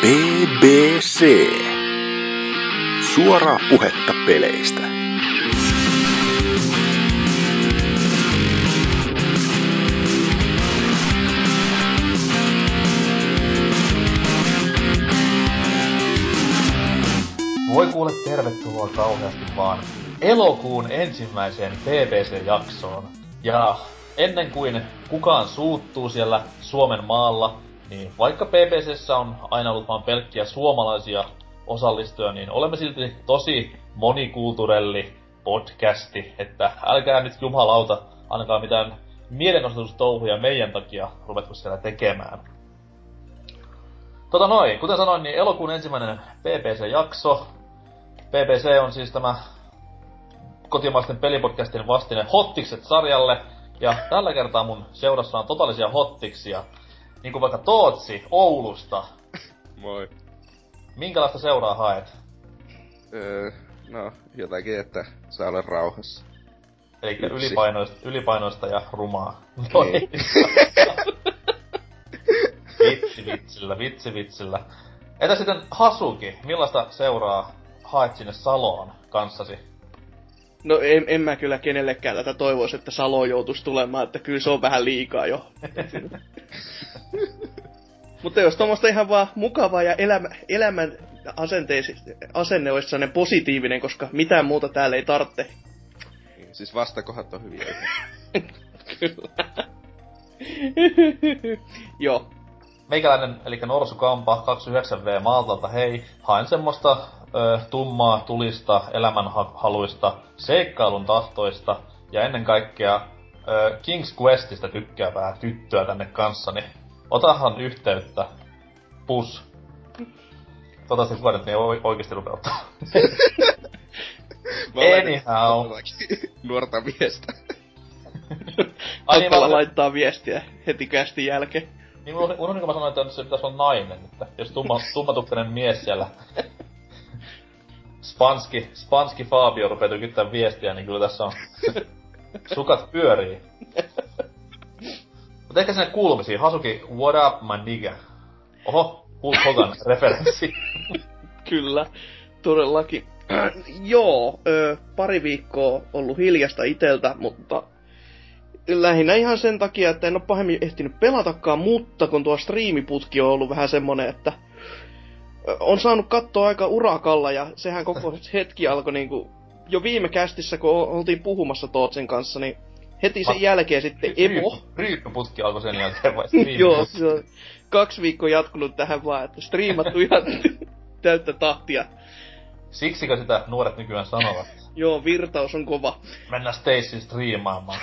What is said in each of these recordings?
BBC. Suoraa puhetta peleistä. Voi kuule, tervetuloa kauheasti vaan elokuun ensimmäiseen BBC-jaksoon. Ja ennen kuin kukaan suuttuu siellä Suomen maalla, niin vaikka BBC:ssä on aina ollut vaan pelkkiä suomalaisia osallistujia, niin olemme silti tosi monikulturelli podcasti, että älkää nyt jumalauta ainakaan mitään mielenosoitustouhuja meidän takia ruvetko siellä tekemään. Kuten sanoin, niin elokuun ensimmäinen BBC-jakso. BBC on siis tämä kotimaisten pelipodcastien vastine Hottikset-sarjalle. Ja tällä kertaa mun seurassa on totaalisia hottiksia. Niin kuin vaikka Tootsi Oulusta. Moi. Minkälaista seuraa haet? No, jotakin, että saa olla rauhassa. Elikkä ylipainoista ja rumaa. Niin. Vitsillä. Entä sitten Hasuki, millaista seuraa haet sinne Saloon kanssasi? No en mä kyllä kenellekään tätä toivoisi, että Salo joutuisi tulemaan, että kyllä se on vähän liikaa jo. Mutta jos tommoista ihan vaan mukavaa ja elämän asenne olisi sellainen positiivinen, koska mitään muuta täällä ei tarvitse. Siis vastakohat on hyviä. Kyllä. Joo. Meikäläinen, eli Norsukampa 29V Maltalta, hei, haen semmoista tummaa, tulista, elämänhaluista, seikkailun tahtoista ja ennen kaikkea King's Questistä tykkäävää tyttöä tänne kanssani. Otahan yhteyttä. Pus. Toivottavasti kukaan nyt ei oikeesti rupea ottaa. Anyhow. Nuorta miestä. Kappala laittaa viestiä heti kästin jälkeen. Niin unohdin, kun mä sanoin, että se pitäis olla nainen, että jos tummatukkainen mies siellä Spanski Fabio rupee tykittää viestiä, niin kyllä tässä on sukat pyörii. Mut ehkä sinne kuulumisiin. Hasuki, what up my nigga? Oho, Hulk Hogan referenssi. Kyllä, todellakin. Joo, pari viikkoa ollut hiljasta iteltä, mutta lähinnä ihan sen takia, että en oo pahemmin ehtinyt pelatakaan, mutta kun tuo striimiputki on ollut vähän semmonen, että on saanut katsoa aika urakalla, ja sehän koko hetki alkoi niinku jo viime kästissä, kun oltiin puhumassa Tootsen kanssa, niin heti sen jälkeen sitten Evo. Ryyppyputki alkoi sen jälkeen vai Joo, se on 2 viikkoa jatkunut tähän vaan, että striimattu ihan täyttä tahtia. Siksikö sitä nuoret nykyään sanovat? Joo, virtaus on kova. Mennään Stacyn striimaamaan.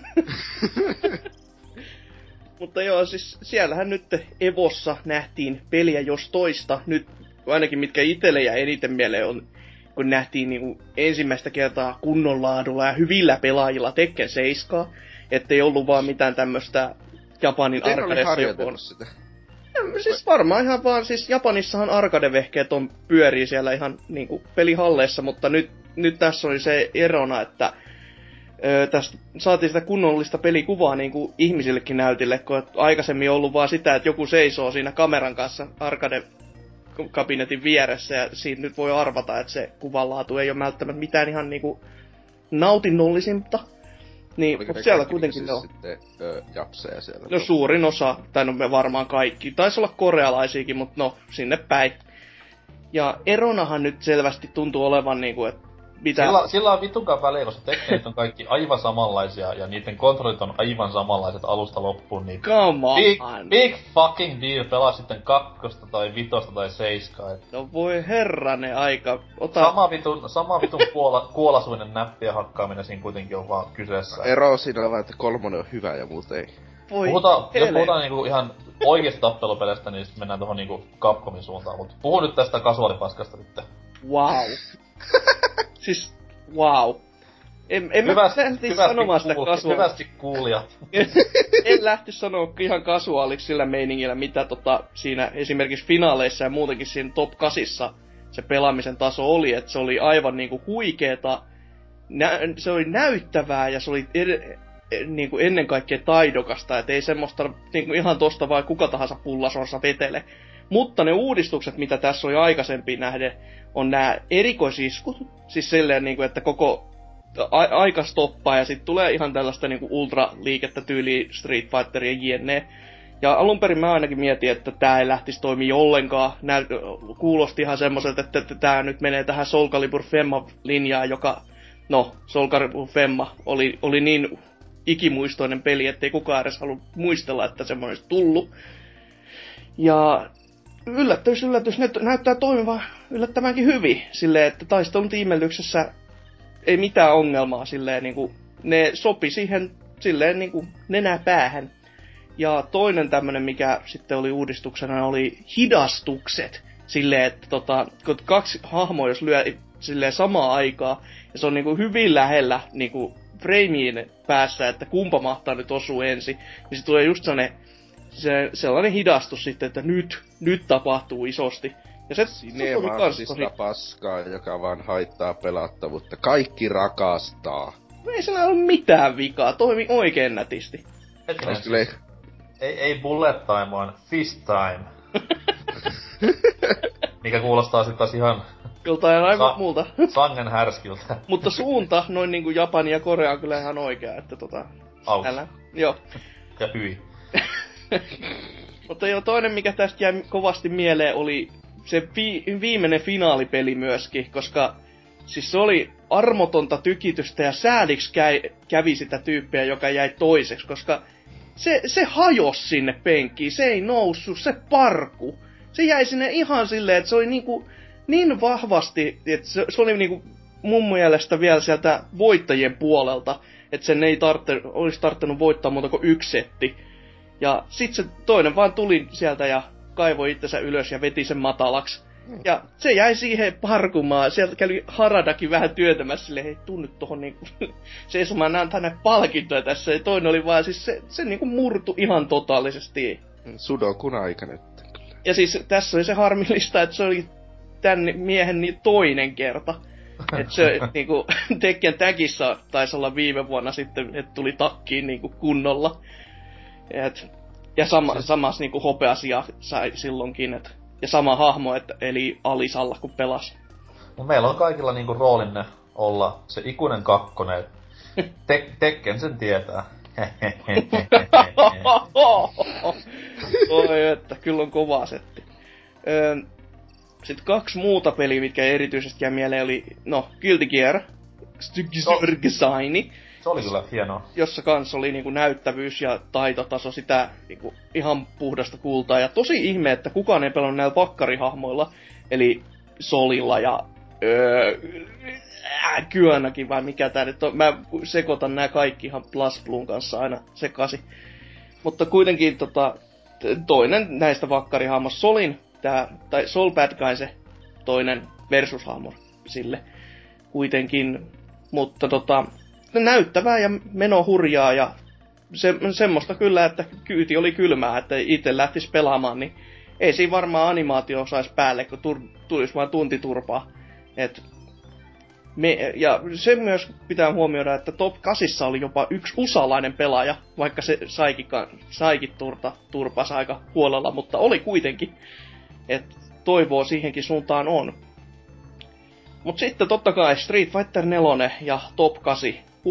Mutta joo, siis siellähän nyt Evossa nähtiin peliä jos toista. Nyt ainakin mitkä itelle ja eniten mieleen on, kun nähtiin niinku ensimmäistä kertaa kunnon laadulla ja hyvillä pelaajilla Tekken 7. Ettei ollut vaan mitään tämmöstä Japanin arcadessa joku. Sitä? Ja, siis varmaan ihan vaan, siis Japanissahan arcade-vehkeet pyörii siellä ihan niinku pelihalleissa, mutta nyt tässä oli se erona, että tästä saatiin sitä kunnollista pelikuvaa niinku ihmisillekin näytille, kun aikaisemmin on ollut vaan sitä, että joku seisoo siinä kameran kanssa arcade-kabinetin vieressä, ja siitä nyt voi arvata, että se kuvanlaatu ei ole välttämättä mitään ihan niinku nautinnollisinta. Niin, mutta siellä kuitenkin siis on. Sitten japseja siellä. No suurin osa, tai no me varmaan kaikki. Taisi olla korealaisiakin, mutta no, sinne päin. Ja eronahan nyt selvästi tuntuu olevan niinku, että mitä... Sillä on vittukaan väliä, koska tekniikit on kaikki aivan samanlaisia, ja niiden kontrollit on aivan samanlaiset alusta loppuun, niin... Come on! Big fucking deal, pelaa sitten 2 tai 5 tai 7. No voi herranen aika, Sama vitun kuolasuinen näppiä hakkaaminen siinä kuitenkin on vaan kyseessä. Ero siinä on vaan, että 3 on hyvä ja muut ei. Voi Jos puhutaan niinku ihan oikeesta tappelupeleistä, niin sit mennään tohon niinku Capcomin suuntaan, mut puhu nyt tästä kasuaalipaskasta nyt. Wow. Siis, wow. En lähtis sanomaan sitä kasuaaliksi. Hyvästi kuulijat. En lähtis sanoa ihan kasuaaliksi sillä meiningillä, mitä siinä esimerkiksi finaaleissa ja muutenkin siinä top 8 se pelaamisen taso oli, että se oli aivan niinku huikeeta. Se oli näyttävää ja se oli niinku ennen kaikkea taidokasta, et ei semmoista niinku ihan tosta vai kuka tahansa pullasorsa vetele. Mutta ne uudistukset, mitä tässä oli aikaisempiin nähden, on nämä erikoisiskut. Siis silleen, niin kuin, että koko aika stoppaa ja sitten tulee ihan tällaista niin kuin ultraliikettä tyyliin Street Fighteria jne. Ja alun perin mä ainakin mietin, että tää ei lähtisi toimia ollenkaan. Kuulosti ihan semmoiselta, että tää nyt menee tähän Soul Calibur Femma-linjaan, joka... No, Soul Calibur Femma oli niin ikimuistoinen peli, ettei kukaan edes halua muistella, että semmoinen olisi tullut. Ja yllätys, ne näyttää toimivan yllättävänkin hyvin. Silleen, että taistelun tiimellyksessä ei mitään ongelmaa. Silleen, niinku, ne sopi siihen silleen niinku nenäpäähän. Ja toinen tämmönen, mikä sitten oli uudistuksena, oli hidastukset. Silleen, että kun kaksi hahmoa, jos lyö silleen samaa aikaa, ja se on niinku hyvin lähellä niinku freimiin päässä, että kumpa mahtaa nyt osua ensin, niin se tulee just sellainen hidastus sitten, että nyt tapahtuu isosti. Ja se Sinemattista paskaa, joka vaan haittaa pelattavuutta. Kaikki rakastaa. Ei sillä ole mitään vikaa, toimi oikein nätisti. Ei bullet time, vaan fist time. Mikä kuulostaa sit taas ihan... Joltain aivan muulta. Sangen härskiltä. Mutta suunta, noin niinku Japani ja Korea on kyllä ihan oikea, että Aus. Joo. Ja hyi. Mutta joo, toinen mikä tästä jäi kovasti mieleen oli se viimeinen finaalipeli myöskin, koska siis se oli armotonta tykitystä ja sääliksi kävi sitä tyyppiä, joka jäi toiseksi, koska se hajosi sinne penkkiin, se ei noussut, se parku. Se jäi sinne ihan silleen, että se oli niinku niin vahvasti, että se oli niinku mun mielestä vielä sieltä voittajien puolelta, että sen ei olisi tarttunut voittaa muuta kuin yksi setti. Ja sit se toinen vaan tuli sieltä ja kaivoi itsensä ylös ja veti sen matalaksi. Ja se jäi siihen parkumaan. Sieltä kävi Haradakin vähän työntämässä silleen, hei tuu nyt tohon niinku seisomaan, nää on tänne palkintoja tässä. Ja toinen oli vaan siis se niinku murtu ihan totaalisesti. Sudokun aika nyt. Ja siis tässä oli se harmillista, että se oli tän miehen niin toinen kerta. Että se niinku Tekken Tagissa taisi olla viime vuonna sitten, että tuli takkiin niinku kunnolla. Ja samas niinku hopeasia sai silloinkin, ja sama hahmo, eli Alisalla kun pelasi. No meillä on kaikilla niinku roolinne olla se ikuinen kakkonen. Tekken sen tietää. Oi, että kyllä on kova setti. Sitten 2 muuta peliä, mitkä erityisesti jäi mieleen, oli, Guilty Gear, Designi. Se oli kyllä hienoa. Jossa kans oli niinku näyttävyys ja taitotaso sitä niinku ihan puhdasta kultaa. Ja tosi ihme, että kukaan ei pelannut näillä vakkarihahmoilla, eli Solilla ja Kyönäkin vai mikä tää nyt on. Mä sekoitan nää kaikki ihan BlazBluun kanssa aina sekaisin. Mutta kuitenkin toinen näistä vakkarihahmoista, Solin, tai Soul Bad Guy se toinen versushahmo sille kuitenkin. Mutta näyttävää ja meno hurjaa ja semmoista kyllä, että kyyti oli kylmää, että itse lähtis pelaamaan, niin ei siinä varmaan animaatio saisi päälle, kun tulisi vaan tuntiturpaa. Ja se myös pitää huomioida, että Top 8 oli jopa yksi usalainen pelaaja, vaikka se saikin turpas aika huolella, mutta oli kuitenkin. Että toivoa siihenkin suuntaan on. Mut sitten totta kai Street Fighter 4 ja Top 8.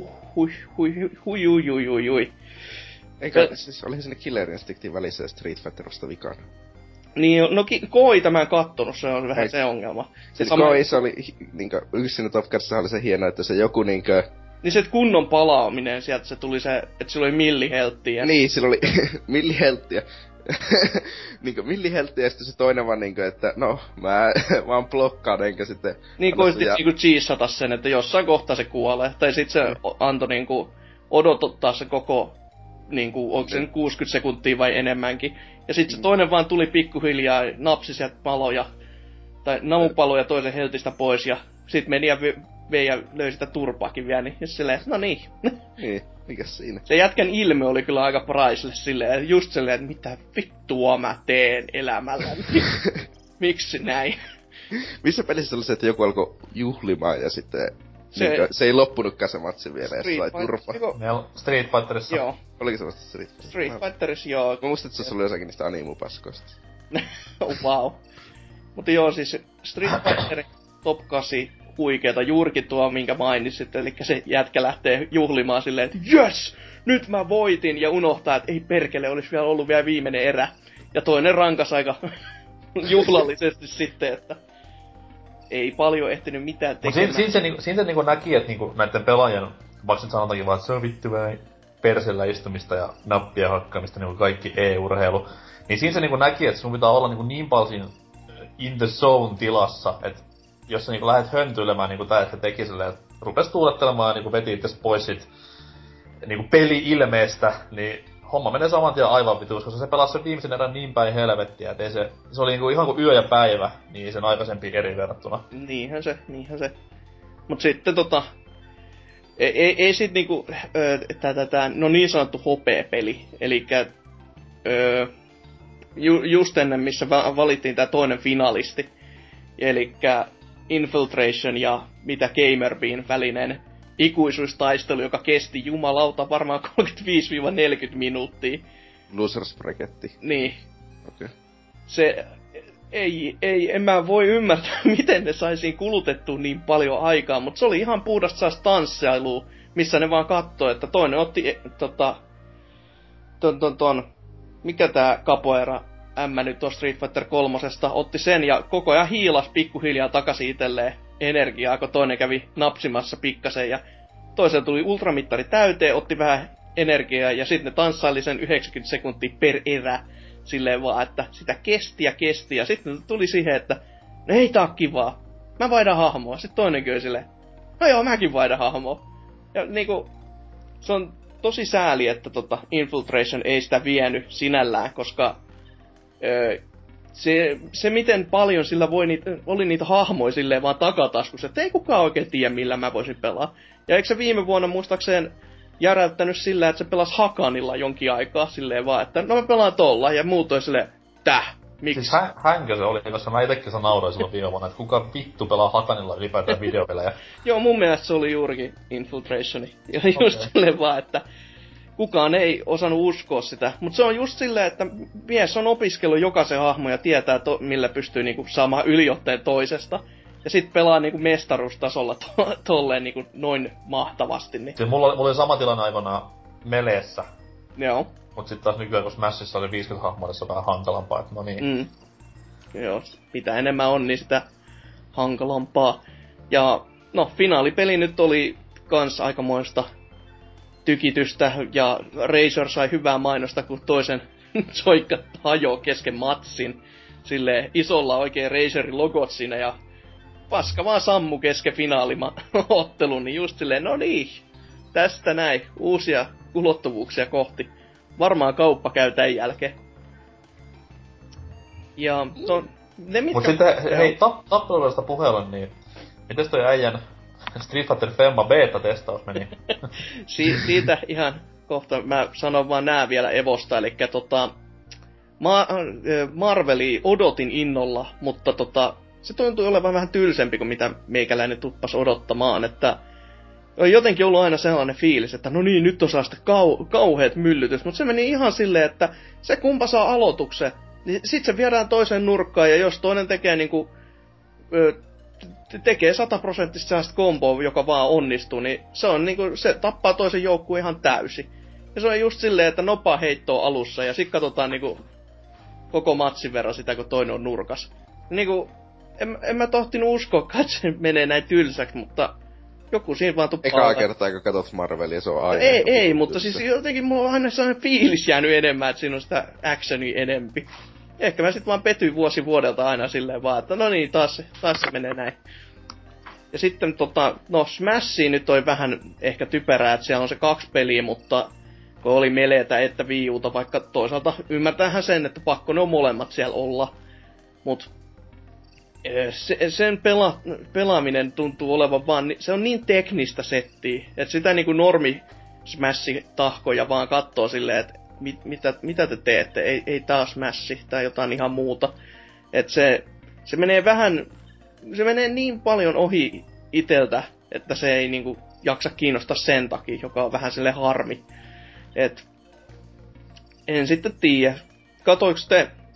Hui. Eikö, siis olihan sinne Killer Instinctin välissä Street Fighterista vikana? Niin, Koita mä en kattonut, se on vähän se ongelma. Siis Koissa oli, niinkö, yksi siinä Top 8 oli se hieno, että se joku niinkö... Niin se kunnon palaaminen, sieltä se tuli se, että sillä oli millihelttiä. Niin, sillä oli millihelttiä. Niinkö millihelttiä ja sitten se toinen vaan niinkö, että no, mä vaan blokkaan enkä sitten... Niin koitit niinku cheesata sen, että jossain kohtaa se kuolee. Tai sit se antoi niinku odotuttaa se koko, niinku, onko se 60 sekuntia vai enemmänkin. Ja sit se toinen vaan tuli pikkuhiljaa, napsi sieltä paloja, tai namupaloja toisen heltistä pois, ja sit meni ja vei ja löi sitä turpaakin vielä, niin silleen, no niin. Niin, mikäs siinä? Se jätkän ilme oli kyllä aika priceless silleen, just silleen, että mitä vittua mä teen elämälläni. Miksi näin? Missä pelissä oli se, että joku alkoi juhlimaan ja sitten... Se ei loppunutkaan se matsi vielä, ja se sai turpaa. Street Fighterissa. Joo. Oliko semmoista Street Fighterissa? Street Fighterissa, joo. Mä muistin, että se oli jossakin niistä animupaskoista. Wow. Mutta joo, siis Street Fighter Top 8 huikeeta juurikin tuo, minkä mainitsit, eli se jätkä lähtee juhlimaan silleen, että jös! Nyt mä voitin! Ja unohtaa, että ei perkele, olisi vielä ollut vielä viimeinen erä. Ja toinen rankas aika juhlallisesti sitten, että ei paljon ehtinyt mitään tekemään. Siinä se niinku näki, että niinku näitten pelaajien, vaikka nyt sanotaankin vaan, että se on vittu vähän persellä istumista ja nappia hakkaamista, niinku kaikki e-urheilu. Niin siinä se niinku näki, että sun pitää olla niinku niin paljon siinä in the zone tilassa, että jos sä niinku lähdet höntyilemään niinku tää, että teki silleen, että rupes tuulettelemaan ja niinku veti itses pois sit niinku peli-ilmeestä, niin homma menee saman tien aivan vituus, koska se pelasi sen viimeisen erän niin päin helvettiä, et ei se oli niinku ihan kuin yö ja päivä, niin sen aikaisempi eri verrattuna. Niinhän se. Mut sitten ei sit niinku, tää no niin sanottu hopee-peli, elikkä just ennen missä valittiin tää toinen finalisti, elikkä Infiltration ja mitä Gamer Bean välinen ikuisuustaistelu, joka kesti jumalauta varmaan 35-40 minuuttia. Losers Bracketti. Niin. Okei. Se en mä voi ymmärtää, miten ne saisiin kulutettua niin paljon aikaa, mutta se oli ihan puhdasta saas tansseilua, missä ne vaan kattoi, että toinen otti mikä tää capoeira nyt on Street Fighter 3, otti sen ja koko ajan hiilas pikkuhiljaa takaisin itselleen energiaa, kun toinen kävi napsimassa pikkasen ja toisella tuli ultramittari täyteen, otti vähän energiaa ja sitten ne tanssaili sen 90 sekuntia per erä. Silleen vaan, että sitä kesti ja sitten tuli siihen, että no ei tää oo kivaa. Mä vaihdan hahmoa. Sitten toinenkin oli silleen, no joo, mäkin vaihdan hahmoa. Ja niinku, se on tosi sääli, että Infiltration ei sitä vienyt sinällään, koska se miten paljon sillä oli niitä hahmoja silleen vaan takataskussa, että ei kukaan oikein tiedä millä mä voisin pelaa. Ja eikö se viime vuonna muistaakseen järäyttänyt sillä, että se pelasi Hakanilla jonkin aikaa silleen vaan, että no mä pelaan tolla, ja muut oli silleen, miksi? Siis hänkö se oli, koska mä itekin se nauroin silloin viime vuonna, että kuka vittu pelaa Hakanilla ylipäätään videopelejä. Joo, mun mielestä se oli juurikin Infiltrationi. Ja just silleen vaan, että kukaan ei osannut uskoa sitä. Mutta se on just silleen, että mies on opiskellut jokaisen hahmon ja tietää, millä pystyy niinku saamaan yliotteen toisesta. Ja sit pelaa niinku mestaruustasolla tolleen niinku noin mahtavasti. Niin. Siis mulla oli sama tilanne aikoinaan Meleessä. Joo. Mut sit taas nykyään kun Smashissa oli 50 hahmoa, se on vähän hankalampaa, että no niin. Joo, mitä enemmän on, niin sitä hankalampaa. Ja no, finaalipeli nyt oli kans aikamoista tykitystä, ja Razor sai hyvää mainosta, kun toisen soikka hajoo kesken matsin. Silleen isolla oikein Razorin logot siinä, ja paska vaan sammu kesken finaaliottelun, niin just silleen, no niin, tästä näin, uusia ulottuvuuksia kohti. Varmaan kauppa käy tän jälkeen. Ja mut sitten, hei, tappeluista puheella, niin mites toi äijän Street Fighter Femma beta-testaus meni? Siitä ihan kohta, mä sanon vaan nää vielä Evosta, elikkä Marveli odotin innolla, mutta se tuntui olevan vähän tylsempi kuin mitä meikäläinen tuppas odottamaan, että on jotenkin ollut aina sellainen fiilis, että no niin, nyt on saa sitä kauheet myllytys, mutta se meni ihan silleen, että se kumpa saa aloituksen, niin sit se viedään toiseen nurkkaan, ja jos toinen tekee niinku, tekee 100% sellaista komboa, joka vaan onnistuu, niin se on niinku, se tappaa toisen joukkueen ihan täysin. Ja se on just silleen, että nopa heittoa alussa, ja sit katsotaan niinku koko matsin verran sitä, kun toinen on nurkas. Niinku, en mä tohtinut uskoa, että se menee näin tylsäksi, mutta joku siinä vaan tuppaa. Ekaa kertaa, kun katot Marvelia, se on aina. Ei, mutta siis jotenkin mulla on aina sellainen fiilis jäänyt enemmän, että siinä on sitä actionia enempi. Ehkä mä sit vaan petyin vuodelta aina silleen vaan, että no niin, taas se menee näin. Ja sitten no Smashiin nyt oli vähän ehkä typerää, että siellä on se 2 peliä, mutta kun oli Meleetä että Wii Uta, vaikka toisaalta ymmärtäähän sen, että pakko ne on molemmat siellä olla. Mut sen pelaaminen tuntuu olevan vaan, se on niin teknistä settiä, että sitä niinku normi Smash-tahkoja vaan kattoo silleen, että mitä te teette, ei taas Smash tai jotain ihan muuta. Että se menee niin paljon ohi iteltä, että se ei niinku jaksa kiinnostaa sen takia, joka on vähän silleen harmi. Et en sitten tiedä. Katoiks te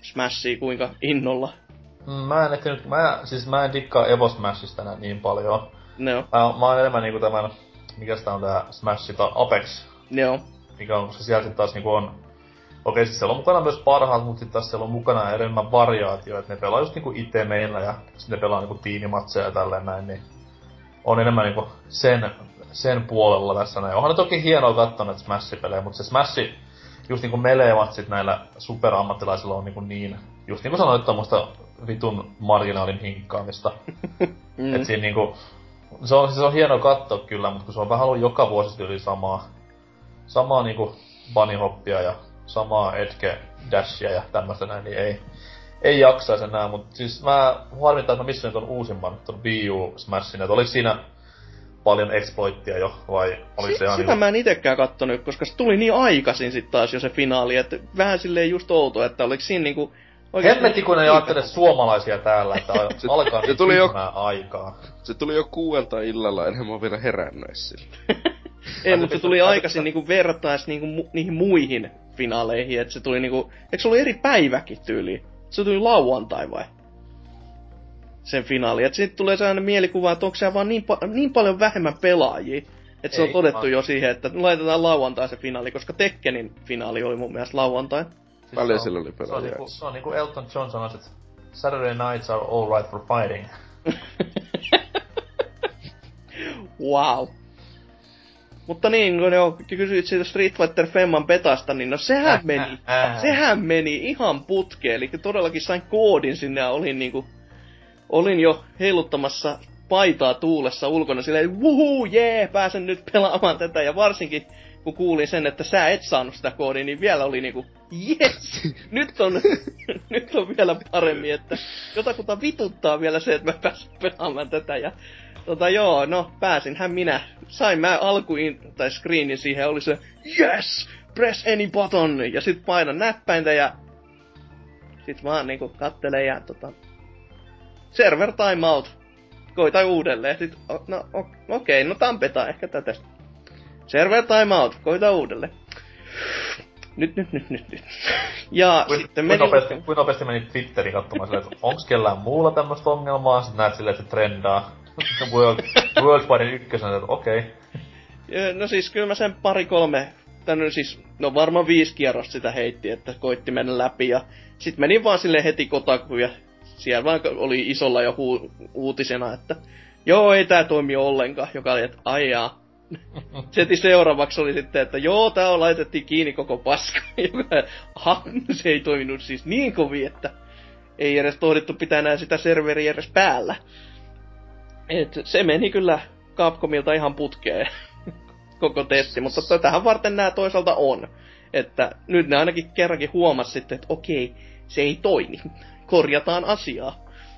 Smashia kuinka innolla? Mä en dikkaa Evo Smashista enää niin paljon. No. Mä oon enemmän niinku tämän, mikäs tää on tää Smash, Apex. Joo. Mikä on, koska siellä sit taas niinku on... Okei, siis siellä on mukana myös parhaat, mut sit taas siellä on mukana enemmän variaatio, et ne pelaa just niinku ite meillä ja sit ne pelaa niinku tiimimatseja ja tälleen näin, niin... On enemmän niinku sen puolella tässä näin. Onhan ne toki hienoa katsoa näitä Smash-pelejä, mut se Smash, just niinku melee-matsit näillä superammattilaisilla on niin... Just niinku sanoit, tommoista vitun marginaalin hinkkaamista. Et siinä niinku... Se on hienoa katsoa kyllä, mut kun se on vähän ollut joka vuosi yli samaa niinku bunnyhoppia ja samaa edge dashia ja tämmöstä näin, niin ei jaksais enää, mut siis mä harmittaa, että mä missasin ton uusimman, ton Wii U Smashin, et oliks siinä paljon exploittia jo, vai oliks se ihan sitä mä en itekään kattonut, koska se tuli niin aikaisin sit taas jo se finaali, että vähän silleen just outo, että oliks siinä niinku... Hemmetti, kun ei ajattele suomalaisia täällä, että alkaa niin tyhmää aikaa. Se tuli jo 6 illalla, en mä oo vielä herännyt sille. Ei, mutta se tuli aikaisin niinku vertais niinku niihin muihin finaaleihin, että se tuli niinku... Eikö se ollut eri päiväkin tyyliin? Se tuli lauantai vai? Sen finaali. Et sit tulee sellainen mielikuva, että onko siellä vaan niin paljon vähemmän pelaajia. Että se on todettu jo siihen, että laitetaan lauantai se finaali, koska Tekkenin finaali oli mun mielestä lauantai. Siis paljon sillä oli pelaajia. Se on niinku Elton John sanois, että Saturday nights are all right for fighting. Wow. Mutta niin, kun jo kysyit siitä Street Fighter Femman betasta, niin no sehän meni ihan putkeen. Eli todellakin sain koodin sinne ja olin jo heiluttamassa paitaa tuulessa ulkona silleen, wuhuu, pääsen nyt pelaamaan tätä. Ja varsinkin kun kuulin sen, että sä et saanut sitä koodia, niin vielä oli niinku, yes, nyt on vielä paremmin, että jotakuta vituttaa vielä se, että mä pääsen pelaamaan tätä. Ja joo, no pääsinhän minä. Sain mä tai screenin siihen ja oli se, yes, press any button, ja sit painan näppäintä ja sit vaan niinku kattelee ja server timeout. Koita uudelleen. Sit, no okei, no tampetaan ehkä tätä. Server timeout, koita uudelleen. Nyt. Ja sitten meni... Kuin nopeasti meni Twitteriin katsomaan silleen, että onks kellään muulla tämmöstä ongelmaa? Sitten näet silleen, että se trendaa. World Fightin ykkösenä, että okei. No siis kyllä mä sen 2-3, siis, no varmaan 5 kierrosta sitä heitti, että koitti mennä läpi. Ja sit menin vaan silleen heti Kotakuun ja siellä vaan oli isolla jo uutisena, että joo, ei tää toimi ollenkaan, joka oli, että aijaa. Seti seuraavaksi oli sitten, että joo, tää on laitettiin kiinni koko paska. Se ei toiminut siis niin kovin, että ei edes tohdittu pitää enää sitä serveriä edes päällä. Et se meni kyllä Capcomilta ihan putkeen koko testi, mutta tähän varten nää toisaalta on. Että nyt ne ainakin kerrankin huomasi sitten, että okei, se ei toimi. Korjataan asiaa.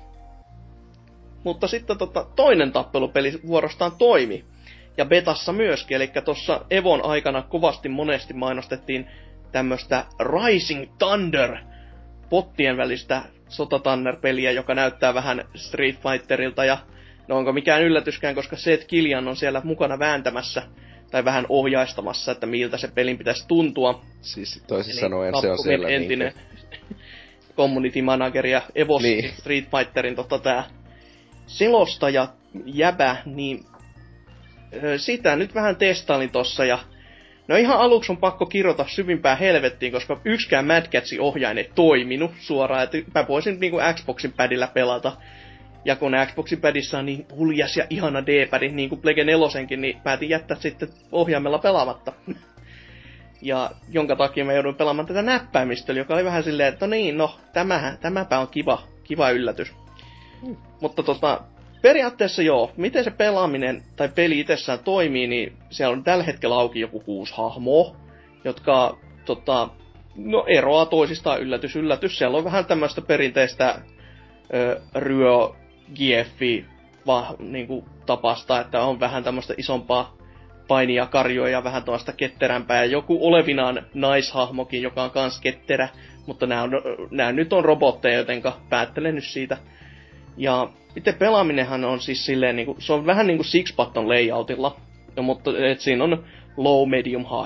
Mutta sitten toinen tappelupeli vuorostaan toimi. Ja betassa myöskin, eli tuossa Evon aikana kovasti monesti mainostettiin tämmöstä Rising Thunder pottien välistä sotatanner-peliä, joka näyttää vähän Street Fighterilta, ja no onko mikään yllätyskään, koska Seth Killian on siellä mukana vääntämässä tai vähän ohjaistamassa, että miltä se pelin pitäisi tuntua. Siis toisin sanoen se on siellä entinen community manager ja Evos niin. Street Fighterin tää selostaja jäbä, niin sitä nyt vähän testailin tossa ja no ihan aluksi on pakko kirjoita syvimpään helvettiin, koska yksikään Mad Catsin ohjain ei toiminut suoraan, että mä voisin niinku Xboxin padilla pelata. Ja kun Xboxin padissa on niin huljas ja ihana D-pad, niin kuin Plege 4:nkin, niin päätin jättää sitten ohjaimella pelaamatta. Ja jonka takia mä joudun pelaamaan tätä näppäimistöä, joka oli vähän silleen, että no niin, no tämäpä on kiva yllätys. Mutta periaatteessa joo, miten se pelaaminen tai peli itsessään toimii, niin siellä on tällä hetkellä auki joku 6 hahmoa, jotka eroaa toisistaan yllätys. Siellä on vähän tämmöistä perinteistä ryö GF niinku tapasta, että on vähän tämmöistä isompaa painia karjoa ja vähän tämmöistä ketterämpää. Ja joku olevinaan naishahmokin, joka on kans ketterä, mutta nämä nyt on robotteja, jotenka päättelen nyt siitä. Ja itse pelaaminenhan on siis silleen, se on vähän niinku Six Button layoutilla, mutta siinä on low, medium, high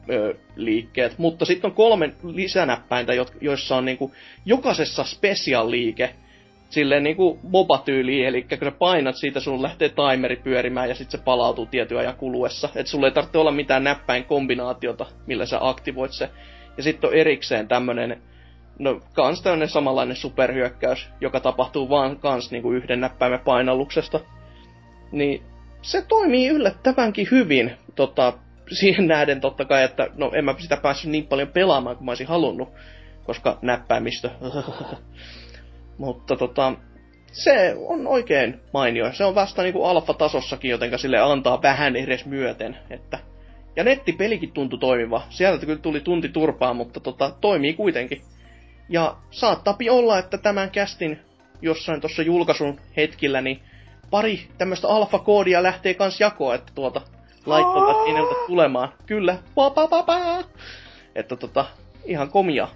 liikkeet. Mutta sitten on 3 lisänäppäintä, joissa on niinku jokaisessa special-liike, silleen niinku MOBA-tyyliin, eli kun sä painat siitä, sun lähtee timeri pyörimään ja sitten se palautuu tietyn ajan kuluessa. Et sulle ei tarvitse olla mitään näppäin kombinaatiota, millä sä aktivoit se. Ja sitten on erikseen tämmönen, no kans tämmönen samanlainen superhyökkäys, joka tapahtuu vaan kans niinku yhden näppäimen painalluksesta. Niin se toimii yllättävänkin hyvin, siihen nähden totta kai, että no en mä sitä päässyt niin paljon pelaamaan kuin mä olisin halunnut, koska näppäimistö. Mutta se on oikein mainio. Se on vasta niinku alfa-tasossakin, jotenka sille antaa vähän edes myöten. Että... Ja nettipelikin tuntui toimiva. Sieltä kyllä tuli tunti turpaa, mutta toimii kuitenkin. Ja saattaapi olla, että tämän kästin jossain tuossa julkaisun hetkillä, niin pari tämmöistä alfa-koodia lähtee kans jakoon, että laittavat ineltä tulemaan. Kyllä. Että ihan komia.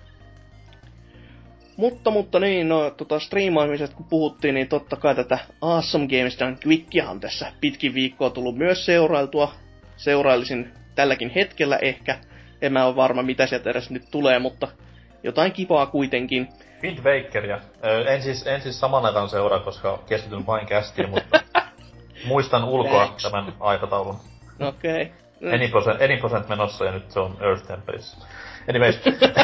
Mutta niin, no striimaamisesta kun puhuttiin, niin totta kai tätä Awesome Games Done Quickia on tässä pitkin viikkoa tullut myös seurailtua. Seurailisin tälläkin hetkellä ehkä. En mä ole varma mitä sieltä edes nyt tulee, mutta jotain kivaa kuitenkin. Wind Wakeria. En siis saman aikaan seuraa, koska keskityn vain kästiin, mutta muistan ulkoa tämän aikataulun. Okei. Any% menossa ja nyt se on Earth Tempest. Anyways.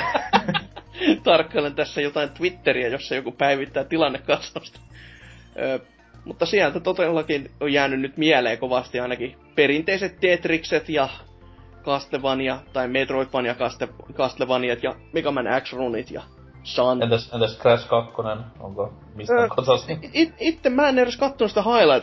Tarkkailen tässä jotain Twitteriä, jossa joku päivittää tilannekatsausta. Mutta sieltä todellakin on jäänyt nyt mieleen kovasti ainakin perinteiset Tetrikset ja Castlevania, tai Metroidvania Castlevaniat ja Mega Man X-runit ja Sun. Entäs Crash 2? Onko mistään kotoisin? Itse mä en edes kattonut sitä highlight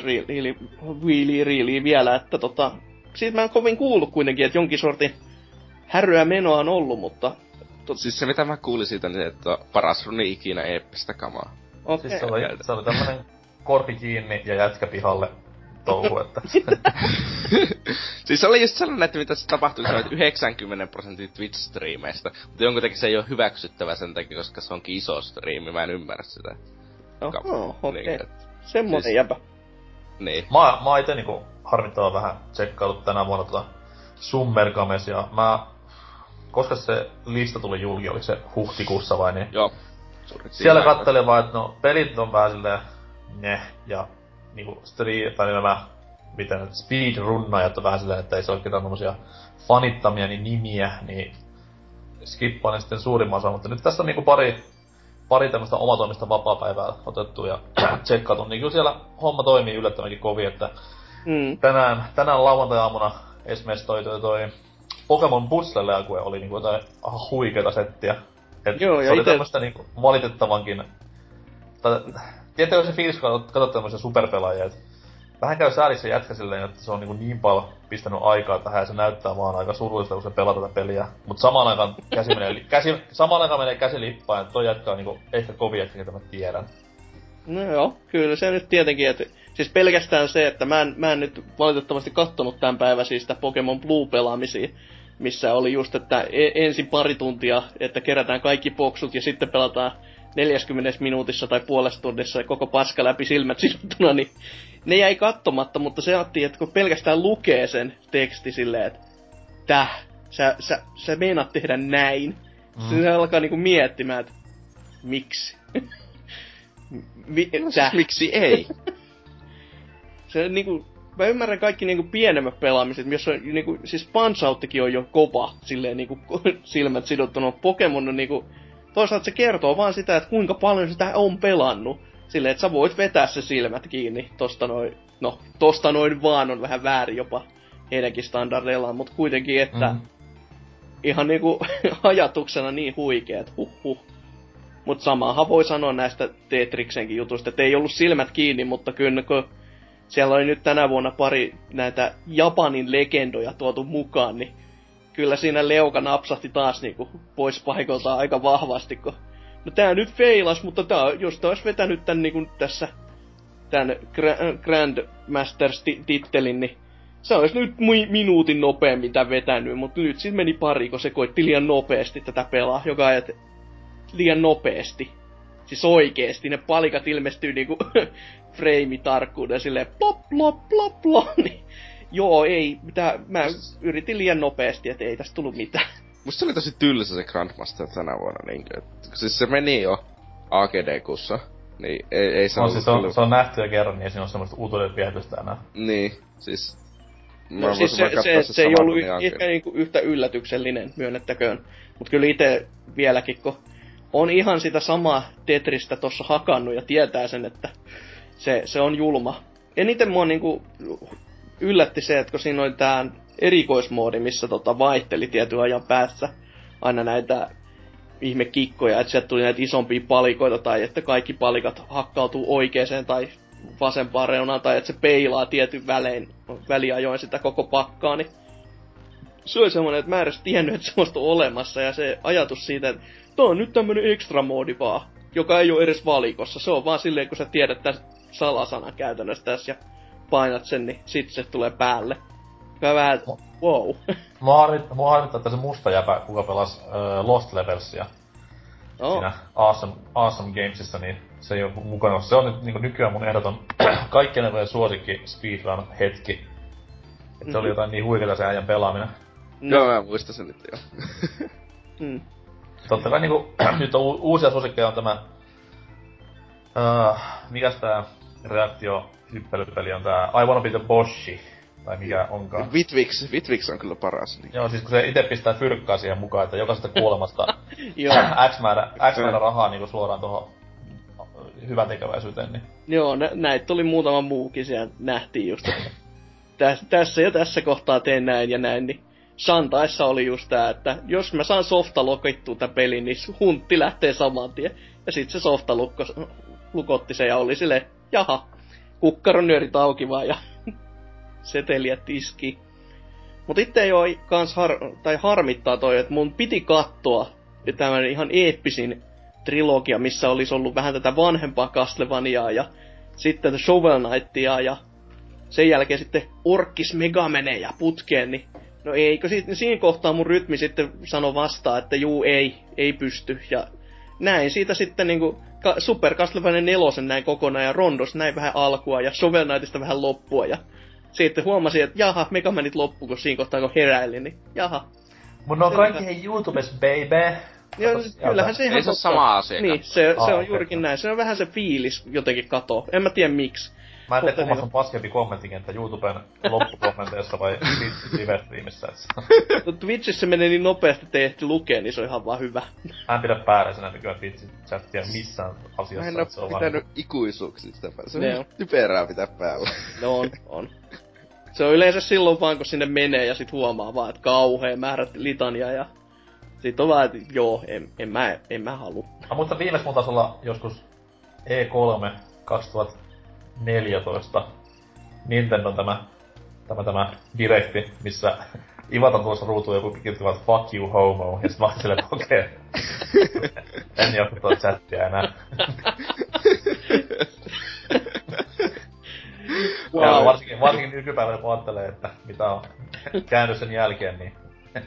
reeliä vielä, että siitä mä en kovin kuullut kuitenkin, että jonkin sortin härryä menoa on ollut, mutta... Siis se mitä mä kuulin siitä, niin että paras runi ikinä eeppistä kamaa. Okay. Siis se oli tämmönen korpi kiinni ja jätkä pihalle touhu, että... Siis se oli just sellainen, että mitä se tapahtui, se oli 90% Twitch-striimeistä. Mutta jonkun takia se ei oo hyväksyttävä sen takia, koska se onkin iso striimi, mä en ymmärrä sitä. Oho, okei. Okay. Semmonen siis... jäpä. Niin. Mä oon ite niinku harmittavan vähän tsekkaillut tänä vuonna Summer Games ja koska se lista tuli julki, oli se huhtikuussa vai niin? Joo. Siellä kattelin vaan, että no pelit on vähän silleen ja niinku speedrunnajat on vähän silleen, että ei se ole ketään tommosia fanittamia nimiä, niin skippailin sitten suurimman osan, mutta nyt tässä on niinku pari tämmöstä omatoimista vapaapäivää otettu ja tsekkaatu, niin kyllä siellä homma toimii yllättävänkin kovin, että tänään lauantai-aamuna esimerkiksi toi Pokemon Puzzle League oli niinku jotain huikeeta settiä. Joo, se oli tämmöstä niinku valitettavankin... Tiedättekö se fiilis, kun katsot tämmöisiä superpelaajia, et vähän käy sääliksi se jätkä silleen, että se on niinku niin paljon pistänyt aikaa tähän ja se näyttää vaan aika surullista, kun se pelaa tätä peliä. Mut samaan aikaan menee käsi lippaan, ja toi jätkä on niinku ehkä kovin jätkä, mitä mä tiedän. No joo, kyllä se nyt tietenkin, että siis pelkästään se, että mä en nyt valitettavasti kattonut tämän päivän siis sitä Pokemon Blue-pelaamisia, missä oli just, että ensin pari tuntia, että kerätään kaikki boksut ja sitten pelataan 40 minuutissa tai puolesta tunnissa koko paska läpi silmät sidottuna, niin ne jäi kattomatta, mutta se otti, että kun pelkästään lukee sen teksti silleen, että sä meinaat tehdä näin. Se alkaa niinku miettimään, että miksi? Miksi ei? Se niinku, mä ymmärrän kaikki niinku pienemmät pelaamiset, jos on niinku, siis Punch-Outtikin on jo kova, silleen niinku silmät sidottuna. Pokemon on niinku, toisaalta se kertoo vaan sitä, että kuinka paljon sitä on pelannut. Silleen, että sä voit vetää se silmät kiinni tosta noin vaan on vähän väärin jopa heidänkin standardeillaan, mutta kuitenkin, että ihan niinku ajatuksena niin huikeet, Mut samahan voi sanoa näistä Tetriksenkin jutuista, että ei ollut silmät kiinni, mutta kyllä kun siellä oli nyt tänä vuonna pari näitä Japanin legendoja tuotu mukaan, niin kyllä siinä leuka napsahti taas niinku pois paikoltaan aika vahvasti, kun no tää nyt feilas, mutta jos tää ois vetänyt tän niinku tässä tän Grandmasters-tittelin, niin se ois nyt minuutin nopeammin tän vetänyt, mutta nyt sit meni pari, kun se koitti liian nopeasti tätä pelaa, joka ajat liian nopeasti. Siis oikeesti, ne palikat ilmestyy niinku freimitarkkuuden silleen plop plop plop plop, niin joo, ei, mä yritin liian nopeasti, että ei tästä tullut mitään. Musta se oli tosi tylsä se Grandmaster tänä vuonna, niinkö. Siis se meni jo AGDQ:ssa, niin ei se on, ollut siis kyllä... se on nähty jo kerran, niin siinä on semmoista uutuuden viehdystä enää. Niin, siis... No, siis se ei ollut ehkä niinku yhtä yllätyksellinen, myönnettäköön. Mut kyllä ite vieläkin, kun on ihan sitä samaa Tetristä tossa hakannut ja tietää sen, että se on julma. Eniten mua niinku yllätti se, että kun siinä oli tää erikoismoodi, missä vaihteli tietyn ajan päässä aina näitä ihmekikkoja, että sieltä tuli näitä isompia palikoita, tai että kaikki palikat hakkautuu oikeeseen tai vasempaan reunaan, tai että se peilaa tietyn väliajoin sitä koko pakkaa, niin se oli semmonen, että mä en edes tiennyt, että semmoista on olemassa, ja se ajatus siitä, että tää on nyt tämmönen extra moodi vaan, joka ei ole edes valikossa, se on vaan silleen, kun sä tiedät tämän salasanan käytännössä tässä, ja painat sen, niin sit se tulee päälle. Vähän, wow. Mua harmittaa, että se musta jäpä, kuka pelasi Lost Levelsia siinä awesome Gamesissa, niin se ei oo mukana. Se on nyt niin nykyään mun ehdoton kaikkien aikojen suosikki speedrun hetki. Et se oli jotain niin huikeeta se äijän pelaaminen. Joo, mä muistan sen nyt jo. Totta kai niinku, nyt on uusia suosikkeja on tämä... mikäs tää reaktiohyppelypeli on tää I Wanna Be The Boshi. Tai mikä onkaan. Witvix on kyllä paras. Niin. Joo, siis kun se ite pistää fyrkkaa siihen mukaan, että jokaisesta kuolemasta X määrä rahaa niinku suoraan tohon hyväntekeväisyyteen, niin... Joo, näitä tuli muutama muukin siellä nähtiin just, että tässä ja tässä kohtaa teen näin ja näin, niin Shantaissa oli just tää, että jos mä saan softa lokittua tän pelin, niin huntti lähtee saman tien. Ja sit se softa lukotti se ja oli silleen, jaha, kukkaron nyörit auki vaan ja seteliä tiski. Mut itte ei oo kans harmittaa toi, että mun piti katsoa tämmönen ihan eeppisin trilogia, missä olisi ollut vähän tätä vanhempaa Castlevaniaa ja sitten tätä Shovel Knightia ja sen jälkeen sitten Orkkis Megameneja putkeen, niin no eikö siinä kohtaa mun rytmi sitten sano vastaan, että juu ei pysty ja näin siitä sitten niinku Super Castlevania 4 näin kokonaan ja Rondos näin vähän alkua ja Shovel Knightista vähän loppua ja sitten huomasin, että jaha, Megamenit loppu, kun siinä kohtaa kun heräilin, niin jaha. Mut no kaikki hei YouTubes, baby. Joo, kyllähän se ihan ei se ole sama asia. Niin, se on juurikin näin. Se on vähän se fiilis jotenkin katoo. En mä tiedä miksi. Mä en tiedä, kummas on paskempi kommenttikenttä YouTuben loppukommenteissa vai live-streamissä. Twitchissä menee niin nopeasti, että ei ehti lukea, niin se on ihan vaan hyvä. Mä en pidä pääräisenä nykyään Twitch-chattia missään asiassa. Mä en oo pitänyt ikuisuuksista. Se on no. typerää pitää päällä. No on. Se on yleensä silloin vaan, kun sinne menee ja sit huomaa vaan, että kauhea määrät litania ja... Sit on vaan, että joo, en mä halu. Mä muistan viimeksi mun taisi olla joskus E3 2014 Nintendo tämä direkti, missä Ivatan tuossa ruutuun joku kirjoittivat fuck you homo, ja sit mä silleen, että okei. En jaksa tuota chattia enää. Wow. Ja varsinkin nykypäivänä kun ajattelee, että mitä on käynyt sen jälkeen, niin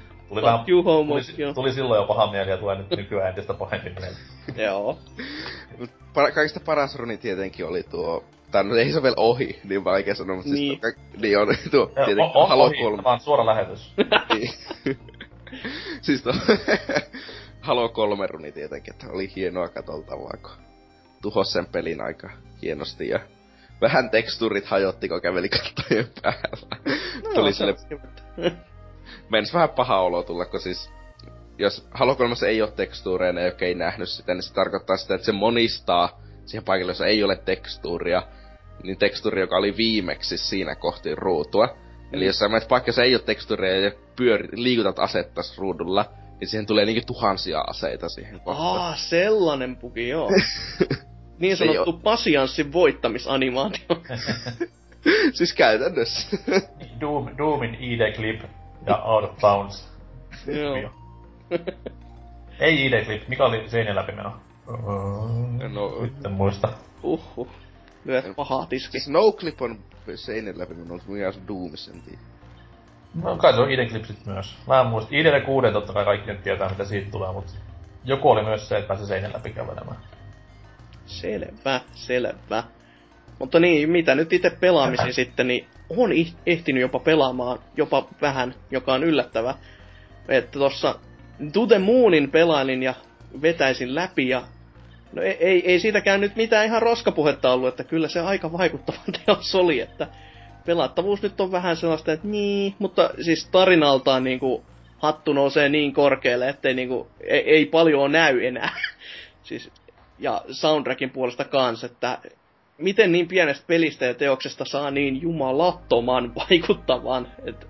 tuli silloin jo paha mieli ja tulee nyt nykyään entistä pahempi mieli. Joo. Kaikista paras runi tietenkin oli tuo... Tai no ei se vielä ohi, niin vaikea sanoa, mutta niin. Siis niin on tuo tietenkin on Halo ohi, 3. vaan suora lähetys. Niin. Siis tuo Halo 3 runi tietenkin, että oli hienoa katoltavaa, kun tuhos sen pelin aika hienosti ja vähän tekstuurit hajotti, kun käveli kattojen päällä. No, tuli sille... Mens vähän paha olo tulla, kun siis... Jos Halo 3 ei oo tekstuureja, ne jotka ei nähnyt sitä, niin se tarkoittaa sitä, että se monistaa siihen paikalle, jossa ei ole tekstuuria, niin tekstuuri, joka oli viimeksi siinä kohti ruutua. Eli jos sä menet paikka, jossa ei oo tekstuuria ja liikutat asettas ruudulla, niin siihen tulee niinku tuhansia aseita siihen kohtaan. Sellainen puki, joo. Niin sanottu pasianssin voittamisanimaatio. Siis käytännössä. Doomin ID-clip ja Out of Bounds. Joo. Ei ID-clip, mikä oli seinän läpimeno? No, nyt en muista. Lyöt pahaa tiski. Snowclip on seinän läpimeno, mikä on Doomissa, en tiedä. No kai se on ID-clip sit myös. Mä en muista. ID6 totta kai kaikki nyt tietää mitä siitä tulee, mut joku oli myös se, että pääsee seinän läpi kävelemään. Selvä. Mutta niin, mitä nyt itse pelaamisen sitten, niin on ehtinyt jopa pelaamaan jopa vähän, joka on yllättävää. Että tossa To the Moonin pelailin ja vetäisin läpi ja no ei siitäkään nyt mitään ihan roskapuhetta ollut, että kyllä se aika vaikuttava teos oli, että pelattavuus nyt on vähän sellaista, että niin, mutta siis tarinaltaan niinku hattu nousee niin korkealle, ettei niinku, ei paljon näy enää. Siis, ja soundtrackin puolesta kans, että miten niin pienestä pelistä ja teoksesta saa niin jumalattoman vaikuttavan, että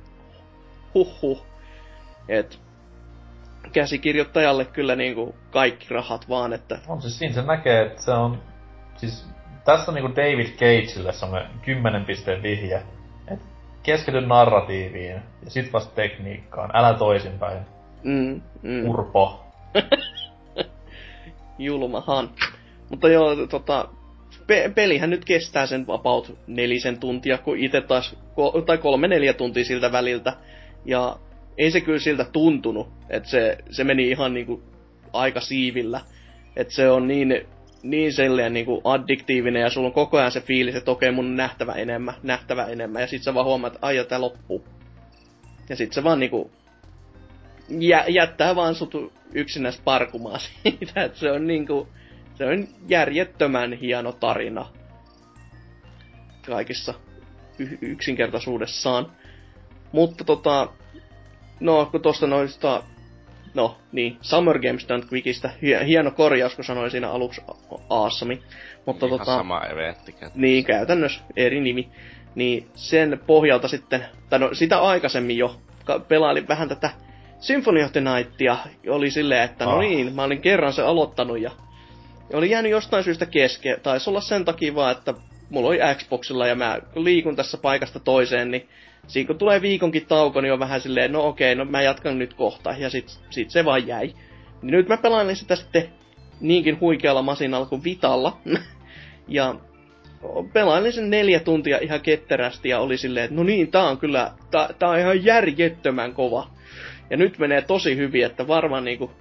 et käsikirjoittajalle kyllä niinku kaikki rahat vaan, että on siis siinä se näkee, että se on siis tässä on niinku David Cagelle semmonen 10 pisteen vihje, et keskity narratiiviin ja sit vasta tekniikkaan, älä toisinpäin. Urpo. Julmahan. Mutta joo, pelihän nyt kestää sen about 4 tuntia, kun itse taas, tai 3-4 tuntia siltä väliltä. Ja ei se kyllä siltä tuntunut, että se meni ihan niinku aika siivillä. Että se on niin selleen niinku addiktiivinen ja sulla on koko ajan se fiilis, että okei, mun on nähtävä enemmän. Ja sit sä vaan huomaat, että aijaa, tää loppuu. Ja sit se vaan niinku jättää vaan sut yksinäis parkumaan siitä, että se on niinku, se on järjettömän hieno tarina kaikissa yksinkertaisuudessaan. Mutta no kun tosta noista, no niin, Summer Games Done Quickistä, hieno korjaus, kun sanoin siinä aluksi awesome. Mutta ihan sama eventti. Niin, käytännössä eri nimi. Niin sen pohjalta sitten, tai no sitä aikaisemmin jo, pelailin vähän tätä Symphony of the Nightia. Oli silleen, että no niin, mä olin kerran se aloittanut ja oli jäänyt jostain syystä kesken. Taisi olla sen takia vaan, että mulla oli Xboxilla ja mä liikun tässä paikasta toiseen, niin siinä kun tulee viikonkin tauko, niin on vähän silleen, no okei, no mä jatkan nyt kohta, ja sit se vaan jäi. Niin nyt mä pelailin sitä sitten niinkin huikealla masinalla kuin Vitalla. Ja pelailin sen 4 tuntia ihan ketterästi ja oli silleen, että no niin, tää on kyllä, tää on ihan järjettömän kova. Ja nyt menee tosi hyvin, että varmaan niinku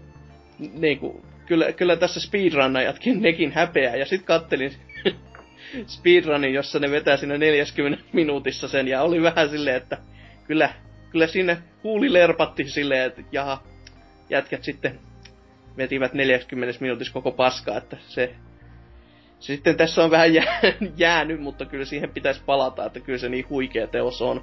kyllä tässä speedrunnajatkin nekin häpeää. Ja sit kattelin speedrunin, jossa ne vetää siinä 40 minuutissa sen, ja oli vähän silleen, että kyllä sinne huuli lerpatti silleen, että jaha, jätkät sitten vetivät 40 minuutissa koko paskaa, että se sitten tässä on vähän jäänyt, mutta kyllä siihen pitäisi palata, että kyllä se niin huikea teos on.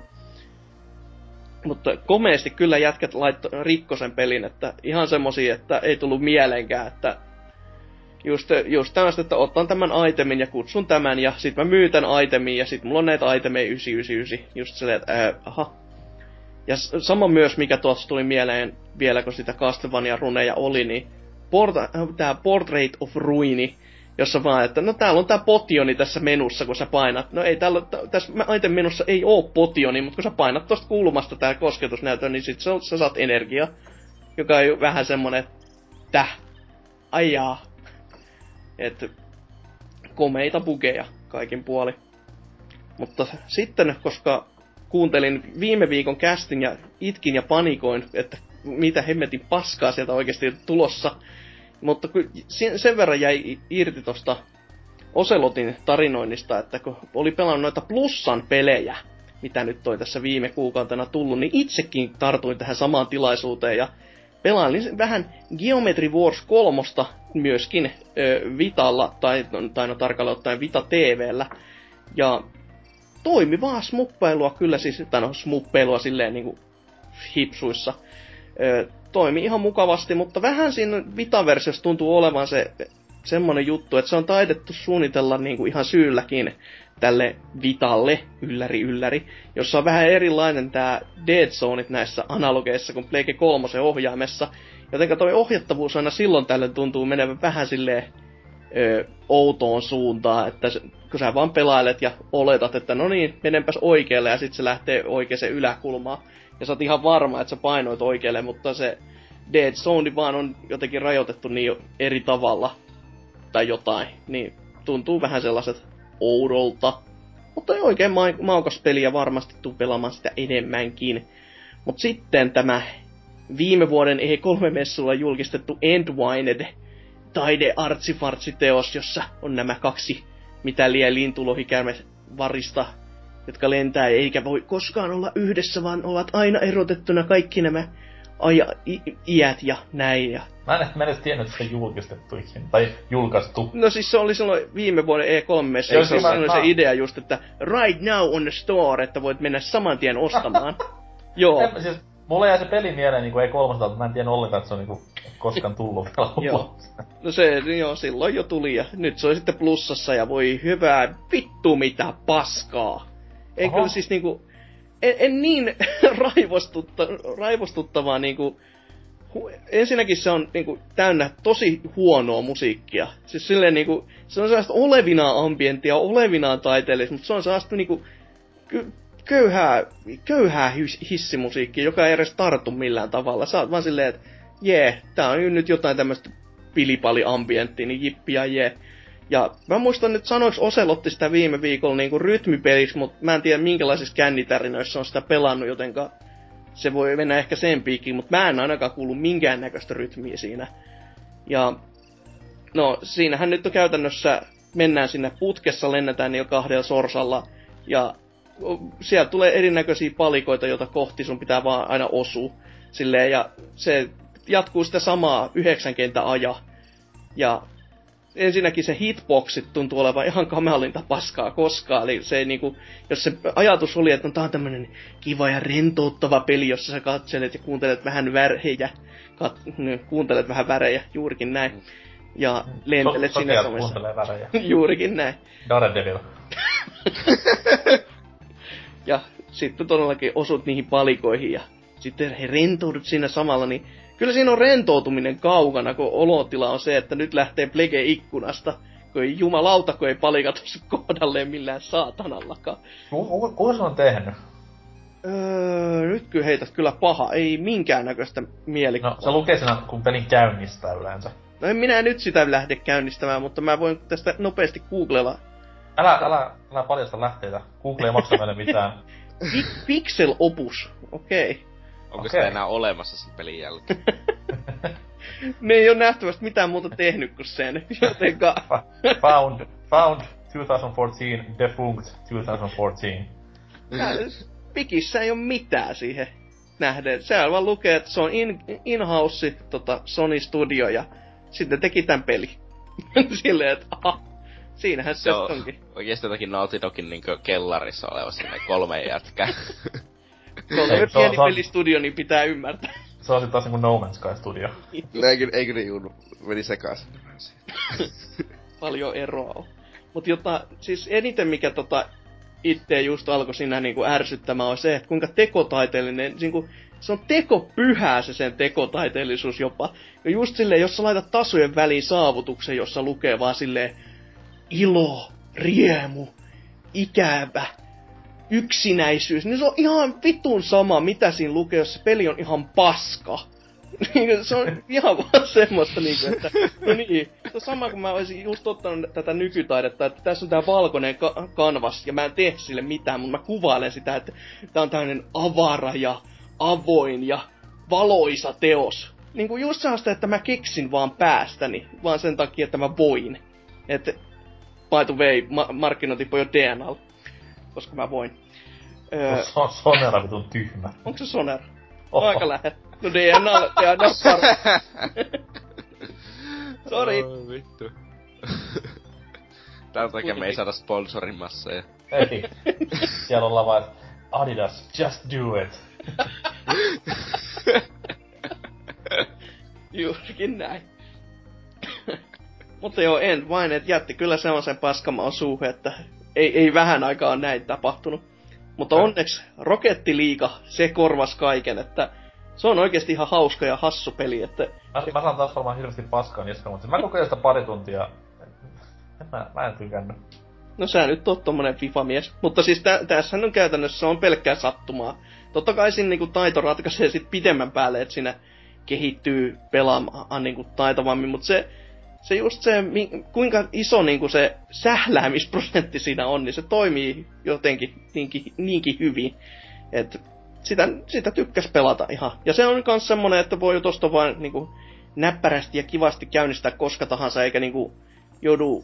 Mutta komeasti kyllä jätkät rikko sen pelin, että ihan semmosia, että ei tullut mieleenkään, että just tämmöstä, että otan tämän itemin ja kutsun tämän ja sit mä myyn tän itemin ja sit mulla on näitä itemeja 999. Just silleen, että aha. Ja sama myös, mikä tuossa tuli mieleen vielä, kun sitä Castlevania-runeja oli, niin tää Portrait of Ruini, jossa vaan, että no täällä on tää potioni tässä menussa, kun sä painat. No ei tässä item-menussa ei oo potioni, mutta kun sä painat tosta kulmasta tää kosketusnäytön, niin sit sä saat energiaa. Joka on vähän semmonen, aijaa. Et komeita bugeja kaikin puoli. Mutta sitten, koska kuuntelin viime viikon castin ja itkin ja panikoin, että mitä hemmetin paskaa sieltä oikeesti tulossa. Mutta sen verran jäi irti tosta Ocelotin tarinoinnista, että kun oli pelannut noita Plussan pelejä, mitä nyt toi tässä viime kuukautena tullut, niin itsekin tartuin tähän samaan tilaisuuteen ja pelailin vähän Geometry Wars 3 myöskin Vitalla, tai no tarkalleen ottaen Vita TV:llä. Ja toimivaa smuppailua kyllä siis, tai no smuppailua silleen niinku hipsuissa. Toimi ihan mukavasti, mutta vähän siinä Vita-versiossa tuntuu olevan se semmonen juttu, että se on taidettu suunnitella niinku ihan syylläkin tälle Vitalle, ylläri, jossa on vähän erilainen tää Dead Zoneit näissä analogeissa kuin Pleike 3 ohjaimessa. Jotenka toi ohjattavuus aina silloin tällöin tuntuu menevän vähän silleen outoon suuntaan, että kun sä vaan pelailet ja oletat, että no niin, menenpäs oikealle ja sit se lähtee oikeeseen yläkulmaan. Ja sä oot ihan varma, että sä painoit oikealle, mutta se Dead Zone vaan on jotenkin rajoitettu niin eri tavalla tai jotain. Niin tuntuu vähän sellaiset oudolta. Mutta oikein maukas peli ja varmasti tuu pelaamaan sitä enemmänkin. Mut sitten tämä viime vuoden E3-messulla julkistettu Endwined taide-artsifartsiteos, jossa on nämä 2 mitä lie lintulohikäärme varista, jotka lentää eikä voi koskaan olla yhdessä, vaan ovat aina erotettuna kaikki nämä iät ja näin. Ja... Mä en edes tiennyt, että se julkistettu ikinä, tai julkaistu. No siis se oli silloin viime vuoden E3-messa, se oli se idea just, että right now on the store, että voit mennä saman tien ostamaan. Joo. Siis, mulle jäi se peli mieleen niinku E3, mutta mä en tiedä ollenkaan, että se on niinku koskaan tullut vielä joo. No se, joo, silloin jo tuli ja nyt se on sitten plussassa ja voi hyvää vittu mitä paskaa. Ei kyllä siis niinku, en niin raivostuttavaa niinku, ensinnäkin se on niinku täynnä tosi huonoa musiikkia. Siis silleen niinku, se on sellaista olevinaa ambienttia, olevinaa taiteellista, mutta se on sellaista niinku köyhää hissimusiikkia, joka ei edes tartu millään tavalla. Sä oot vaan silleen, että tää on nyt jotain tämmöstä pilipali-ambienttia, niin jippiä Ja mä muistan nyt sanoiks Oselotti sitä viime viikolla niinku rytmipeliksi, mutta mä en tiedä minkälaisissa kännitärinoissa on sitä pelannut, jotenka se voi mennä ehkä sen piikkiin, mutta mä en ainakaan kuullut minkäännäköistä rytmiä siinä. Ja no siinähän nyt on käytännössä, mennään sinne putkessa, lennetään niillä 2 sorsalla, ja siellä tulee erinäköisiä palikoita, joita kohti sun pitää vaan aina osua. Silleen, ja se jatkuu sitä samaa 9 kentän aja. Ja ensinnäkin se hitboxit tuntuu olevan ihan kamalinta paskaa koskaan. Eli se ei niinku, jos se ajatus oli, että tää on tämmönen kiva ja rentouttava peli, jossa sä katselet ja kuuntelet vähän värejä. Kuuntelet vähän värejä, juurikin näin. Ja lentelet sinne samassa. Juurikin näin. Daredevil. Ja sitten todellakin osut niihin palikoihin ja sitten he rentoudut siinä samalla, niin kyllä siinä on rentoutuminen kaukana, kun olotila on se, että nyt lähtee plege ikkunasta, kun ei jumalauta, kun ei palikat osu kohdalleen millään saatanallakaan. Kuka se on tehnyt? Nyt kyllä heität kyllä paha, ei minkäännäköistä mielikuvaa. No, se lukee siinä, kun pelin käynnistää yleensä. No en minä nyt sitä lähde käynnistämään, mutta mä voin tästä nopeasti googlella. Älä paljasta lähteitä. Google ei maksa meille mitään. Pixel Opus, okei. Okay. Onko sitä enää olemassa sen pelin jälkeen? Ne ei oo nähtävästi mitään muuta tehnyt kuin sen, jotenka... Found 2014, defunct 2014. Pikissä ei oo mitään siihen nähden. Siellä vaan lukee, että se on in-house Sony Studio ja sitten teki tän peli. Silleen, että siinähän se onkin. Oikeesti jotakin Naughty Dogin niinkö kellarissa oleva sinne 3 jätkää. Kolme pieni pelistudio, niin pitää ymmärtää. Se on sit taas niinku No Man's Sky Studio. Eikö ne meni sekaisin? Paljon eroa on. Mut siis eniten mikä itse just alkoi siinä niinku ärsyttämään on se, että kuinka tekotaiteellinen, niinku, se on tekopyhää se sen tekotaiteellisuus jopa. Ja just silleen, jos sä laitat tasojen väliin saavutuksen, jossa lukee vaan silleen ilo, riemu, ikävä, yksinäisyys, niin se on ihan vitun sama, mitä siinä lukee, jos se peli on ihan paska. Se on ihan vaan semmoista niinku, että no niin, se on sama kuin mä olisin just ottanut tätä nykytaidetta, että tässä on tää valkoinen kanvas ja mä en tee sille mitään, mutta mä kuvailen sitä, että tää on tämmönen avara ja avoin ja valoisa teos. Niinku just sellaista, että mä keksin vaan päästäni, vaan sen takia, että mä voin. Että by the way, markkinointipojo DNAlla, koska mä voin. Sonera vitun tyhmä. Onko se Sonera? Aika lähellä. No DNA parha. Sori. Oh, vittu. Tän takia me ei saada sponsorin masseja. Ei. Siellä ollaan vaan, Adidas, just do it. Juurikin näin. Mutta joo, en vain, että jätti kyllä semmoisen paskamaan suuhun, että ei vähän aikaa on näin tapahtunut. Mutta onneksi Rocket-liiga, se korvas kaiken, että se on oikeesti ihan hauska ja hassu peli, että... Mä saan taas varmaan hirveesti paskaa niskaan, mutta mä kokeilin sitä pari tuntia. Mä en tykännyt. No sä nyt oot tommonen FIFA-mies. Mutta siis tässä on käytännössä on pelkkää sattumaa. Totta kai siinä niinku taito ratkaisee sit pidemmän päälle, että siinä kehittyy pelaamaan niinku taitavammin, mutta se just se, kuinka iso niinku se sähläämisprosentti siinä on, niin se toimii jotenkin niinkin hyvin. Et sitä tykkäs pelata ihan. Ja se on kans semmonen, että voi tosta vaan niinku näppärästi ja kivasti käynnistää koska tahansa, eikä niinku joudu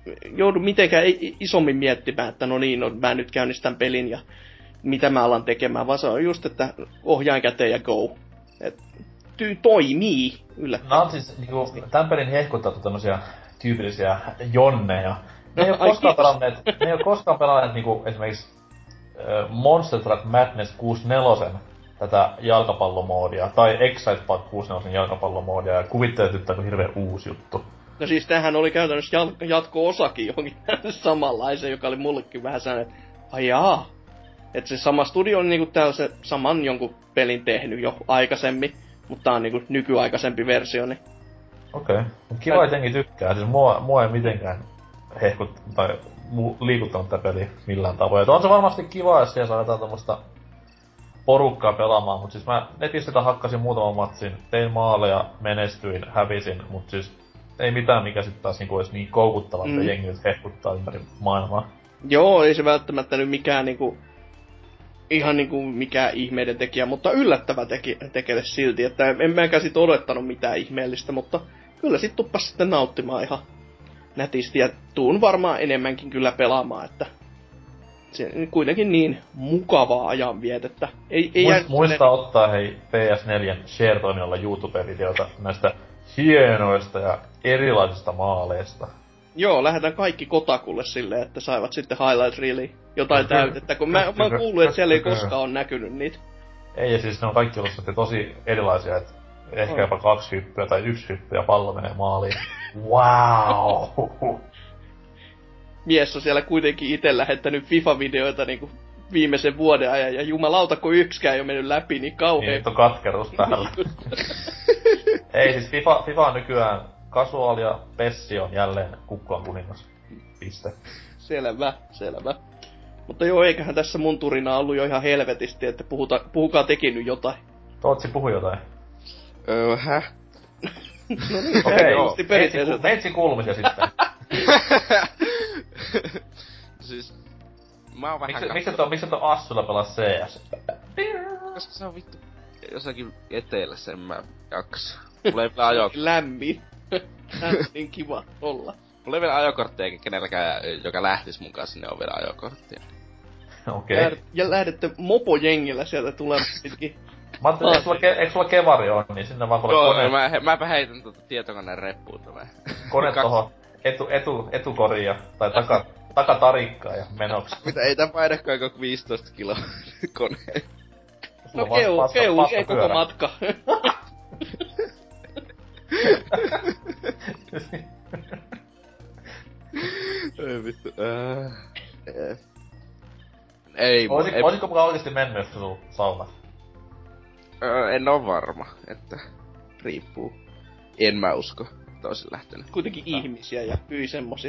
joudu mitenkään isommin miettimään, että no niin, no, mä nyt käynnistän pelin ja mitä mä alan tekemään, vaan se on just, että ohjaan käteen ja go. Et, toimii yllättäen. No on siis niinku, tän pelin hehkutettu tämmösiä tyypillisiä jonneja. Ne ei oo koskaan pelanneet niinku esimerkiksi Monster Truck Madness 64 tätä jalkapallomoodia, tai Excite Bike 64 jalkapallomoodia, ja kuvittelet, että tämä on hirveen uusi juttu. No siis tämähän oli käytännössä jatko-osakin johonkin samanlaisen, joka oli mullekin vähän sellainen, että ajaa. Että se sama studio on niinku tällaisen saman jonkun pelin tehnyt jo aikaisemmin, mutta tää on niinku nykyaikaisempi versio, niin... Okei. Kiva jotenkin tykkää, siis mua ei mitenkään tai liikuttanut tää peli millään tavoin. On se varmasti kiva, jos siellä saadaan tommoista porukkaa pelaamaan, mut siis mä netistä hakkasin muutaman matsin, tein maaleja, menestyin, hävisin, mut siis ei mitään mikä sit taas niinku ois niin koukuttavaa, että jengi nyt hehkuttaa ympäri maailmaa. Joo, ei se välttämättä nyt mikään niinku... Ihan niinku mikään ihmeiden tekijä, mutta yllättävä tekele silti, että en mäkään sit odottanut mitään ihmeellistä, mutta kyllä sit tuppas sitten nauttimaan ihan nätisti ja tuun varmaan enemmänkin kyllä pelaamaan, että se kuitenkin niin mukavaa ajanvietettä. Muista ottaa hei PS4 share-toiminnalla YouTube-videota näistä hienoista ja erilaisista maaleista. Joo, lähdetään kaikki Kotakulle silleen, että saivat sitten highlight reeliin jotain täytettä, kun mä oon kuullut, että siellä ei koskaan ole näkynyt niitä. Ei, ja siis ne on kaikki ollut tosi erilaisia, että ehkä jopa 2 hyppyä tai 1 hyppy ja pallo menee maaliin. Wow! Mies on siellä kuitenkin itse lähettänyt FIFA-videoita niinku viimeisen vuoden ajan, ja jumalauta, kun yksikään ei ole mennyt läpi, niin kauhean... Niin, on katkeruus päällä. Ei, siis FIFA on nykyään casual ja Pessi on jälleen kukkulan kuningas. Piste. Selvä. Mutta joo, eiköhän tässä mun turina ollut jo ihan helvetisti, että puhukaa tekin nyt jotain. Tootsi puhu jotain. Häh? No niin, okei, joo. Meitsi kuulumisia sitten. Siis... Mä oon vähän Miksi et on Assulla pelaa CS? Koska se on vittu jossakin etelässä, en mä jaksa. Mulla ei vielä ajokorttia. Lämmin. Niin kiva olla. Mulla ei vielä ajokorttia, eikä kenelläkään, joka lähtis mun kanssa, niin on vielä ajokorttia. Okei. Ja lähdette mopojengillä sieltä tulemaan. Mä ajattelin, eikö sulla kevari on, niin sinne vaan kuule kone... Mäpä heitän tietokoneen reppuun tämän. Kone tohon etukoriin tai takatarikkaan ja menoksi. Mitä ei tän painakaan koko 15 kiloa koneen. No keulkee koko matka. Ei vittu. Ei. Olisiko mukaan oikeesti mennyt, jos sun saunat? En oo varma, että riippuu. En mä usko, että oisin lähtenyt. Kuitenkin ihmisiä ja hyi semmosia.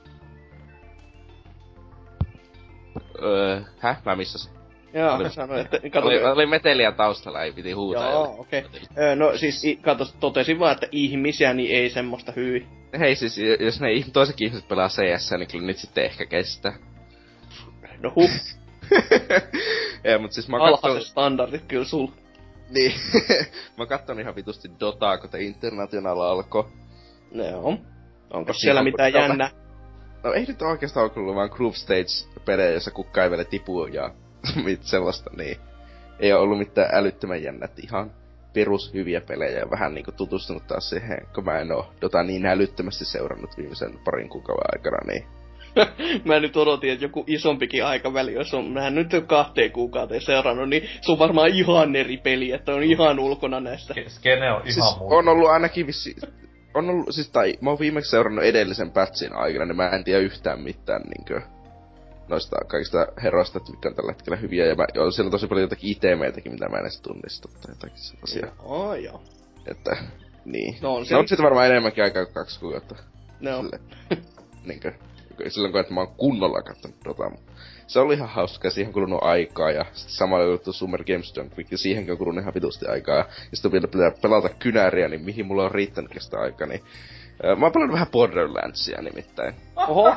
Mä missasin. Joo, sanoin, että... Oli meteliä taustalla, ei piti huutaa. Joo, okei. No siis, totesin vaan, että ihmisiä, niin ei semmoista hyi. Hei siis, jos ne toisetkin ihmiset pelaa CS, niin kyllä nyt sitten ehkä kestää. No huh. Ei, mut siis mä alhaiset standardit kyllä sul. Niin. Mä katson ihan vitusti Dotaa, kun International alkoi. Joo. Onko siellä mitään jännää? No ei nyt oikeastaan ollut vaan Group Stage-pelejä, jossa kukka ei vielä tipu ja mit sellaista, niin ei oo ollut mitään älyttömän jännät, ihan perushyviä pelejä ja vähän niinku tutustunut taas siihen, kun mä en oo Dota niin älyttömästi seurannut viimeisen parin kuukauden aikana, niin... Mä nyt odotin, että joku isompikin aikaväli, jos on mä nyt 2 kuukauteen seurannut, niin se on varmaan ihan eri peli, että on ihan ulkona näistä. Skene on ihan siis muuta. On ollut ainakin on ollut, siis mä oon viimeksi seurannut edellisen patchin aikana, niin mä en tiedä yhtään mitään niinkö noista kaikista heroista, mitkä on tällä hetkellä hyviä, ja siellä on tosi paljon jotakin itemeitäkin, mitä mä en edes tunnista, tai jotakin sellaisia. Joo. Että, niin. No on sit varmaan enemmänkin aikaa kuin 2 kuukautta. No. Niinkö, silloin kun mä oon kunnolla kattonut Dota. Se oli ihan hauska, siihen on kulunut aikaa, ja sitten samalla juttu Summer Games Done Quick, ja siihenkin on kulunut ihan vitusti aikaa, ja sitten vielä pitää pelata kynäriä, niin mihin mulla on riittänyt sitä aikaa, niin... Mä oon pelannut vähän Borderlandsia nimittäin. Oho!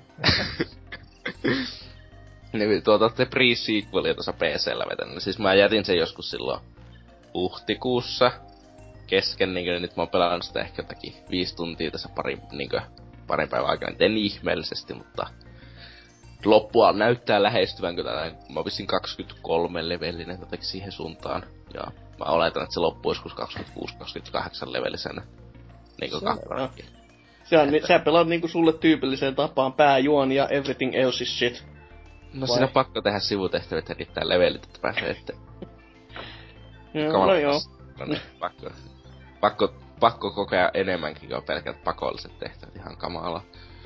Niin te pre-sequelia tuossa PC:llä vetänyt. Siis mä jätin sen joskus silloin huhtikuussa kesken, niinkö nyt mä oon pelannut sitä ehkä jotakin 5 tuntia tässä pari niinkö parin päivän aikana en ihmeellisesti, mutta loppua näyttää lähestyvän kyllä. Mä oon 23 levelinen jotenkin siihen suuntaan. Ja mä oletan, että se loppuu joskus 26-28 levelisenä. Niinku kakkonakin. Sä pelaat niinku sulle tyypilliseen tapaan pääjuoni ja everything else is shit. No siinä on pakko tehdä sivutehtävät ja riittää levelit, että pääsee ette. No joo. No niin, pakko kokea enemmänkin kuin pelkät pakolliset tehtävät, ihan kamala.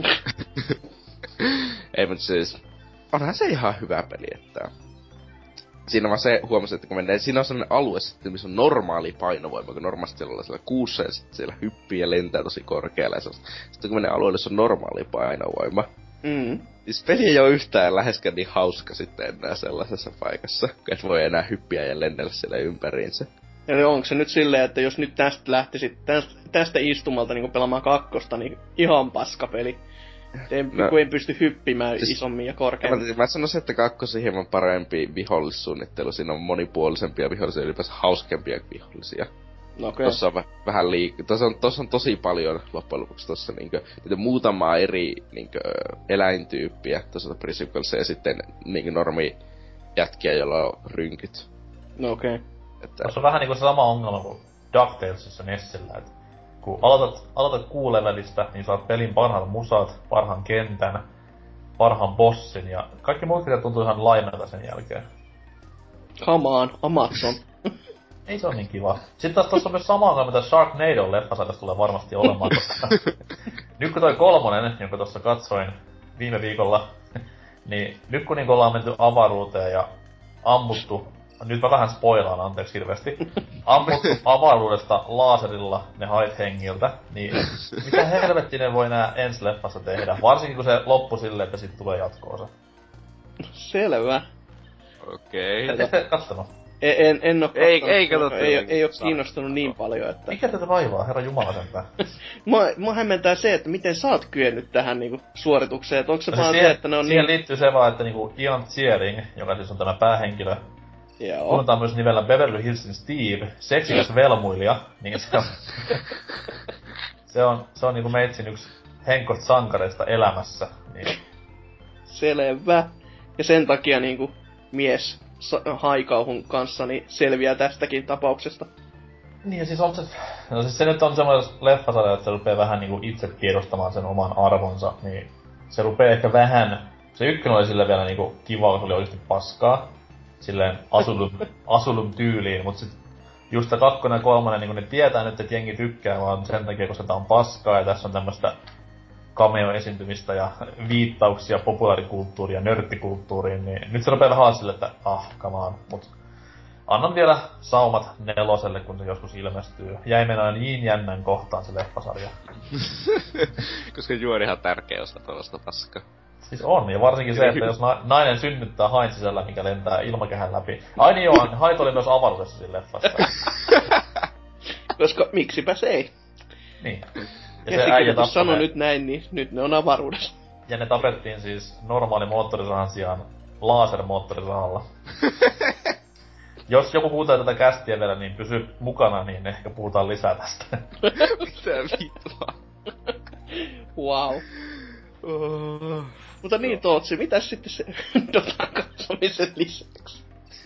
Ei, mutta siis, onhan se ihan hyvä peli, että siinä vaan se huomasi, että kun mennään, siinä on sellainen alue sitten, missä on normaali painovoima, kun normaalisti ollaan siellä kuussa ja sitten siellä hyppii ja lentää tosi korkealle ja sitten kun menee alueelle, se on normaali painovoima. Siis peli ei ole yhtään läheskään niin hauska sitten enää sellaisessa paikassa, kun et voi enää hyppiä ja lennellä siellä ympäriinsä. Eli onko se nyt silleen, että jos nyt tästä lähtisit, tästä istumalta niin pelaamaan kakkosta, niin ihan paskapeli. Kun ei pysty hyppimään siis isommin ja korkeammin. Mä sanoisin, että kakkosi hieman parempi vihollissuunnittelu. Siinä on monipuolisempia vihollisia, ylipäänsä hauskempia vihollisia. Okay. Tossa on vähän tossa on tosi paljon loppujen lopuksi tossa niinkö muutamaa eri niinkö eläintyyppiä tossa Principalissa ja sitten niinkö normi jätkiä, joilla on rynkyt. No okei. Okay. Tossa on vähän niinku se sama ongelma kuin DuckTalesissa Nessillä, että kun aloitat Q-levelistä, niin saat pelin parhaat musat, parhaan kentän, parhaan bossin ja kaikki muut mitä tuntuu ihan laimelta sen jälkeen. Come on, Amazon. Ei se on niin kiva. Sitten taas tossa on myös sama ongelma, mitä Sharknado leffasarjassa tulee varmasti olemaan, koska nyt kun toi 3, jonka tossa katsoin viime viikolla, niin nyt kun niinku ollaan menty avaruuteen ja ammuttu, nyt mä vähän spoilaan, anteeksi hirveesti, ammuttu avaruudesta laaserilla ne hait hengiltä, niin mitä helvettiä ne voi nää ensi leffassa tehdä, varsinkin kun se loppu silleen, että sit tulee jatkoosa. Selvä. Okei. Ette kattonut? En oo kattonut. Ei katsottu. Ei oo kiinnostunut niin paljon, että... Mikä tätä vaivaa, herra jumala sentään? Mua hämmentää se, että miten sä oot kyennyt tähän niinku suoritukseen, että onko se vaan siihen, se, että ne on siihen niin... liittyy se vaan, että niinku Ian Ziering, joka siis on tämä päähenkilö, Joo. tunnetaan myös nimellä Beverly Hillsin Steve, seksikäs velmuilija, niin se on niinku meitsin yksi henkkoista sankareista elämässä, niin... Selvä. Ja sen takia niinku mies haikauhun kanssa niin selviää tästäkin tapauksesta. Niin ja siis on se... No siis se nyt on semmoinen leffasarja, että se rupee vähän niinku itse tiedostamaan sen oman arvonsa, niin... Se rupee ehkä vähän... Se ykkönen oli sille vielä niinku kiva, kun se oli oikeesti paskaa. Silleen Asylum tyyliin, mut sit just tää 2 ja 3, niin ne tietää nyt, että jengi tykkää vaan sen takia, koska tää on paskaa ja tässä on tämmöstä cameo-esiintymistä ja viittauksia populaarikulttuuriin ja nörttikulttuuriin, niin nyt se rupeaa vähän sille, että come on, mut annan vielä saumat 4, kun se joskus ilmestyy. Jäi mennä niin jännän kohtaan se leffasarja. Koska juonihan on tärkeä osa tuollaista paskaa. Siis on, ja varsinkin se, että jos nainen synnyttää hain sisällä, mikä lentää ilmakehän läpi. Ai niin joo, hait oli myös avaruudessa siinä leffassa. Koska miksipä se ei. Niin. Ja se äijä sano nyt näin, niin nyt ne on avaruudessa. Ja ne tapettiin siis normaali moottorisahan sijaan lasermoottorisahalla. Jos joku kuuntelee tätä kästiä vielä, niin pysy mukana, niin ehkä puhutaan lisää tästä. Mitä vittua? Wow. Mutta niin Tootsi, mitäs sitten se Dotan katsomisen lisäksi?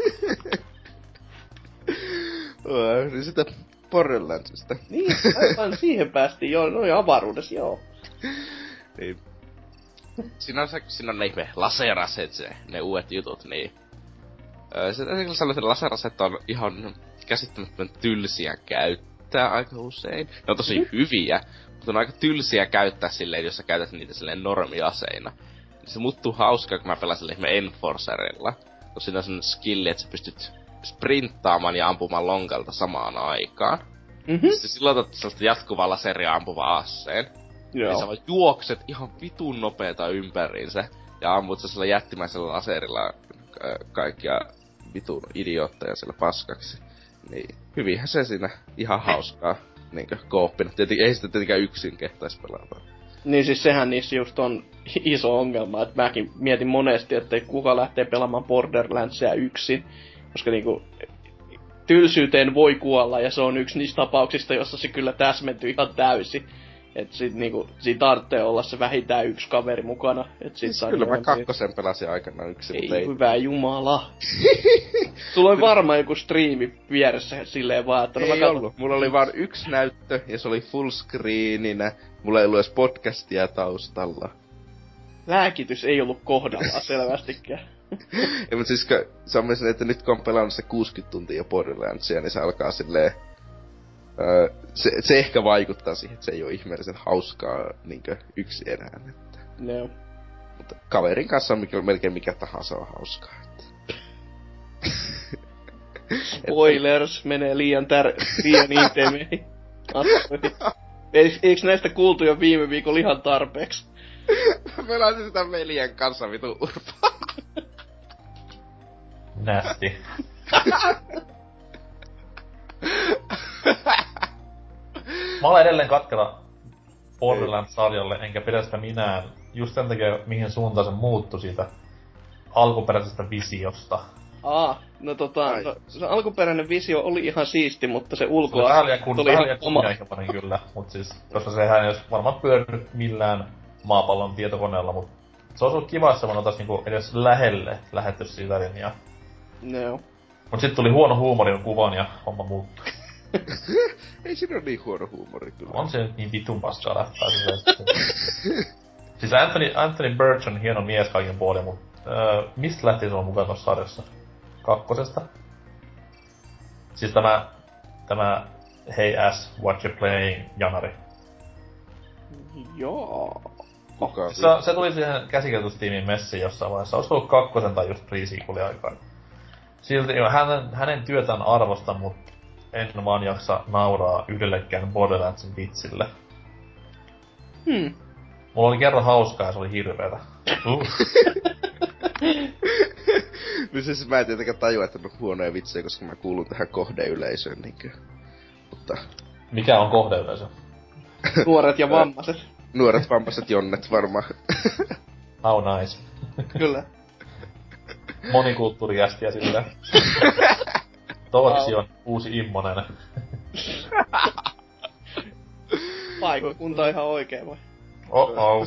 Niin sitä Borderlandsista. Niin, aivan siihen päästiin joo, noin avaruudessa, joo. Niin. Siinä on ne ihme laseraset, ne uudet jutut, niin... Sellaisen laseraset on ihan käsittämättömän tylsiä käyttää aika usein. Ne on tosi hyviä, mutta on aika tylsiä käyttää silleen, jos sä käytät niitä silleen normiaseina. Se muuttuu hauskaa, kun mä pelasin ihme Enforcerilla. Kun siinä on sellainen skilli, että sä pystyt sprinttaamaan ja ampumaan lonkalta samaan aikaan. Sitten silloin otat sellaista jatkuvaa laseria ampuvaa asseen. Joo. Niin sä vaan juokset ihan vitun nopeeta ympäriinsä. Ja ammut sä jättimäisellä laserilla kaikkia vitun idiootteja siellä paskaksi. Niin hyvinhän se siinä ihan hauskaa niinkö kooppina. Ei sitä tietenkään yksin kehtais pelata. Niin siis sehän niissä just on iso ongelma, että mäkin mietin monesti, että kuka lähtee pelaamaan Borderlandsia yksin. Koska niinku tylsyyteen voi kuolla ja se on yksi niistä tapauksista, jossa se kyllä täsmentyy ihan täysin. Et sit niinku, siinä tarvitsee olla se vähintään yksi kaveri mukana. Et sit Siis kyllä mä kakkosen pelasin aikanaan yksin, ei, ei hyvä jumala. Sulla oli varmaan joku striimi vieressä silleen vaan, että ei ollut. Mulla oli vaan yksi näyttö, ja se oli fullscreeninä. Mulla ei ollut edes podcastia taustalla. Lääkitys ei ollut kohdallaan selvästikään. Ja mut siis se on myös että nyt kun on pelannut se 60 tuntia Borderlandsia, niin se alkaa silleen... se ehkä vaikuttaa siihen, että se ei oo ihmeellisen hauskaa niinkö yksi enää. Että. No. Mutta kaverin kanssa on melkein mikä tahansa on hauskaa. Että. Spoilers menee liian intimeihin asioihin. Eiks näistä kuultu jo viime viikolla ihan tarpeeksi? Mä pelasin sitä veljen kanssa vitu urpaa. Nästi. Mä olen edelleen katkera Borderlands-sarjalle, enkä pidä sitä minään. Just sen takia, mihin suuntaan se muuttui siitä alkuperäisestä visiosta. No se alkuperäinen visio oli ihan siisti, mutta se ulkoa... Se oli vähän liian kunnianhimoinen kyllä, mut siis, koska sehän ei ois varmaan pyörinyt millään maapallon tietokoneella, mut se olisi ollut kiva, jos se otais niinku edes lähelle lähetty siitä linjaa. No. Mut sit tuli huono huumorin kuvan ja homma muuttui. Ei siinä ole niin huono huumori kyllä. On se nyt niin vitun paskaa lähtää siis Anthony Birch on hieno mies kaiken puolin, mut mistä lähti se on mukaan tossa sarjassa? Kakkosesta? Siis tämä Hey Ass, What You Playing janari. Joo. Se tuli siihen käsikirjoitustiimin messiin jossain vaiheessa. Olisiko ollut kakkosen tai just pre-sequelin aikaan. Silti hänen työtään arvostan, mut en vaan jaksa nauraa yhdellekään Borderlandsin vitsille. Mulla oli kerran hauskaa ja se oli hirveetä. Niin siis mä en tietenkään tajua, että on huonoja vitsejä, koska mä kuulun tähän kohdeyleisöön niinkö. Mutta... Mikä on kohdeyleisö? Nuoret ja vammaiset. Nuoret vammaiset jonnet varmaan. How nice. Kyllä. Monikulttuurijästiä silleen. Toivottavasti on uusi Immonen. Paikkakunta on ihan oikein vai? Oh.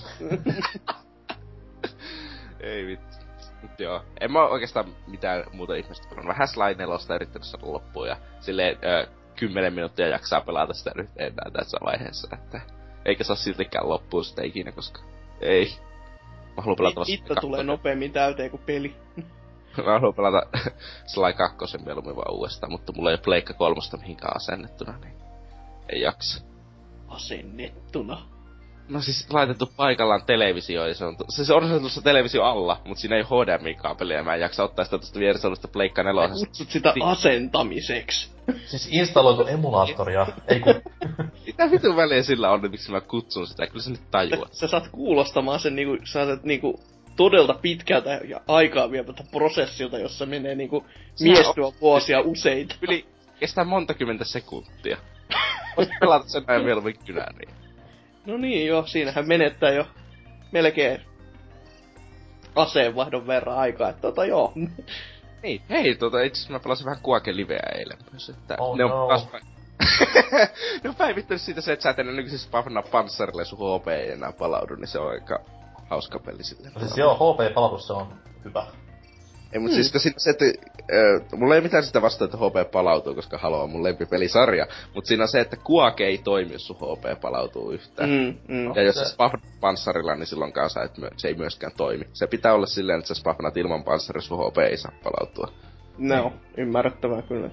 Ei vittu. Mut joo. En mä oikeastaan mitään muuta ihmistä pelannut. Vähän Sly 4 yrittänyt saada loppuun ja silleen 10 minuuttia jaksaa pelata sitä nyt enää tässä vaiheessa, että eikä saa siltikään loppuun sitä ikinä, koska ei. Mä haluan pelata vasta Itto tulee nopeammin täyteen kuin peli. Mä haluan pelata Sly 2 mieluummin vaan uudestaan, mutta mulla ei oo Pleikka 3 mihinkään asennettuna, niin ei jaksa. Asennettuna? No siis laitettu paikallaan televisio, ja se on tuossa televisio alla, mut siinä ei HDMI-kaapelia, ja mä en jaksa ottaa sitä tosta vieressä olevasta Pleikka 4. Kutsut sitä asentamiseksi. Siis installoitu emulaattoria, ei kun... Mitä vitun väliä sillä on, miksi mä kutsun sitä, kyllä sä nyt tajuat. Sä saat kuulostamaan sen niinku, sä niinku todella pitkältä ja aikaa vieviltä prosessilta, jossa menee niinku miestyä vuosia useita. Yli kestää monta kymmentä sekuntia. Voisit pelata sen näin mieluummin kynään, niin. No niin joo, siinähän menettää jo melkein aseenvaihdon verran aikaa, että joo. Niin, hei, itse mä pelasin vähän Quake Liveä eilen myös, että oh ne on no. ne on päivittänyt siitä se, että sä et enää nykyisessä spawnaa panssarille sun HP ei enää palaudu, niin se on aika hauska peli silleen. No siis joo, HP-palautus se on hyvä. Ei, mut siis siinä se, että mulla ei mitään sitä vastaa, että HP palautuu, koska Halo on mun lempipelisarja. Mut siinä on se, että Quake ei toimi, jos sun HP palautuu yhtään. Ja jos sä spawnat panssarilla, niin silloin kanssa se ei myöskään toimi. Se pitää olla silleen, että sä spawnat ilman panssaria, sun HP ei saa palautua. No, ymmärrettävää kyllä.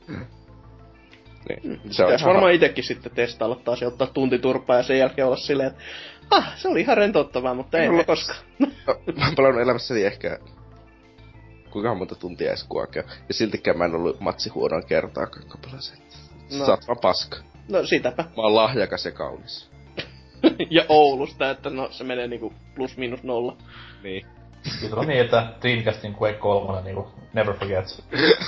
Niin. Se on varmaan itekin sitten testailla taas ja ottaa tuntiturpaa ja sen jälkeen olla silleen, että se oli ihan rentouttavaa, mutta ei koskaan. Mä oon pelannut elämässäni ehkä kuinka monta tuntia edes Quakea. Ja siltikään mä en ollut matsihuonoin kertaakaan, kun pelasin. No. Sä oot vaan paska. No sitäpä. Mä oon lahjakas ja kaunis. Ja Oulusta, että no se menee niinku plus miinus nolla. Niin. Nyt on niin, että Dreamcastin Quake 3 niinku never forgets.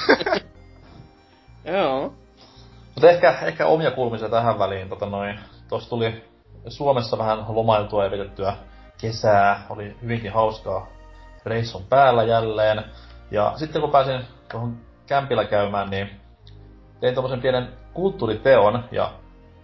Joo. Mutta ehkä omia kulmisia tähän väliin. Tuossa tuli Suomessa vähän lomailtua ja vietettyä kesää. Oli hyvinkin hauskaa reissun päällä jälleen. Ja sitten kun pääsin tuohon kämpillä käymään, niin tein tommosen pienen kulttuuriteon. Ja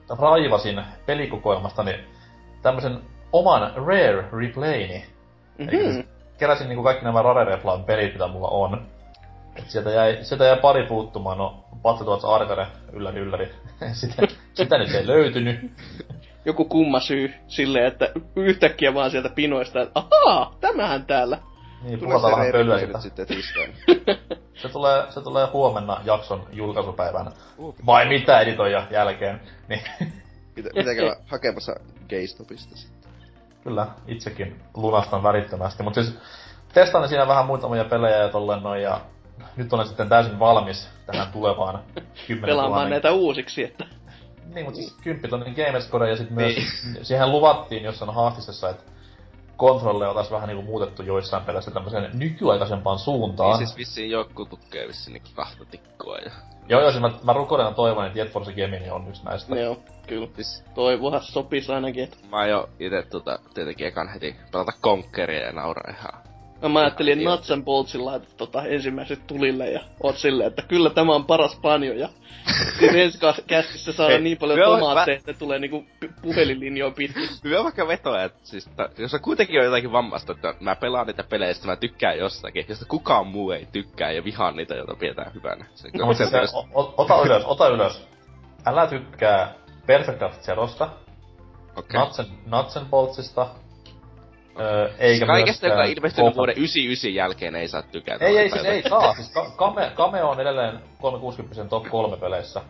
raivasin pelikokoelmastani tämmösen oman Rare Replayni. Eli keräsin niinku kaikki nämä Rare Replayn pelit, mitä mulla on. Et sieltä jäi pari puuttumaan, no Battletoads Arcade, ylläri. sitä nyt ei löytynyt. Joku kumma syy silleen, että yhtäkkiä vaan sieltä pinoista, että ahaa, tämähän täällä. Niin, puhutaan vähän pölyä nyt sitten tistaan. Se tulee huomenna jakson julkaisupäivänä. Vai mitä editoija jälkeen. Niin. Mitenkö hakemassa GameStopista sitten? Kyllä, itsekin lunastan välittömästi. Mut siis testaan siinä vähän muutamia pelejä ja tolleen noin ja nyt olen sitten täysin valmis tähän tulevaan 10 000. Pelaamaan näitä uusiksi, että... Niin, mut siis 10 000 Gamerscore ja sit myös... Siihen luvattiin jossain haastisessa, että kontrolleja oltais vähän niinku muutettu joissain peleissä tämmöseen nykyaikaisempaan suuntaan. Niin siis vissiin joku tukkee vissiin niinku kahta tikkoa ja... Joo, siis mä rukoilena toivon, että Jet Force Gemini on yksi näistä. Joo, kyllä. Siis toivohan sopis ainakin, että... Mä jo ite tietenkin ekan heti pelata Conqueria ja nauraa ihan... Mä ajattelin Nuts and Boltsin laitat ensimmäiset tulille ja oot silleen, että kyllä tämä on paras panjo ja... Siis ensi kästissä saadaan niin paljon tomaatteja, että tulee niinku puhelinlinjoon pitkin. Hyvä vaikka vetoa, että siis, jos on kuitenkin on jotakin vammasta, että mä pelaan niitä pelejä, mä tykkään jostakin, josta kukaan muu ei tykkää ja vihaan niitä, joita pidetään hyvänä. No, siis ota ylös. Älä tykkää Perfect Dark Zerosta, okay. Nuts and Boltsista, eikä kaikesta, joka myöskään... ilmestynyt vuoden 99 jälkeen ei saa tykätä. Ei saa. Siis Cameo on edelleen 360 top 3 peleissä.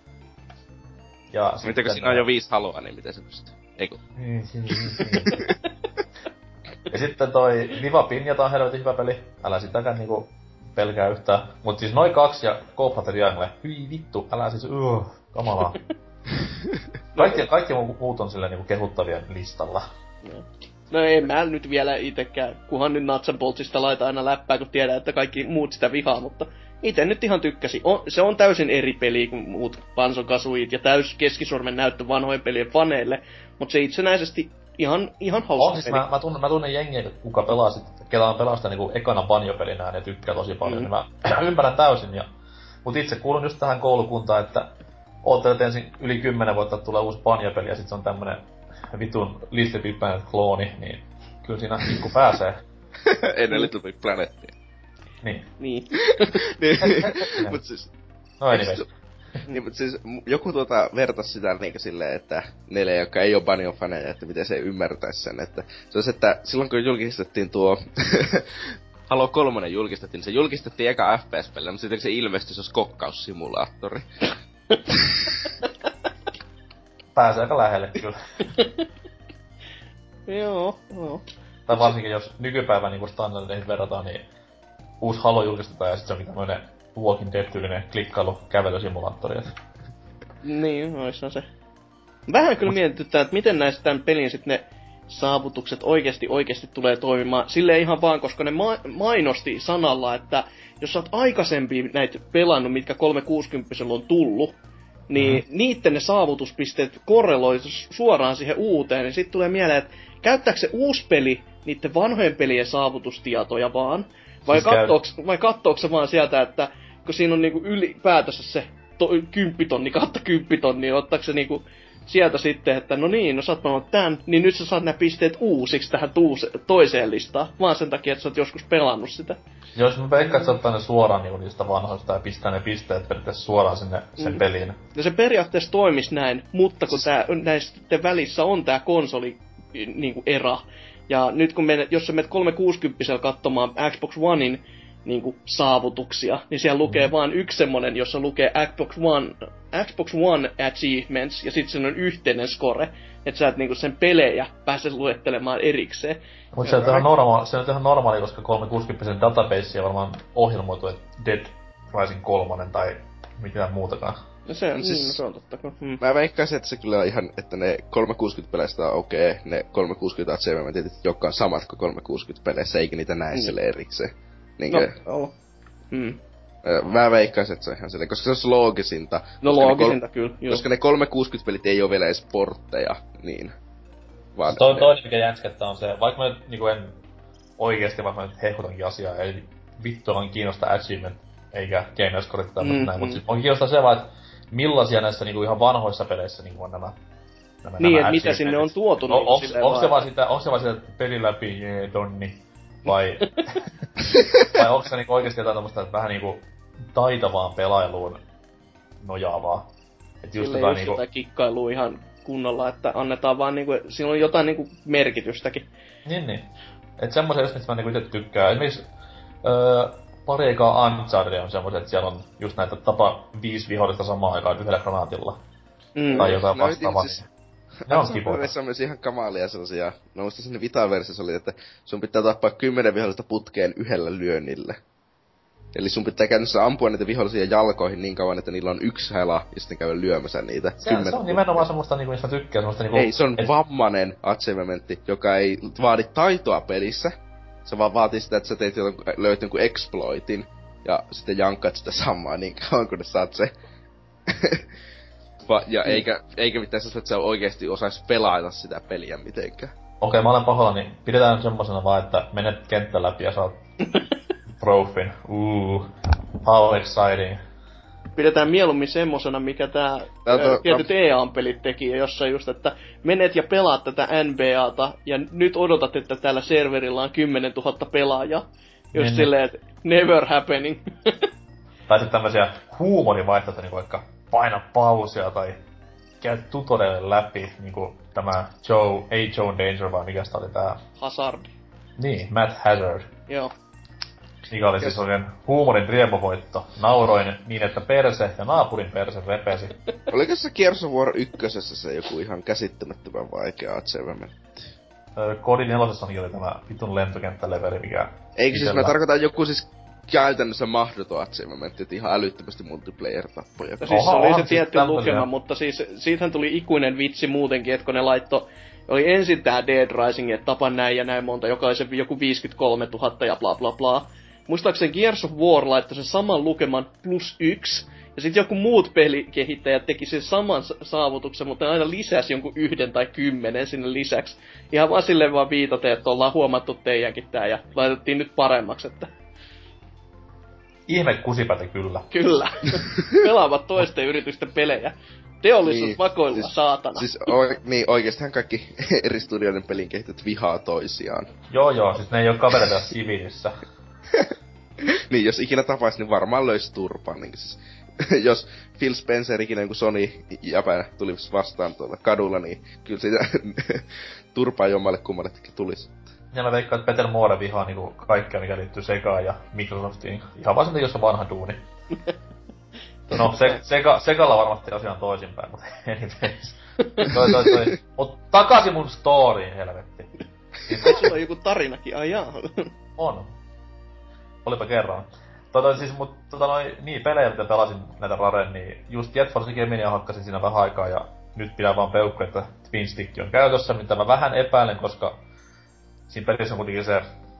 Ja mitenkö siinä on jo 5 haloa, niin miten se pystyy? Eiku. Ja sitten toi Viva Pinjata on helvetin hyvä peli. Älä sitäkään niinku pelkää yhtään. Mut siis noin 2 ja Cobra Triangle. Hyi vittu, älä siis kamalaa. Kaikki muut on silleen niinku kehuttavien listalla. No ei mä nyt vielä itekään, kunhan nyt Nuts and Boltsista laita aina läppää, kun tiedän, että kaikki muut sitä vihaa, mutta ite nyt ihan tykkäsin. Se on täysin eri peli kuin muut Banjo Kazooiet ja täys keskisormen näyttö vanhojen pelien faneille, mutta se itsenäisesti ihan hauska siis peli. mä tunnen jengiä, kuka pelaa ketä on pelaa sitä niinku ekana Banjo-pelinään ja tykkää tosi paljon, niin mä ymmärrän täysin. Mut itse kuulun just tähän koulukuntaan, että oottelet ensin yli 10 vuotta, että tulee uusi Banjo-peli ja sit se on tämmönen vitun Little Big Planet klooni, niin kyllä siinä pikku pääsee. Ennen Little Big Planetia. Niin. niin. Mut siis... No anyways. Niin, mut siis joku vertas sitä niinku silleen, että neille, jotka ei oo Banjo-faneja, että miten se ymmärtäis sen, että se olisi, että silloin kun julkistettiin tuo Halo 3 julkistettiin, niin se julkistettiin eka FPS-pelillä, mutta sitten se ilmestyi, se olisi kokkaussimulaattori. Pääsee aika lähelle kyllä. Joo. Tai varsinkin jos nykypäivän niinku standardeihin verrataan, niin uusi Halo julkistetaan ja sit se onkin tämmönen Walking Dead-tyylinen klikkailu kävelysimulaattori. Niin, oishan se. Vähän kyllä mietityttää, että miten näistä tämän pelin sit ne saavutukset oikeesti tulee toimimaan. Silleen ihan vaan, koska ne mainosti sanalla, että jos sä oot aikaisemmin näitä pelannut, mitkä 360 on tullut, niin niitten ne saavutuspisteet korreloi suoraan siihen uuteen, niin sit tulee mieleen, että käyttääkö se uusi peli niitten vanhojen pelien saavutustietoja vaan? Vai kattooks se vaan sieltä, että kun siinä on niinku ylipäätänsä se 10 tonni kautta 10 tonni, niin ottaako se niinku sieltä sitten, että no niin, no sä oot pelannut tän, niin nyt sä saat nämä pisteet uusiksi tähän toiseen listaan, vaan sen takia, että sä oot joskus pelannut sitä. Jos mä veikkaan, että sä ottaa ne suoraan niinku niistä vanhoista ja pistää ne pisteet periaatteessa suoraan sinne sen peliin. No se periaatteessa toimis näin, mutta kun näistä välissä on tää konsoli niinku era, ja nyt kun jos sä menet 360 katsomaan Xbox Onein niinku saavutuksia, niin siellä lukee vaan yksi semmonen, jossa lukee Xbox One Achievements, ja sit sen on yhteinen score, että sä et niinku sen pelejä pääse luettelemaan erikseen. Mut se on ihan normaali, koska 360 database varmaan ohjelmoitu, että Dead Rising 3 tai mitään muutakaan. No se on, siis, se on totta. Mä veikkaisin, että se kyllä on ihan, että ne 360 peleistä on ne 360 achievementit, jotka on samat kuin 360 peleissä, eikä niitä näe sille erikseen. Niinkö? No, Mä veikkaisin, että se on ihan silleen, koska se olisi loogisinta. No loogisinta kyllä, joo. Koska ne 360 pelit ei oo vielä edes portteja, niin... Vaan toinen mikä jänskättä on se, vaikka mä nyt niinku en oikeesti vaikka mä nyt hehkutankin asiaa, eli vittu on kiinnostaa achievement, eikä gamerscoret tämmöset näin, mut sit on kiinnostaa se vaan, että millaisia näissä niinku ihan vanhoissa peleissä niinku on nämä niin, että mitä sinne on tuotu. Onko se vaan sitä, että peli läpi, jee, tonni? Vai onko se niinku oikeesti jotain tommoista, että vähän niinku taitavaan pelailuun nojaavaa? Et just sille just jotain kikkailua ihan kunnolla, että annetaan vaan niinku, siinä on jotain niinku merkitystäkin. Niin. Et semmosia just, mistä mä niinku ite tykkään. Esimerkiksi pari aikaa Uncharted on semmosia, että siellä on just näitä tapa 5 vihollista samaan aikaan yhdellä granaatilla. Tai jotain vastaavaa. Siis, ne on kivoja. Se on myös ihan kamalia sellaisia. No musta sinne Vita-versiossa oli, että sun pitää tappaa 10 vihollista putkeen yhdellä lyönnillä. Eli sun pitää käytännössä ampua niitä vihollisia jalkoihin niin kauan, että niillä on yksi häla, ja sitten käydä lyömässä niitä. Se on nimenomaan semmoista, niinku, mistä tykkää. Semmoista, niinku, ei, se on vammanen achievementti, joka ei vaadi taitoa pelissä. Se vaan vaatii sitä, että sä löyt jonkun exploitin, ja sitten jankkaat sitä samaa niin kauan, kun saat se. Ja eikä mitään sellaista, että sä oikeesti osais pelata sitä peliä mitenkään. Okei, mä olen pahoilla, niin pidetään semmosena vaan, että menet kenttä läpi ja saat profin. How exciting. Pidetään mieluummin semmosena, mikä tää tietyt EA-pelit teki, jossa just, että menet ja pelaat tätä NBAta, ja nyt odotat, että täällä serverillä on 10 000 pelaajaa. Just silleen, että never happening. Tai sit tämmösiä huumorivaihtoehtoja, niinku vaikka paina pausia tai käy tutorialin läpi, niinku tämä Joe Danger, vai mikä sitä oli tää? Hazard. Niin, Matt Hazard. Joo. Mikä oli siis oikein huumorin riemuvoitto. Nauroin niin, että perse ja naapurin perse repesi. Oliko se Gears of War 1 se joku ihan käsittämättömän vaikea achievementti? Kodi 4 oli tämä vitun lentokenttäleveli, mikä... Eikö siis mä tarkoitan joku siis käytännössä mahdoton achievementti, että ihan älyttömästi multiplayer-tappoja. No siis se oli se tietty lukema, mutta siis siitähän tuli ikuinen vitsi muutenkin, että kun ne oli ensin tää Dead Rising, että tapa näin ja näin monta, joka oli se joku 53 000 ja bla bla bla. Muistaakseni Gears of War laittoi sen saman lukeman +1, ja sit joku muut pelikehittäjät teki sen saman saavutuksen, mutta ne aina lisäsi jonkun 1 tai 10 sinne lisäksi. Ihan vaan silleen vaan viitaten, että ollaan huomattu teidänkin tää, ja laitettiin nyt paremmaksi, että... Ihme kusipätä kyllä. Kyllä. Pelaavat toisten yritysten pelejä. Teollisuus niin, vakoilla, siis, saatana. Siis oikeestihan kaikki eri studioiden pelin kehittäjät vihaa toisiaan. Joo, siis ne ei oo kavereita Civilissä. Niin, jos ikinä tapais, niin varmaan löis turpaan. Niin siis, jos Phil Spencer ikinä joku Sony jäpänä tuli vastaan tuolla kadulla, niin kyllä siitä turpaa jommalle kummallekin tulis. Ja mä veikkaan, että Peter Moore vihaa niinku kaikkea, mikä liittyy Segaan ja Microsoftiin. Ihan vaan sen, jos on vanha duuni. No, Segalla varmasti asia on toisinpäin, mutta anyways. Toi. Mut takaisin mun storyin, helvetti. Sulla on joku tarinakin, ai jaa. On. Olipa kerran. Niin, pelejä, mitä pelasin näitä Raren, niin just Jet Force Geminia hakkasin siinä vähän aikaa, ja nyt pidän vaan peukku, että Twin Stick on käytössä, mitä mä vähän epäilen, koska siinä pelissä on kuitenkin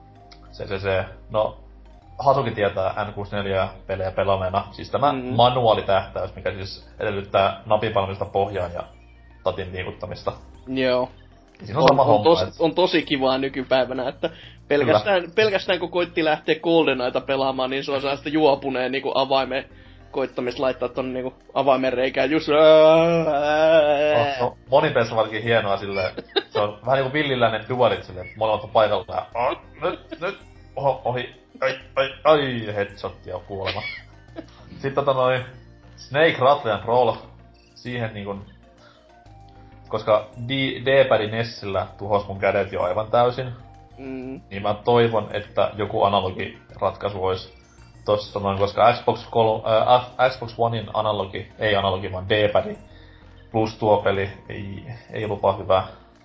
no, Hasuki tietää N64-pelejä pelaneena, siis tämä manuaalitähtäys, mikä siis edellyttää napinpainamista pohjaan ja tatin liikuttamista. Joo. Siinä on sama homma. On tosi kivaa nykypäivänä, että pelkästään kun koitti lähteä GoldenEyeta pelaamaan, niin sua saa sitä juopuneen niinku avaimen koittamista laittaa tonne niinku avaimen reikään just... No, monin pelissä varsinkin hienoa silleen, se on vähän niinku villiläinen dualit silleen, että molemmat on paikalla ja nyt, ohi, ai, headshottia on kuolema. Sitten Snake Rattle and Roll, siihen niinkun... Koska D-padin Nessillä tuhos mun kädet jo aivan täysin. Niin mä toivon, että joku analogiratkaisu ois tossa noin, koska Xbox Onein ei analogi, vaan D-padi plus tuo peli ei lupaa hyvää.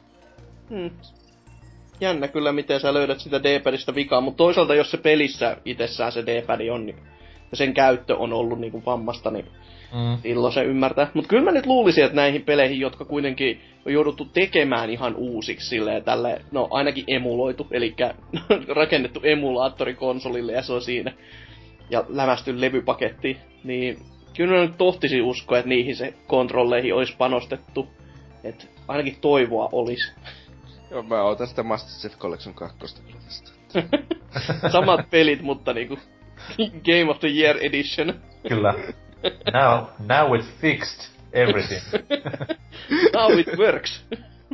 Jännä kyllä, miten sä löydät sitä D-padista vikaa, mutta toisaalta jos se pelissä itsessään se D-padi on, niin, ja sen käyttö on ollut niinku vammasta, niin silloin se ymmärtää. Mut kyllä mä nyt luulisin, että näihin peleihin, jotka kuitenkin on jouduttu tekemään ihan uusiksi silleen tälle, no ainakin emuloitu, elikkä rakennettu emulaattori konsolille ja se on siinä, ja lämästy levypaketti, niin kyllä mä nyt tohtisin uskoa, että niihin se kontrolleihin olisi panostettu. Että ainakin toivoa olisi. Joo, mä ootan sitä Master Chief Collection 2 kyllä tästä. Samat pelit, mutta niinku Game of the Year Edition. Kyllä. Now it fixed everything. Now it works.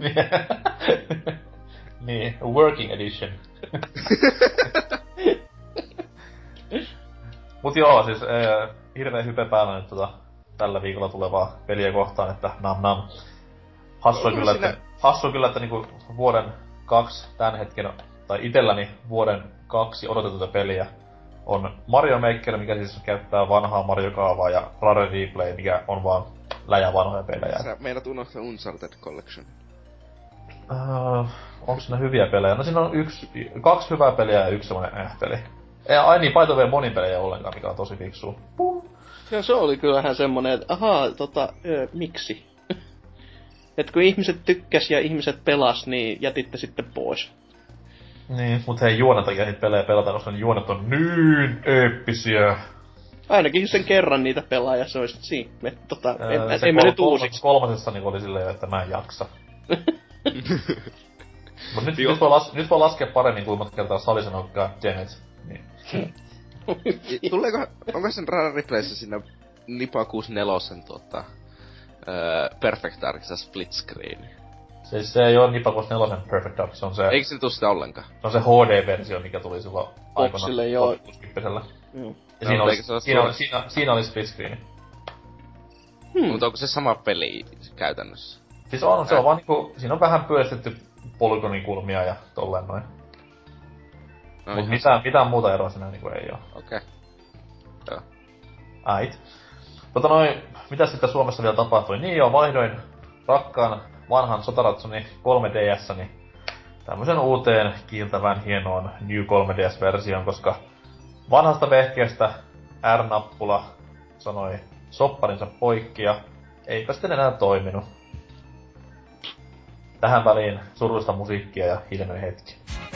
Niin, working edition. Mut joo, siis hirveen hype päällä nyt tällä viikolla tulevaa peliä kohtaan, että nam. Hassua kyllä, että niinku vuoden 2 tän hetken, tai itelläni vuoden 2 odotetuta peliä on Mario Maker, mikä siis käyttää vanhaa Mario-kaavaa, ja Rare Replay, mikä on vaan läjä vanhoja pelejä. Sä meidät unohtaa Uncharted Collection. Onko siinä hyviä pelejä? No siinä on 2 hyvää peliä ja 1 semmonen peli. Ai niin, by the way, monin pelejä ollenkaan, mikä on tosi fiksua. Ja se oli kyllähän semmonen, että miksi? Et kun ihmiset tykkäs ja ihmiset pelas, niin jätitte sitten pois. Niin, mut hei, juonen takia niitä pelejä pelataan, koska ne juonet on niin eeppisiä. Ainakin sen kerran niitä pelaa ja se olisi siinä. En mä nyt uusiksi. Kolmasessa niin oli silleen, että mä en jaksa. Mut nyt voi laskea paremmin kuin monta kertaa Sali sanoo goddammit. Niin. Onko sen Rare Replayssä siinä Nipa 64 Perfect Darkissa split screen? Siis se ei oo Nipa 64 Perfect Dark, se on se... Eikö se tuu sitä ollenkaan? Se on se HD-versio, mikä tuli silloin Boxille, joo. Ja siinä oli split screen. Mutta onko se sama peli käytännössä? Siis on, se on vaan niinku... Siinä on vähän pyöristetty polygonikulmia ja tolleen noin. No, mut mitään muuta eroa siinä niinku ei oo. Okei. Joo. Ait. Mitäs sitten Suomessa vielä tapahtui? Niin joo, vaihdoin rakkaan vanhan Sotaratsuni 3DS:ni tämmösen uuteen kiiltävän hienoon New 3DS-versioon, koska vanhasta vehkeestä R-nappula sanoi sopparinsa poikki ja eipä sitten enää toiminut. Tähän väliin surullista musiikkia ja hiljainen hetki.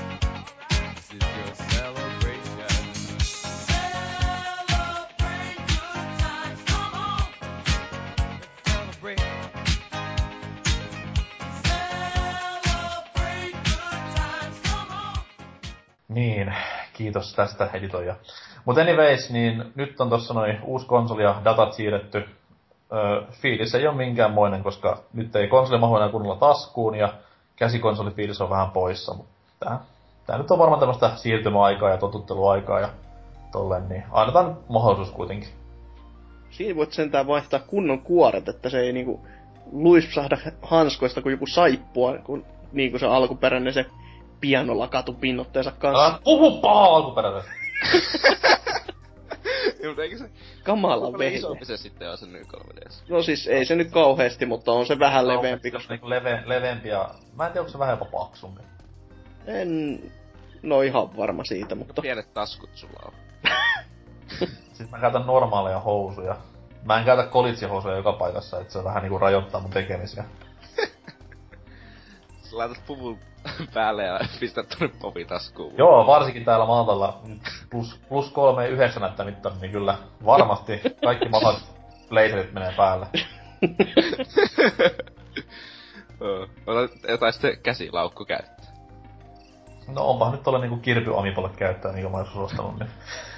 Niin, kiitos tästä editoija. Mut anyways, niin nyt on tossa noin uusi konsoli ja datat siirretty. Fiilis ei oo minkäänmoinen, koska nyt ei konsoli mahu enää kunnolla taskuun ja käsikonsolifiilis on vähän poissa. Mut tää nyt on varmaan tämmöstä siirtymäaikaa ja totutteluaikaa ja tolleen, niin annetaan mahdollisuus kuitenkin. Siinä voit sentään vaihtaa kunnon kuoret, että se ei niinku luispsahda hanskoista kuin joku saippua, kun niinku se alkuperäinen se pianolla katupinnotteessa kanssa. Puhu pahaa alkuperäisesti! Mutta eikö se... Kamala vehje. Isompi se sitten on se New 3DS? No siis ei se nyt kauheesti, mutta on se vähän leveämpi. Se on niinku leveämpi ja... Mä en tiedä, onko se vähän jopa paksumpi. No ihan varma siitä, mutta... Pienet taskut sulla on. Siis mä käytän normaaleja housuja. Mä en käytä kolitsihousuja joka paikassa, et se vähän niinku rajoittaa mun tekemisiä. Sä laitat puvun päälle ja pistät tonne povitaskuun. Joo, varsinkin täällä Maltalla plus 3,9 mittari, niin kyllä varmasti kaikki mahdolliset blazerit menee päälle. Ota jotain sitten käsilaukku käyttää. No onpahan nyt tolle niinku Kirby Amiibolle käyttää, niin kuin mä oon suostanut, niin...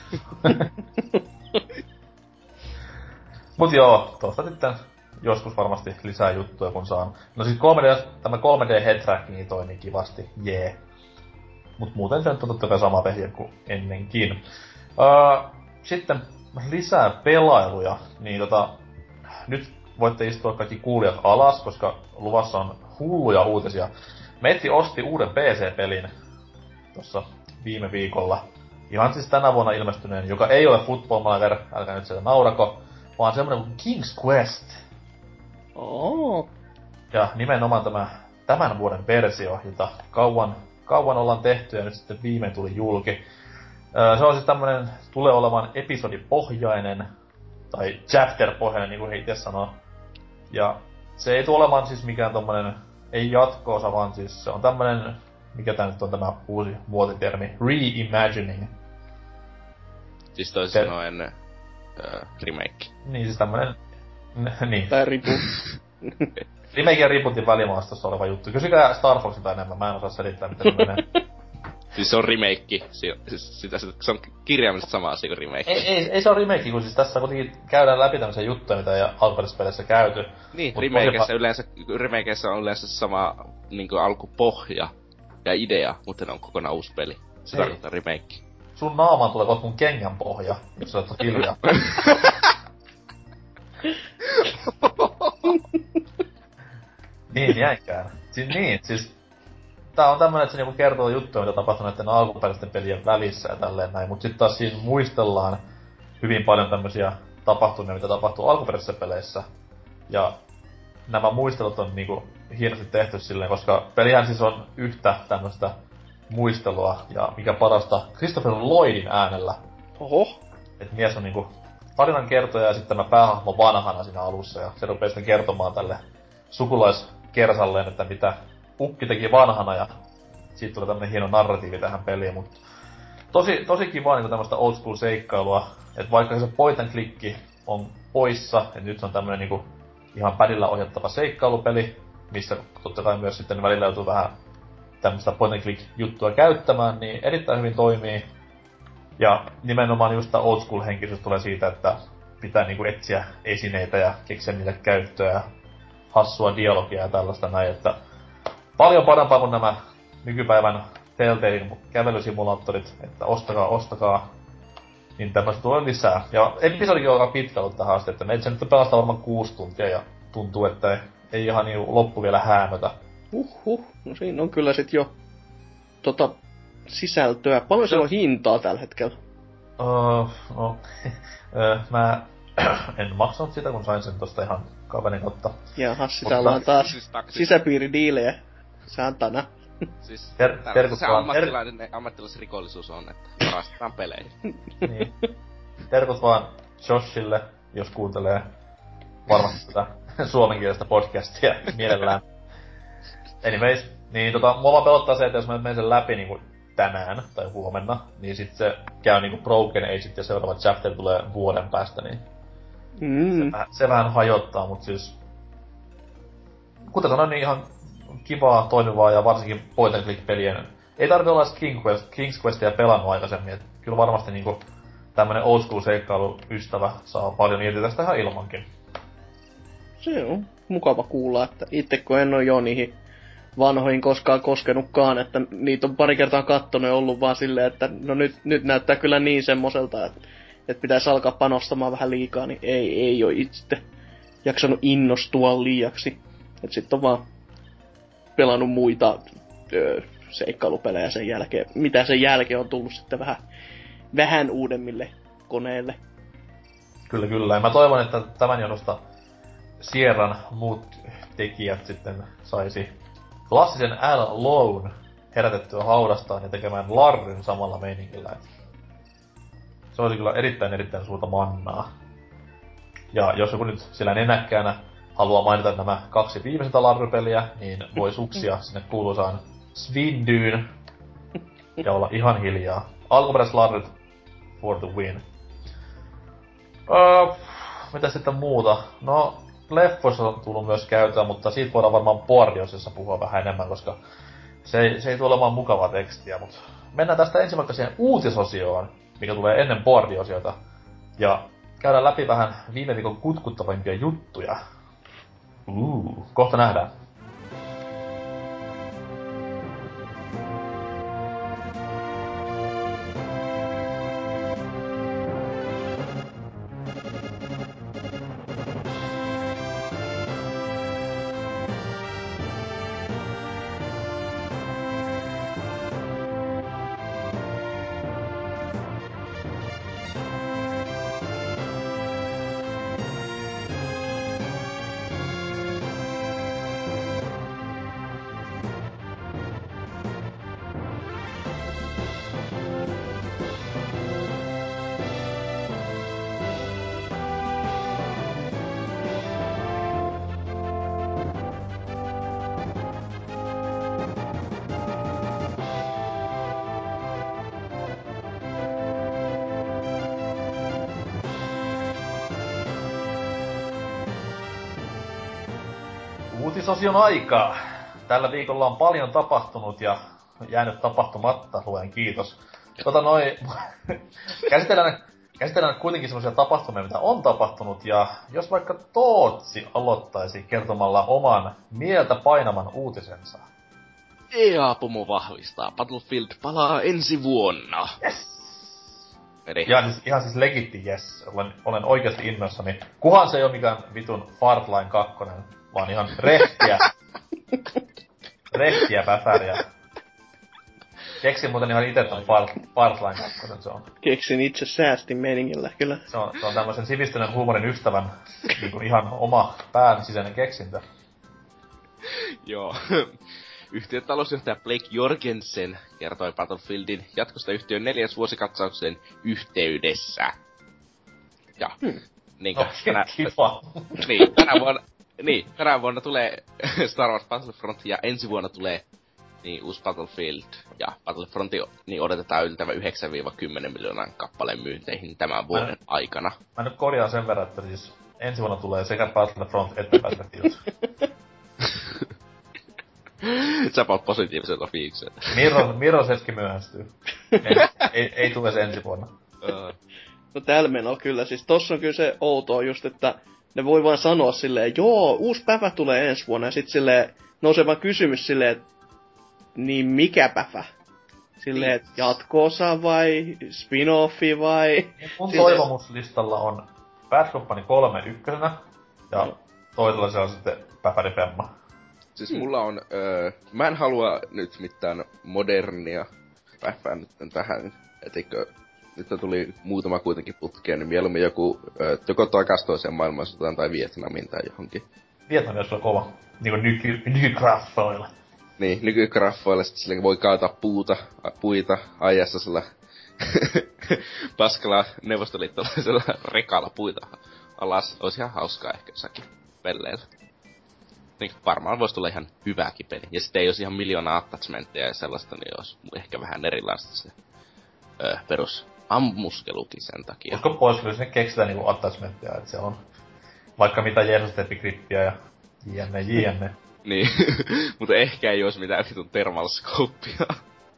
Mut joo, tosta sitten joskus varmasti lisää juttuja kun saan. No siis tämä 3D headtrack niin toimii kivasti, jee. Mut muuten se on totta kai sama vehje kuin ennenkin. Sitten lisää pelailuja, niin nyt voitte istua kaikki kuulijat alas, koska luvassa on hulluja uutisia. Metti osti uuden PC-pelin tossa viime viikolla. Ihan siis tänä vuonna ilmestyneen, joka ei ole Football Manager, älkää nyt sieltä naurako, vaan semmonen kuin King's Quest. Ja nimenomaan tämän vuoden versio, jota kauan ollaan tehty ja nyt sitten viimein tuli julki. Se on siis tämmönen, tulee olevan episodipohjainen, tai chapter-pohjainen, niin kuin he itse sanoo. Ja se ei tule olemaan siis mikään tommonen, ei jatko-osa, vaan siis se on tämmönen, mikä tää nyt on tämä uusi muotitermi, reimagining. Siis toisin sanoen remake. Niin siis tämmönen, niin. Tai reboot. Remake ja rebootin välimaastossa oleva juttu. Kysykää Star Foxilta enemmän, mä en osaa selittää miten se menee. Siis se on remake. Se on kirjaimellisesti sama asia kuin remake. Ei se on remake, kun siis tässä kuitenkin käydään läpi tämmöisiä juttuja, mitä ei alkuperäisessä peleissä käyty. Niin, remakeissä on yleensä sama niinku alkupohja ja idea, mutta ne on kokonaan uusi peli. Se tarkoittaa remake. Sun naamaan tulee kohta mun kengän pohja, jos sä oot hiljaa. Niin, jäikään. Siis tää on tämmönen, että se niinku kertoo juttuja, mitä tapahtuu näiden alkuperäisten pelien välissä ja tälleen näin, mut sit taas siinä muistellaan hyvin paljon tämmösiä tapahtumia, mitä tapahtuu alkuperäisissä peleissä. Ja nämä muistelut on niinku hienosti tehty silleen, koska pelihän siis on yhtä tämmöstä muistelua, ja mikä parasta, Christopher Lloydin äänellä. Oho. Et mies on niinku tarinan kertoja ja sitten tämä päähahmo vanhana siinä alussa, ja se rupee sitten kertomaan tälle sukulaiskersalleen, että mitä ukki teki vanhana, ja siitä tulee tämmönen hieno narratiivi tähän peliin, mutta tosi kiva niinku tämmöstä old school seikkailua, että vaikka se point and click on poissa, että nyt se on tämmönen niinku ihan padilla ohjattava seikkailupeli, missä totta kai myös sitten välillä joutuu vähän tämmöstä point and click juttua käyttämään, niin erittäin hyvin toimii. Ja nimenomaan just tää old school henkisyys tulee siitä, että pitää niinku etsiä esineitä ja keksiä niille käyttöä ja hassua dialogia ja tällaista näin, että paljon parempaa kuin nämä nykypäivän Telltalein kävelysimulaattorit, että ostakaa, niin tämmöistä tulee lisää. Ja episodikin on aika pitkä ollut tähän asti, että meitä nyt pelastaa varmaan 6 tuntia ja tuntuu, että ei ihan niin loppu vielä häämötä. No siinä on kyllä sit jo sisältöä. Paljon se on hintaa tällä hetkellä? Mä en maksanut sitä, kun sain sen tosta ihan kaverin kautta. Jaha, sitä ollaan taas sisäpiiridiilejä saatana. Siis terkut se vaan ammattilaisrikollisuus on, että varastetaan pelejä. Niin. Terkut vaan Joshille, jos kuuntelee varmasti tätä suomenkielistä podcastia mielellään. Anyways, niin mulla pelottaa se, että jos mä menen sen läpi niinku tänään tai huomenna, niin sit se käy niinku Broken Ageit ja seuraava chapter tulee vuoden päästä, niin se vähän hajottaa, mut siis kuten sanoin, niin ihan kivaa, toimivaa ja varsinkin point and click pelien. Ei tarvitse olla King's Questia pelannut aikaisemmin, et kyllä varmasti niinku tämmönen old school seikkailuystävä saa paljon irti tästä ihan ilmankin. Se on mukava kuulla, että itse kun en oo jo niihin vanhoihin koskaan koskenutkaan, että niitä on pari kertaa kattonut ja ollut vaan silleen, että no nyt näyttää kyllä niin semmoselta, että pitäisi alkaa panostamaan vähän liikaa, niin ei oo itse jaksanut innostua liiaksi. Et sit on vaan pelannut muita seikkailupelejä sen jälkeen, mitä sen jälkeen on tullut sitten vähän uudemmille koneille. Kyllä. Ja mä toivon, että tämän johdosta Sierran muut tekijät sitten saisi klassisen Al Lone herätettyä haudastaan ja tekemään Larryn samalla meiningillä. Se olisi kyllä erittäin suurta mannaa. Ja jos joku nyt sillä nenäkkäänä haluaa mainita nämä 2 viimeisintä Larry-peliä, niin voi suksia sinne kuuluisaan Svindyyn ja olla ihan hiljaa. Alkuperäiset Larryt for the win. Mitä sitten muuta? No, leffoissa on tullut myös käytöä, mutta siitä voidaan varmaan Boardiosissa puhua vähän enemmän, koska se ei tule olemaan mukavaa tekstiä, mutta mennään tästä ensin vaikka siihen uutisosioon, mikä tulee ennen Boardiosiota, ja käydään läpi vähän viime viikon kutkuttavimpia juttuja. Kohta nähdään. Uutisosion aikaa. Tällä viikolla on paljon tapahtunut ja jäänyt tapahtumatta, luen kiitos. Käsitellään kuitenkin semmoisia tapahtumia, mitä on tapahtunut, ja jos vaikka Tootsi aloittaisi kertomalla oman mieltä painaman uutisensa. EA-pomo vahvistaa, Battlefield palaa ensi vuonna. Yes! Eli... Ihan siis legitti yes. Olen oikeasti innoissani. Kuhan se ei oo mikään vitun Fartline 2, vaan ihan rehtiä päfäriä. Keksin muuten ihan ite ton Fartline 2, se on. Keksin itse säästin meningillä, kyllä. Se on tämmösen sivistyneen huumorin ystävän niinku ihan oma pään sisäinen keksintö. Joo. Yhtiön talousjohtaja Blake Jorgensen kertoi Battlefieldin jatkosta yhtiön 4. vuosikatsauksen yhteydessä. Ja, niinkö, kiva. tänä vuonna tulee Star Wars Battlefront ja ensi vuonna tulee uusi Battlefield. Ja Battlefronti niin odotetaan yltävä 9-10 miljoonan kappaleen myynteihin tämän vuoden aikana. Mä nyt korjaan sen verran, että siis ensi vuonna tulee sekä Battlefront että Battlefield. Sä paat positiivisella fiiksellä. Mirror's Edge myöhästyy. ei tule se ensi vuonna. No täällä meno kyllä, siis tossa on kyllä se outoa just, että ne voi vaan sanoa silleen, joo, uusi päivä tulee ensi vuonna, ja sit silleen nousee vaan kysymys silleen, niin mikä päivä? Silleen, että jatko-osa vai spin-offi vai... Mun toivomuslistalla on Bad Company 3 ykkösenä, ja toisella se on sitten Päfäri Femma. Siis mulla on, mä en halua nyt mitään modernia päffää nyt tähän, etikö nyt tuli muutama kuitenkin putkeen, niin mieluummin joku, joko takaisin toiseen maailmansotaan tai Vietnamin tai johonkin. Vietnami olisi kova, niinku nykygraffoilla. Niin, nykygraffoilla sit sillä voi kaataa puita ajassa sillä paskalla neuvostoliittolaisella rekalla puita alas. Ois ihan hauskaa ehkä jossakin pelleillä. Niin varmaan voisi tulla ihan hyvääkin peli. Ja sitten ei olisi ihan miljoona attachmentteja ja sellaista, niin olisi ehkä vähän erilaista se perus ammuskelukin sen takia. Usko pois, kyllä sinne keksitään niinku attachmentteja, että se on vaikka mitä Jeesus-tepigrippiä ja jne. Niin, mutta ehkä ei olisi mitään vitun thermal scopea.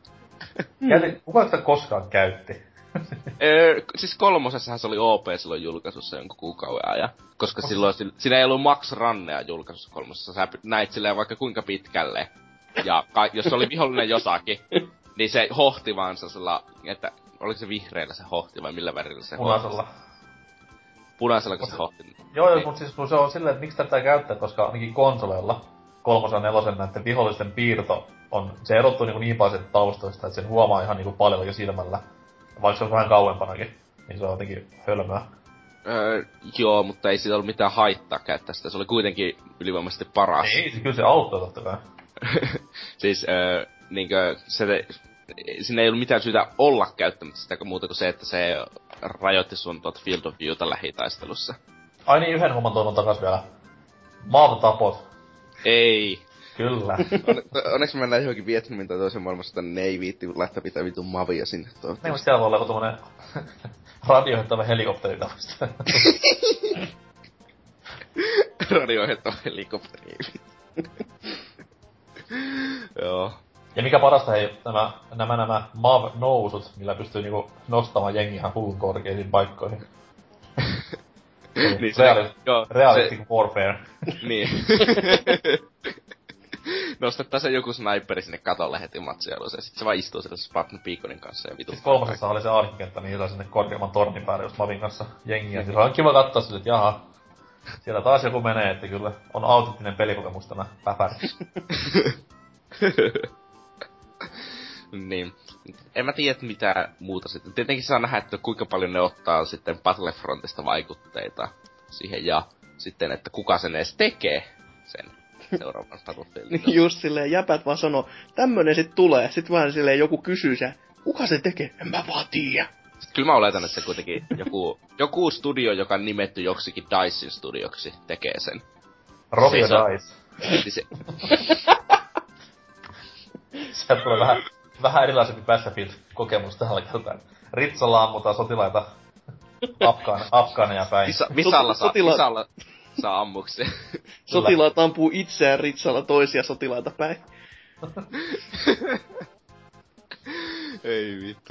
Kuka sitä koskaan käytti? Siis kolmosessahan se oli OP silloin julkaisussa jonkun kuukauden ajan. Koska silloin siinä ei ollut Max Runnea julkaisussa kolmosessa. Sä näit silleen vaikka kuinka pitkälle. Ja jos se oli vihollinen jossakin, niin se hohti vaan sellaisella, että oliko se vihreällä se hohti vai millä värillä se punaisella. hohti? Punaisella kun se hohti. Joo, niin. Mutta siis kun se on silleen, että miksi tätä käyttää, koska ainakin konsoleilla, 3 ja 4 näiden vihollisten piirto on, se erottuu niin paljon taustoista, että sen huomaa ihan niin paljon jo silmällä. Vaikka se on vähän kauempanakin, niin se on jotenkin hölmöä. Joo, mutta ei siitä ollut mitään haittaa käyttää sitä. Se oli kuitenkin ylivoimaisesti paras. Ei, kyllä se auttoi totta kai. Siis niinkö siinä ei ollut mitään syytä olla käyttämättä sitä muuta kuin se, että se rajoitti sun Field of Viewta lähitaistelussa. Ai niin, yhden homman toivon takas vielä. Maaltatapot. Ei. Kyllä. Onneksi mä mennään johonkin Vietnamin tai toisen maailmassa, ne ei viitti laittaa pitää vitun mavia sinne. Niin, mutta siellä voi olla joku tommonen radioihettava helikopteri tämmöstä. Radioihettava helikopteri. Joo. Ja mikä parasta, hei, nämä MAV-nousut, millä pystyy niinku nostamaan jengi ihan hullun korkeisiin paikkoihin. Niin, realistic warfare. Niin. Nostettaisiin joku sniperi sinne katolle heti matsialueeseen, sit se vaan istuu siellä Spartan Beaconin kanssa ja vitun. Siis kolmosessa oli se arkikenttä, niin jotain sinne korkeamman tornin päälle just Mavin kanssa jengiä. Siis on kiva katsoa sille, että jaha, siellä taas joku menee, että kyllä on autenttinen pelikokemus tämä päpäri. Niin. En mä tiedä mitä muuta sitten. Tietenkin saa nähdä, että kuinka paljon ne ottaa sitten Battlefrontista vaikutteita siihen ja sitten, että kuka sen edes tekee sen seuraavan Battlefieldin. Just silleen jäpät vaan sanoo, tämmönen sit tulee. Sit vaan silleen joku kysyy se, kuka se tekee? En mä vaan tiedä. Kyllä mä oletan, että se kuitenkin joku studio, joka on nimetty joksikin Dicein studioksi, tekee sen. Robbie Dice. Se... Sieltä tulee vähän erilaisempi Battlefield-kokemus tällä kertaa. Ritsalla ammutaan sotilaita Afgaaneja päin. Visalla saa ammuksia. Sotilaat ampuu itseään Ritsalla toisia sotilaita päin. Ei vittu,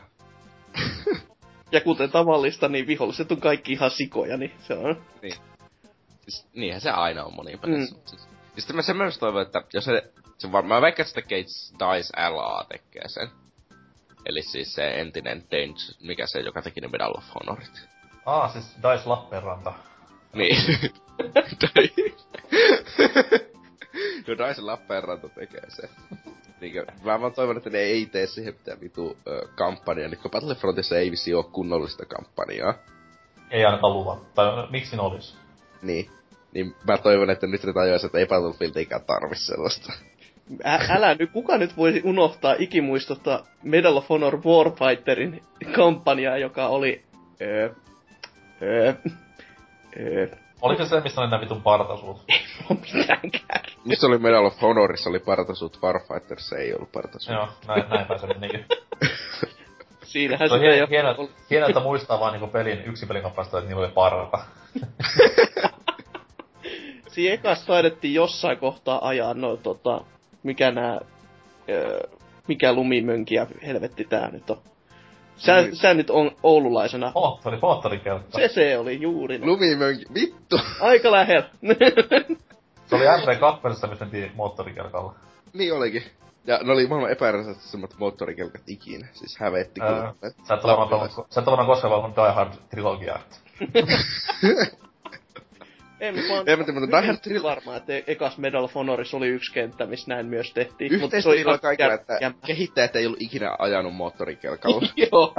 Ja kuten tavallista, niin viholliset on kaikki ihan sikoja, niin se on... Niin. Siis niinhän se aina on monin pelissä. Siis. Ja sitten mä myös toivon, että jos se varmaan vaikka sitä Gates Dice LA tekee sen. Eli siis se entinen Dange, mikä se, joka teki ne Medal of Honorit. Siis Dice Lappeenranta. Niin. No Dice Lappeenranta tekee se. Niinkö, mä vaan toivon, että ne ei tee siihen mitään vitu kampanjaa. Nyt kun Battlefrontissa ei vissi oo kunnollista kampanjaa. Ei ainakaan luvan. Tai miksi ne olis? Niin. Niin mä toivon, että nyt ne tajuais, että ei Battlefieldikään tarvi sellaista. Älä nyt, kuka nyt voisi unohtaa ikimuistota Medal of Honor Warfighterin kampanjaa, joka oli... Oliko se, missä oli nää vitun partasuut? Ei oo mitäänkään. Missä oli Medal of Honorissa, oli partasuut, Warfighters ei ollut partasuut. Joo, näinpä se menikin. Siinähän se on sitä jo... hienoa, että muistaa vaan niinku yksi pelikappasta, että niillä oli parta. Siinä ekas taidettiin jossain kohtaa ajaa mikä lumimönkiä helvetti tää nyt on. Sä nyt on oululaisena. Moottorikelkka. Se oli juuri. Lumimönki, vittu! Aika lähellä. Se oli MP2, missä mentiin moottorikelkalla. Niin olikin. Ja ne oli maailman epärealistisemmat moottorikelkat ikinä. Siis hävetti kyllä. Sä et ole varmaan koskaan valvonut Die Hard-trilogiaa. En mä varma, että ekas Medal of Honorissa oli yksi kenttä, missä näin myös tehtiin. Yhteistä iloa kaikilla, että kehittäjät ei ollut ikinä ajanut moottorikelkalla. Joo.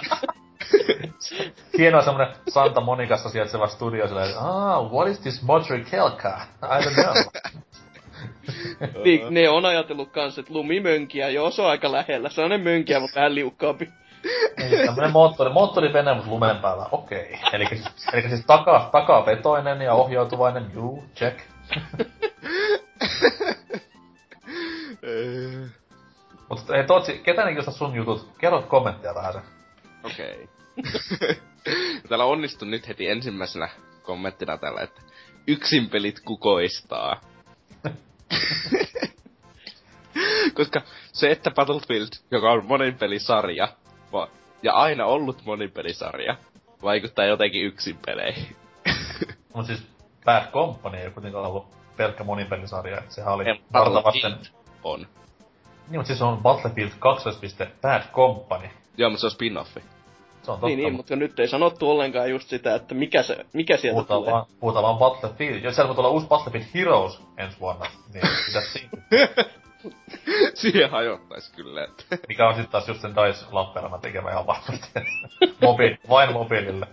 Hienoa semmonen Santa Monicassa sijaitseva studio silleen, what is this moottorikelka? I don't know. Niin, ne on ajatellut kans, että lumimönkiä, joo, se on aika lähellä. Se on ne mönkiä, mutta vähän liukkaampi. Niin, tämmönen moottorivene, mut lumen päällä, okei. Elikkä siis takavetoinen ja ohjautuvainen, juu, check. Mutta hei Tootsi, ketä ne kiinnostaa sun jutut? Kerro kommenttia vähän sen. Okei. Täällä onnistui nyt heti ensimmäisenä kommenttina tällä, että yksin pelit kukoistaa. Koska se, että Battlefield, joka on moninpelisarja, ja aina ollut moninpelisarja, vaikuttaa jotenkin yksin peleihin. Mut siis Bad Company ei kuitenkaan ollut pelkkä moninpelisarja, et sehän oli Battlefield on. Niin, mut siis on Battlefield 2. Bad Company. Joo, mutta se on spin-offi. Se on totta. Niin, mutta nyt ei sanottu ollenkaan just sitä, että mikä sieltä tulee. Puhutaan vaan Battlefield. Jos siellä voi tulla uusi Battlefield Heroes ensi vuonna, niin pitäis siinä. Siihen hajottais kyllä, että... Mikä on sit taas just sen DICE Lappeenrannan tekemä ihan varmasti. Vain mobiilille.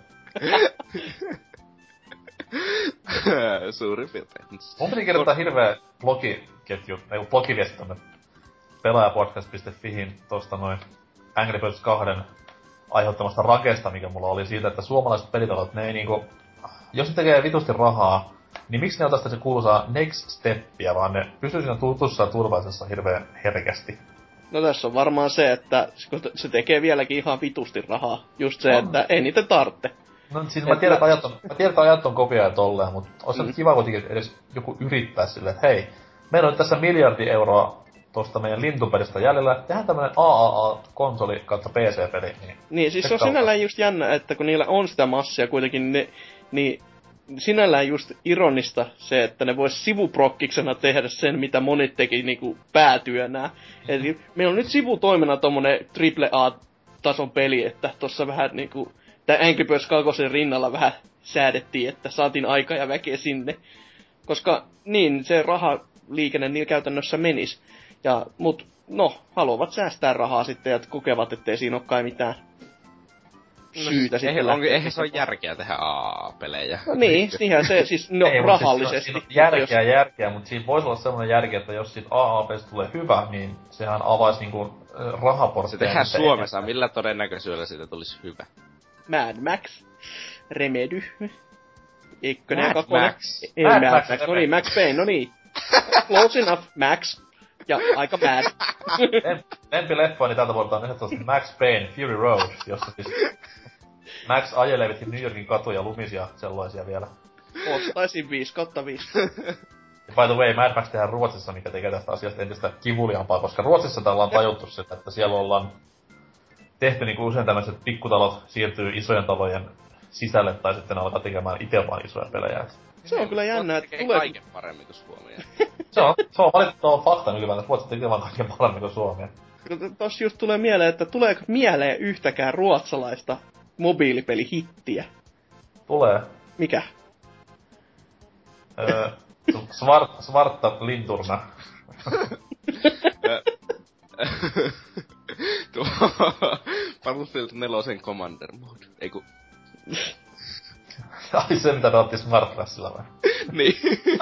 Suuri piirtein. Mun piti kirjoittaa hirveä blogiviesti tonne pelaajapodcast.fihin tosta noin Angry Birds 2 aiheuttamasta rakesta, mikä mulla oli siitä, että suomalaiset pelitalot, ne ei niinku... Jos ne tekee vitusti rahaa, niin miksi ne ota sitä se kuuluisaa next steppia, vaan ne pysyy siinä tutussa ja turvallisessa hirveän herkästi? No tässä on varmaan se, että se tekee vieläkin ihan vitusti rahaa. Just se, että ei niitä tarvitse. No siis mä tiedän, että ajat on kovia ja tolleen, mutta olisi nyt kiva kuitenkin edes joku yrittää silleen, että hei, meillä on tässä miljardi euroa tosta meidän lintupelistä jäljellä, tehdään tämmönen AAA-konsoli kautta PC-peli. Niin siis se on sinällään just jännä, että kun niillä on sitä massia kuitenkin, niin sinällään just ironista se, että ne vois sivuprokkiksena tehdä sen, mitä monet teki niinku päätyönään. Eli meillä on nyt sivutoimena tommonen AAA-tason peli, että tossa vähän niinku tää Angry Birds 2 rinnalla vähän säädettiin, että saatiin aika ja väkeä sinne. Koska niin, se rahaliikenne niillä käytännössä menis. Mut haluavat säästää rahaa sitten ja kokevat, ettei siinä oo kai mitään syytä sitten lähteä. Eihän se ole järkeä tehdä AA-pelejä. No niin, niinhän se siis rahallisesti. Siis järkeä, mutta siinä voisi olla semmoinen järki, että jos siitä AA-pelistä tulee hyvä, niin sehän avaisi niinku rahaportteja. Se tehdään Suomessa, millä todennäköisyydellä siitä tulisi hyvä? Mad Max, Remedy, ykkönen ja Mad kakkonen. Max. Ei Mad Max, no niin, Max Payne, no niin. Close enough, Max. Ja aika mad. Lempileffani tältä vuodelta on ehdottomasti Max Payne, Fury Road, jossa siis Max ajelee pitkin New Yorkin katuja lumisia sellaisia vielä. Ostaisin 5/5. Ja by the way, Mad Max tehdään Ruotsissa, mikä tekee tästä asiasta entistä kivuliaampaa, koska Ruotsissa täällä on tajuttu sitä, että siellä ollaan tehty niinku usein tämmöiset pikkutalot siirtyy isojen talojen sisälle, tai sitten ne alkaa tekemään itse vaan isoja pelejä. Se on kyllä jännä, että tulee kaiken paremmin kuin Suomi. se on valitettava fakta nykyään, että Ruotsi tekee vaan kaiken paremmin kuin Suomi. Tossa just tulee mieleen, että tuleeko mieleen yhtäkään ruotsalaista mobiilipelihittiä? Tulee. Mikä? Svarta Linturna. Tuo Battlefield 4 Commander Mode. Eiku... Ai se mitä ne otti Smart Classilla vai? Niin.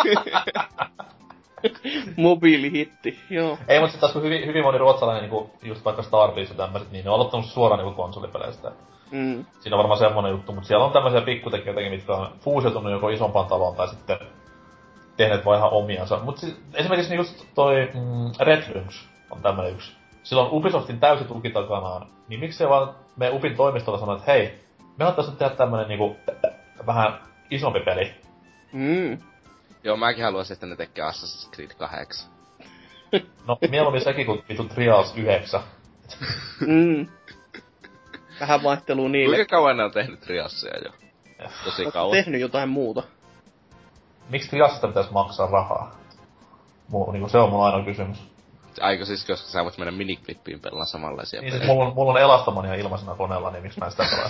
Mobiilihitti, joo. Ei, mutta sit taas kun hyvin moni ruotsalainen, niinku just vaikka Starfields ja tämmöset, niin ne on aloittanut suoraan niinku konsolipeleistä. Siinä on varmaan semmonen juttu, mutta siellä on tämmösiä pikkutekijöitäkin, mitkä on fuusiotunut joko isompaan taloon tai sitten tehneet vaan ihan omiansa. Mut siis esimerkiksi just toi Red Lynx on tämmönen yksi. Sillä on Ubisoftin täysi tuki takanaan, niin miksei vaan me Upin toimistolla sanoa, että hei, me haluttais nyt tehdä tämmönen niinku vähän isompi peli. Joo, mäkin haluaisin, että ne tekee Assassin's Creed 8. No, mieluummin sekin kuin vitu Trials 9. Vähän vaihtelua niille. Kuinka kauan ne on tehnyt Trialsia jo? Tosi kauan. Tehnyt jotain muuta. Miksi Trialsista pitäis maksaa rahaa? Niinku se on mun ainoa kysymys. Aiko siis, koska sä voit mennä miniklippiin pelaamaan samanlaisia niin pelejä. Siis mulla on Elastomania ilmaisena koneella, niin miksi mä en sitä pelaa?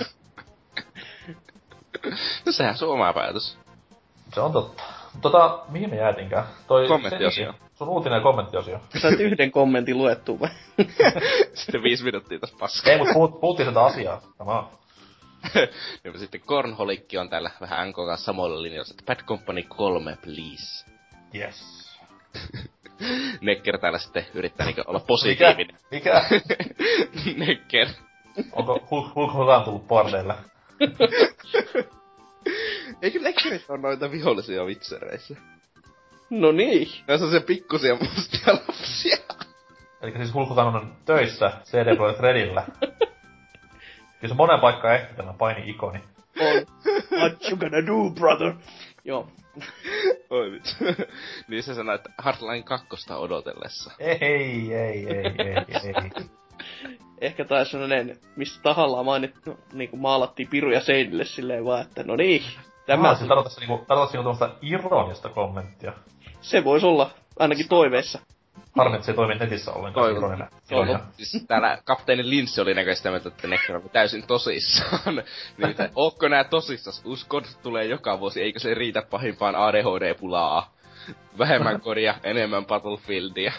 No sehän on oma päätös. Se on totta. Mihin me jäätinkään? Kommenttiosio. Sun uutinen ja kommenttiosio. Sä oot yhden kommentin luettu vai? Sitten 5 minuuttia taas paskaa. Ei, mut puhuttiin sitä asiaa. Tämä on. Ja sitten Cornholikki on täällä vähän NK kanssa samoilla linjoilla, että Bad Company 3, please. Yes. Nekker täällä sitten yrittää niinku olla positiivinen. Mikä? Nekker. Onko Hulk Hogan tullut bordeille? Eikö Neckerit oo noita vihollisia vitsereissä? No niin. Näissä on se pikkusia mustia lapsia. Elikkä siis Hulk Hogan on töissä CD Projekt Redillä. Kyllä se monen paikkaan ehti tämä paini-ikoni. On. What you gonna do, brother? Joo. Oi vittu. Niin se sanoi, että Hardline 2 odotellessa. Ei. Ehkä taisi sellainen, missä tahallaan mainittu, niinku maalattiin piruja seinille silleen vaan, että no niin. Tämä siis tarkoittaisi niinku tuommoista ironista kommenttia. Se vois olla, ainakin toiveissa. Harmi, että se ei toimi netissä ollenkaan. Toivon. Siis täällä kapteeni Linssi oli näköisesti sitä mieltä, että Nekker on täysin tosissaan. Niin, että ootko nää tosissas? Uskon, tulee joka vuosi, eikö se riitä pahimpaan ADHD-pulaa? Vähemmän kodia, enemmän Battlefieldia.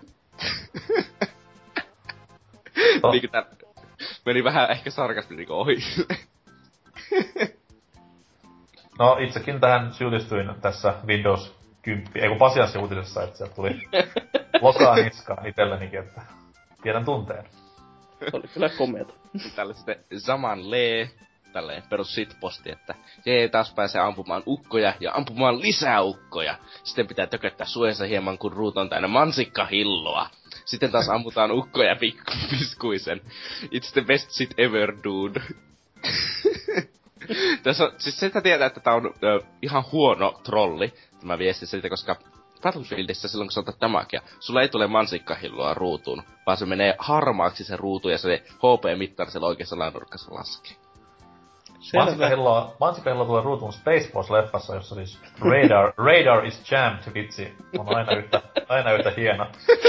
Niinku tää meni vähän ehkä sarkasti niinku ohi. No itsekin tähän syyllistyin tässä Windows 10, ei kun Pasianssi-uutisessa, että sieltä tuli lokaa niskaan itsellenikin, että tiedän tunteen. Se oli kyllä komeeta. Tällä sitten Zaman Lee, tälleen perus shitposti, että jee, taas pääsee ampumaan ukkoja ja ampumaan lisää ukkoja. Sitten pitää tököttää suojansa hieman, kun ruut on täynnä mansikkahilloa. Sitten taas ammutaan ukkoja piskuisen. It's the best shit ever, dude. Tässä on, siis sitä tietää, että tää on ihan huono trolli, tämä viesti siitä, koska Battlefieldissä silloin, kun sä otat damagia, sulla ei tule mansikkahilloa ruutuun, vaan se menee harmaaksi se ruutu ja se HP-mittari siellä oikeassa lainurkassa laskee. Mansikkahilloa tulee ruutuun Space Force-leffassa, jossa siis Radar is jammed, vitsi, on aina yhtä hieno.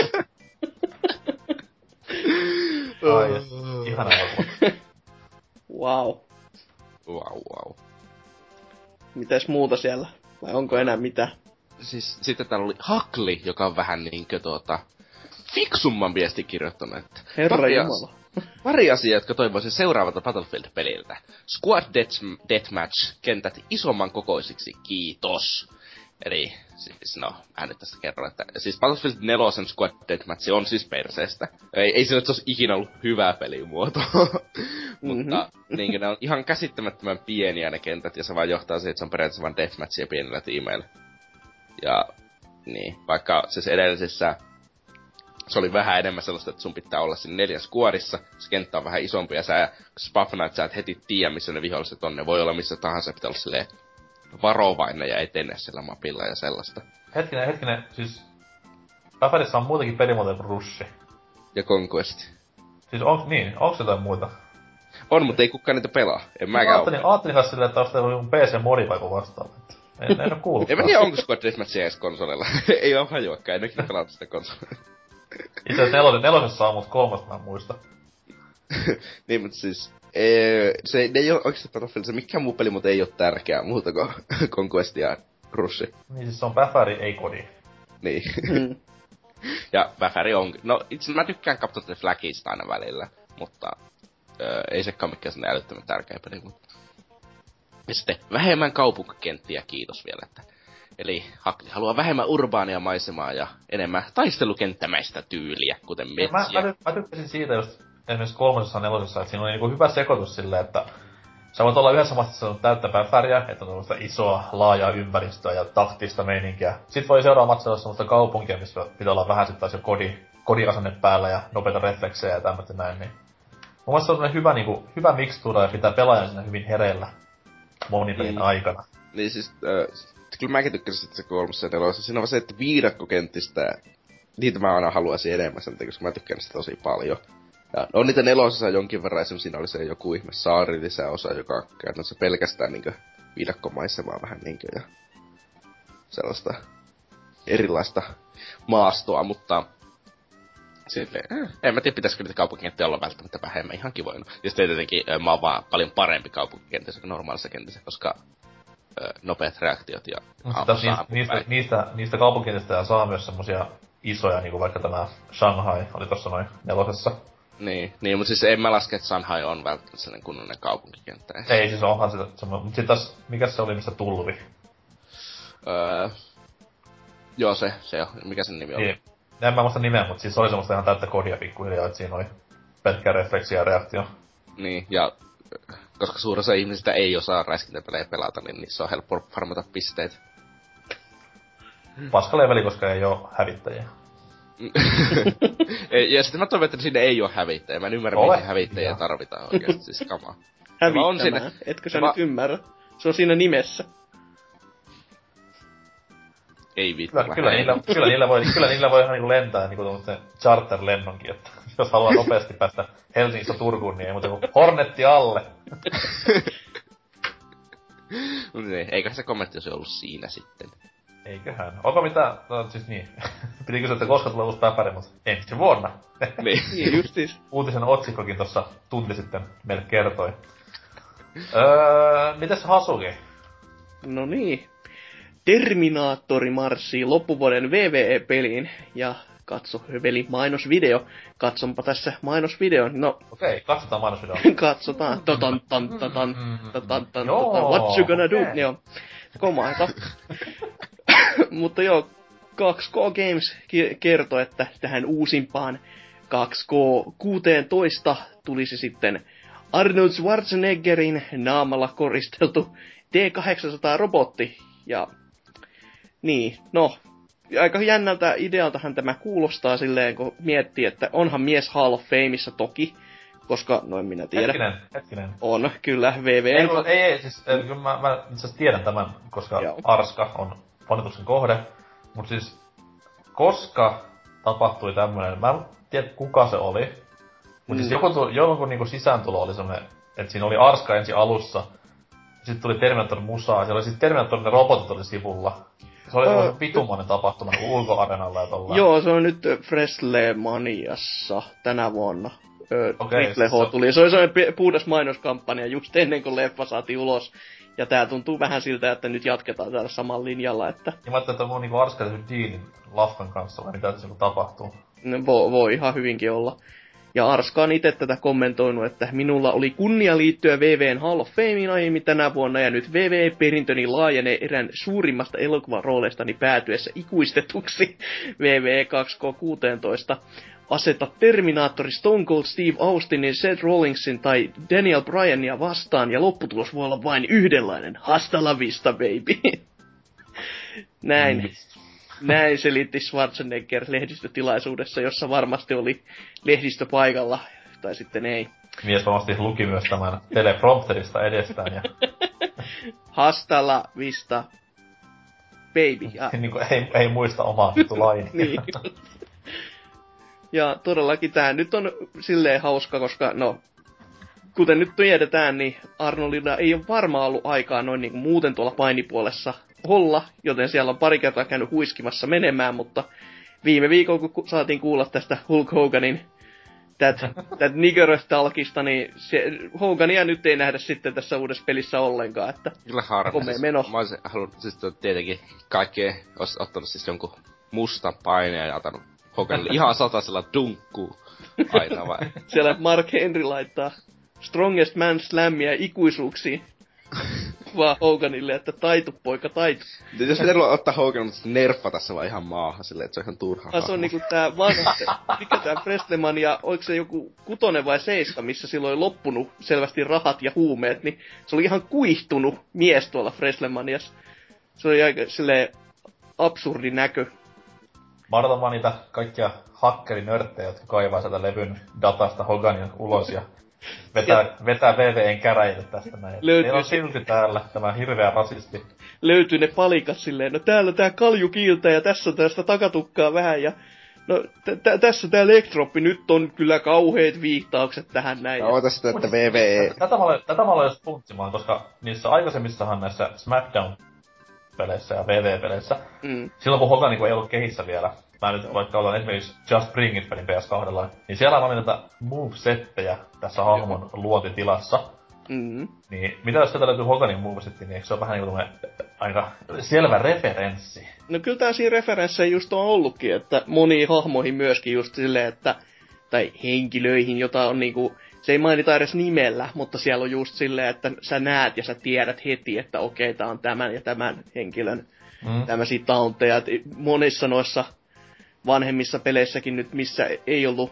Ai, ihana elokuva. Wow. Wow. Mitäs muuta siellä? Vai onko enää mitään? Siis sitten täällä oli Hakli, joka on vähän niinkö fiksumman viesti kirjoittanut, että Herra Jumala. Pari asiaa, jotka toivoisin seuraavalta Battlefield-peliltä. Squad Deathmatch kentät isomman kokoisiksi, kiitos. Eli siis mä nyt tästä kerron, että siis Battlefield 4 Squad Deathmatch on siis perseestä. Ei se nyt olisi ikinä ollut hyvä pelimuoto. Mutta niinkö ne on ihan käsittämättömän pieniä ne kentät, ja se vaan johtaa siihen, että se on periaatteessa vaan deathmatchia pienillä tiimeillä. Ja niin, vaikka siis edellisessä se oli vähän enemmän sellaista, että sun pitää olla siinä 4 skuadissa, se kenttä on vähän isompi, ja sä spafnaat, sä et heti tiedä, missä ne viholliset on, ne voi olla missä tahansa, pitää olla silleen varovainen ja etene siellä mapilla ja sellaista. Hetkinen, siis Battlefieldissä on muutenkin pelimuotoja kuin Rushi. Ja Conquest. Siis onks jotain muuta? On, mutta ei kukaan niitä pelaa. En mäkään Ajattelin kanssa silleen, että onks teillä joku PC-modi vai vastaava. En oo kuullut. En mä tiedä, onko Squad Deathmatchia edes konsolilla. Ei oo hajuakaan, en ikinä pelata sitä konsolilla. Itse asiassa nelosessa on, mut kolmosta mä en muista. Niin, mutta siis... se ei oo oikeesti Battlefield, se mikään muu peli, mutta ei oo tärkeää muuta kuin Conquest ja Rushi. Niin siis se on päfäri, ei kodi. Niin. Ja päfäri on... No, itse mä tykkään Captain the Flagista aina välillä, mutta... ei sekaan mikään sellainen älyttömän tärkeä peli, mutta... Ja sitten vähemmän kaupunkikenttiä, kiitos vielä, että... Eli Hakli haluaa vähemmän urbaania maisemaa ja enemmän taistelukenttämäistä tyyliä, kuten metsiä. Mä tykkäsin siitä just esimerkiksi 3. ja 4. että siinä oli niinku hyvä sekoitus silleen, että sä voit olla yhdessä maassa täyttä päfäriä, että on tämmöistä isoa, laajaa ympäristöä ja taktista meininkiä. Sitten voi seuraavaksi olla semmoista kaupunkia, missä pitää olla vähän sit taas jo kodiasenne päällä ja nopeita refleksejä ja tämmöistä näin, niin... Mun mielestä se on hyvä, hyvä mikstura ja pitää pelaajan siinä hyvin hereillä monipelin aikana. Niin siis, kyllä mäkin tykkäsin se 3. ja 4. Siinä on vaan se, että viidakkokentistä, niitä mä aina haluaisin enemmän sen, koska mä tykkään sitä tosi paljon. Ja on niitä 4. jonkin verran, esimerkiksi siinä oli se joku ihme saari lisäosa, joka käytännössä pelkästään niinkö viidakkomaisemaa vähän niinkö ja sellaista erilaista maastoa, mutta silleen, en mä tiedä, pitäisikö niitä kaupunkikenttiä olla välttämättä vähemmän, ihan kivoina. Ja sitten tietenkin mä oon vaan paljon parempi kaupunkikentissä kuin normaalissa kentissä, koska nopeat reaktiot ja niistä kaupunkikentistä saa myös semmosia isoja, niinku vaikka tämä Shanghai oli tossa noin 4. Niin, mutta siis en mä laske, että Shanghai on välttämättä sellainen kunnollinen kaupunkikenttä. Ei, siis onhan sitä semmoinen, mut sit taas, mikäs se oli, mistä tulvi? Joo, se on. Mikä sen nimi oli? Niin. En mä muista nimeä, mutta siis oli semmoista ihan täyttä kodia pikkuhiljaa, että siinä oli pelkkä refleksi ja reaktio. Niin, ja koska suurin osa ihmisistä ei osaa räiskintäpelejä pelata, niin niissä on helppo farmata pisteitä. Paskaleveli, koska ei oo hävittäjiä. Ja sitten mä toivon, että siinä ei oo hävittäjiä. Mä en ymmärrä, mihin hävittäjiä tarvitaan oikeesti, siis kamaa. Hävittämään, etkö sä nyt ymmärrä? Se on siinä nimessä. Ei vittu. Kyllä niillä voi ihan niinku lentää niinku tommosen charter-lennonkin, että jos haluaa nopeasti päästä Helsingistä Turkuun, niin ei muuta kuin Hornetti alle. Niin, eiköhän se kommentti olisi ollut siinä sitten. Eiköhän. Onko mitään, no siis niin, piti kysyä, että koska tulee uusi päpäri, mutta ensi vuonna. Niin, justiin. Uutisen otsikkokin tossa tunti sitten meille kertoi. Mitäs Hasuki? No niin. Terminaattori marssii loppuvuoden VVE-peliin ja katso veli mainosvideo. Katsonpa tässä mainosvideon. No. Okei, katsotaan mainosvideo. Katsotaan. What you gonna do? Joo. Komaita. Mutta joo, 2K Games kertoi, että tähän uusimpaan 2K16 tulisi sitten Arnold Schwarzeneggerin naamalla koristeltu D800-robotti. Ja niin, no, aika jännältä idealtahan tämä kuulostaa silleen, kun miettii, että onhan mies Hall of Fameissa toki, koska noin minä tiedän. Hetkinen. On, kyllä, VV. Ei, siis kyllä mä itse asiassa tiedän tämän, koska joo. Arska on fanituksen kohde. Mut siis, koska tapahtui tämmönen, mä en tiedä kuka se oli. Mut siis jonkun niinku sisääntulo oli semmonen, että siinä oli Arska ensin alussa. Sitten tuli Terminator musaa, siellä oli siis Terminatorin robotit oli sivulla. Se oli semmoinen vitumainen tapahtuma niinku ulkoarenalla ja tollaan. Joo, se on nyt Freshlemaniassa tänä vuonna. Triple H tuli. Se oli semmoinen puhdas mainoskampanja just ennen kuin leffa saatiin ulos. Ja tää tuntuu vähän siltä, että nyt jatketaan täällä samalla linjalla, että... Ja mä ajattelin, että mun niinku Arska tehty diilin Laffan kanssa, vai mitä tässä tapahtuu? No, voi ihan hyvinkin olla. Ja Arska on itse tätä kommentoinut, että minulla oli kunnia liittyä VVn Hall of Fameen aiemmin tänä vuonna, ja nyt VV-perintöni laajenee erään suurimmasta elokuvarooleistani päätyessä ikuistetuksi VV 2K16. Aseta Terminaattori Stone Cold Steve Austinin, Seth Rollingsin tai Daniel Bryania vastaan, ja lopputulos voi olla vain yhdenlainen. Hasta la vista, baby. Näin selitti Schwarzenegger lehdistötilaisuudessa, jossa varmasti oli lehdistö paikalla, tai sitten ei. Mies varmasti luki myös tämän teleprompterista edestään. Ja... Hasta la vista, baby. Niin kuin ei muista omaa vittu laini. Niin. Ja todellakin tää nyt on silleen hauska, koska no, kuten nyt tiedetään, niin Arnoldilla ei ole varmaan ollut aikaa noin niinku muuten tuolla painipuolessa olla, joten siellä on pari kertaa käynyt huiskimassa menemään, mutta viime viikolla, kun saatiin kuulla tästä Hulk Hoganin that nigger-talkista, niin Hogania nyt ei nähdä sitten tässä uudessa pelissä ollenkaan, että kyllä harmi. Siis, meno. mä olisin halunnut, siis tietenkin kaikkea ois ottanut siis jonkun mustan paineen ja otanut Hoganille ihan satasella dunkkuu aina vai. Siellä Mark Henry laittaa Strongest Man Slammia ikuisuuksiin. Vaan Hoganille, että taitu poika, taitu. Jos pitää ottaa Hogan, mutta nerfa tässä vaan ihan maahan silleen, että se on ihan turha. Se on niinku tää vanha, mikä tää Wrestleman ja oliko se joku 6 vai 7, missä silloin oli loppunut selvästi rahat ja huumeet, niin se oli ihan kuihtunut mies tuolla Wrestlemaniassa. Se oli aika silleen absurdi näkö. Mä odotan vaan niitä kaikkia hakkerinörttejä, jotka kaivaa sieltä levyn datasta Hoganin ulos ja vetää VVN käräjille tästä näin. Meillä on silti täällä tämä hirveä rasisti. Löytyy ne palikat silleen, no täällä tää kalju kiiltää ja tässä on tästä takatukkaa vähän ja no tässä tää elektroppi, nyt on kyllä kauheet viittaukset tähän näin. No ota sitä, että VVE... Tätä mä aloin just funtsimaan, koska niissä aikaisemmissahan näissä SmackDown-peleissä ja VV-peleissä, silloin kun Hogan ei ollut kehissä vielä, mä nyt vaikka otan esimerkiksi Just Bring It-pelin PS2, niin siellä oli näitä movesettejä tässä hahmon luontitilassa. Niin, mitä jos sieltä löytyy Hoganin movesetti, niin eikö se ole vähän niinku aika selvä referenssi? No kyllä tää siinä referenssejä just on ollutkin, että moniin hahmoihin myöskin just silleen, että tai henkilöihin, jota on niinku, se ei mainita edes nimellä, mutta siellä on just silleen, että sä näet ja sä tiedät heti, että okei, tää on tämän ja tämän henkilön tämmösiä tauntteja. Monissa noissa vanhemmissa peleissäkin nyt, missä ei ollut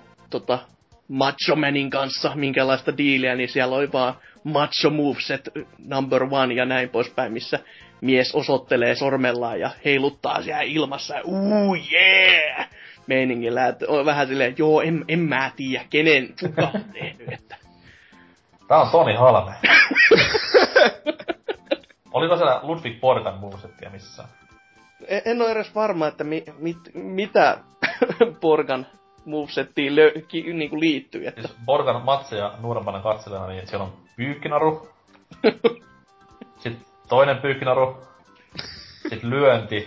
Macho Manin kanssa minkälaista diiliä, niin siellä oli vaan Macho Moveset number 1 ja näin poispäin, missä mies osoittelee sormellaan ja heiluttaa siellä ilmassa ja yeah! Meiningillä, että on vähän silleen, joo, en mä tiedä, kuka on tehnyt, että... Tää on Toni Halme. Oliko siellä Ludwig Portan movesettia missään? En ole edes varma, että mitä Porgan movesettiin niinku liittyy. Että... Siis Porgan matseja nuorempana katselijana, niin siellä on pyykkinaru. Sitten toinen pyykkinaru. Sitten lyönti.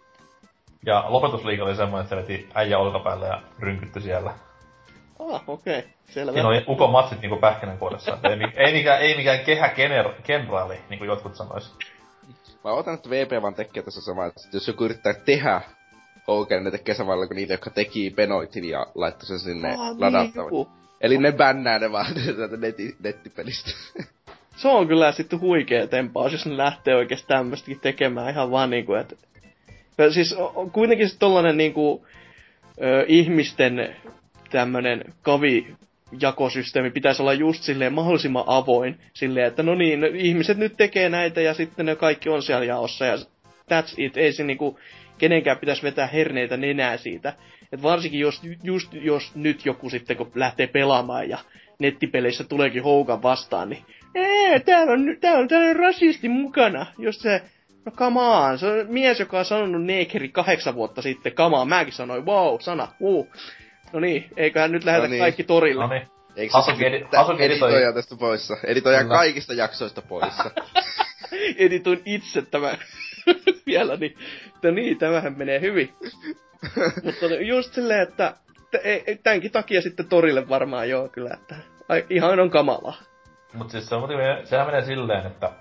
Ja lopetusliike oli semmoinen, että se veti äijä olkapäälle ja rynkytty siellä. Okei. Selvä. Siinä oli ukon matsit niinku pähkinänkuoressa. ei mikään kenraali, niinku jotkut sanois. Mä otan, että VP vaan tekee tässä samaa, että jos joku yrittää tehdä Hogan, ne tekee samalla kuin niitä, jotka teki Benoitin ja laittoi sen sinne ladattavan. Niin, eli ne bännää ne vaan nettipelistä. Se on kyllä sitten huikea tempaus, jos ne lähtee oikeesti tämmöstäkin tekemään ihan vaan niinku, että... Siis kuitenkin se tollanen niinku ihmisten tämmönen kavijakosysteemi pitäisi olla just silleen mahdollisimman avoin. Silleen, että no niin, ihmiset nyt tekee näitä ja sitten ne kaikki on siellä jaossa ja that's it. Ei se niinku kenenkään pitäisi vetää herneitä nenää siitä. Et varsinkin jos nyt joku sitten kun lähtee pelaamaan ja nettipeleissä tuleekin Hogan vastaan, niin täällä on tällainen rasisti mukana. Jos se... No come on, se on mies, joka on sanonut neekeri 8 vuotta sitten. Come on, mäkin sanoin, wow, sana, No niin, eiköhän nyt lähetä kaikki torille. No niin. Eikö se editoija tästä poissa? Editoija kaikista jaksoista poissa. Editoin itse tämän vielä, niin. No niin, tämähän menee hyvin. Mutta just silleen, että tämänkin takia sitten torille varmaan joo kyllä, että ihan on kamalaa. Mut siis sehän menee silleen, että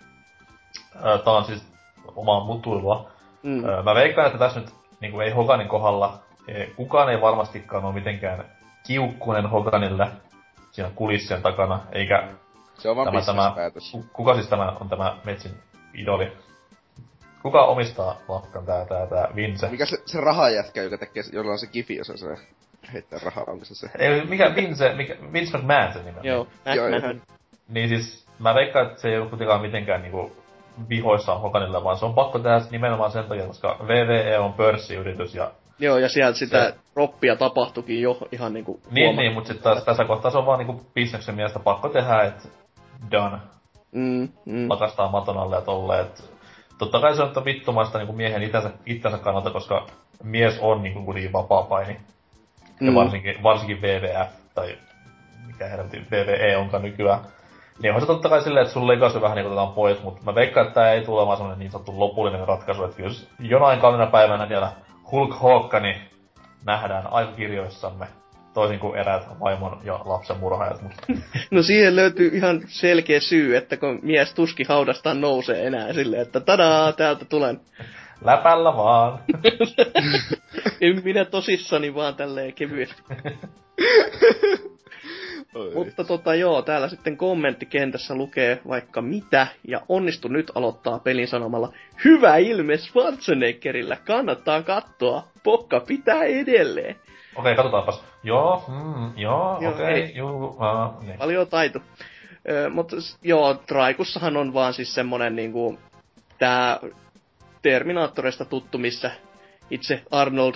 tää on siis omaa mutuilua. Mä veikkaan, että tässä nyt niinku ei Hoganin kohdalla kukaan ei varmastikaan ole mitenkään kiukkunen Hoganille siinä kulissien takana, eikä... Se on vaan bisnespäätös. Kuka siis tämä on tämä Metsin idoli? Kuka omistaa Lakkan tää Vince? Mikä se rahajätkä, joka tekee, jolla on se kifi, jossa se heittää rahaa, onko se? Ei, mikä Vince McMahon se nimi on. Joo, McMahon. Niin siis, mä veikkaan, että se ei ole kuitenkaan mitenkään niinku vihoissaan Hoganille, vaan se on pakko tehdä nimenomaan sen takia, koska VVE on pörssiyritys ja... Joo, ja sieltä sitä roppia tapahtuikin jo ihan niinku... Niin, mut sit taas tässä kohtaa se on vaan niinku bisneksen mielestä pakko tehdä, et... Done. Lakastaa maton alle ja tolleen, et... Totta kai se on vittumaista niinku miehen itsensä kannalta, koska mies on niinku kuitenkin vapaapaini. ja varsinkin WWF, tai mikä helvetin WWE onkaan nykyään. Niin on se totta kai silleen, että sun legacy vähän niin otetaan pois, mutta mä veikkaan, että tää ei tule olemaan semmonen niin sanottu lopullinen ratkaisu, että jos jonain kauniina päivänä vielä Hulk Hogani nähdään aikakirjoissamme, toisin kuin eräät vaimon ja lapsen murhaajat. No siihen löytyy ihan selkeä syy, että kun mies tuskin haudastaan nousee enää silleen, että tadaa, täältä tulen. Läpällä vaan. En minä tosissani vaan tälleen kevyesti. Mutta joo, täällä sitten kommenttikentässä lukee vaikka mitä, ja onnistu nyt aloittaa pelin sanomalla: hyvä ilme Schwarzeneggerillä, kannattaa katsoa, pokka pitää edelleen. Okei, katsotaanpas. Joo, okei. Niin. Paljon taitu. Mutta joo, Traikussahan on vaan siis semmonen niinku, tää Terminaattorista tuttu, missä itse Arnold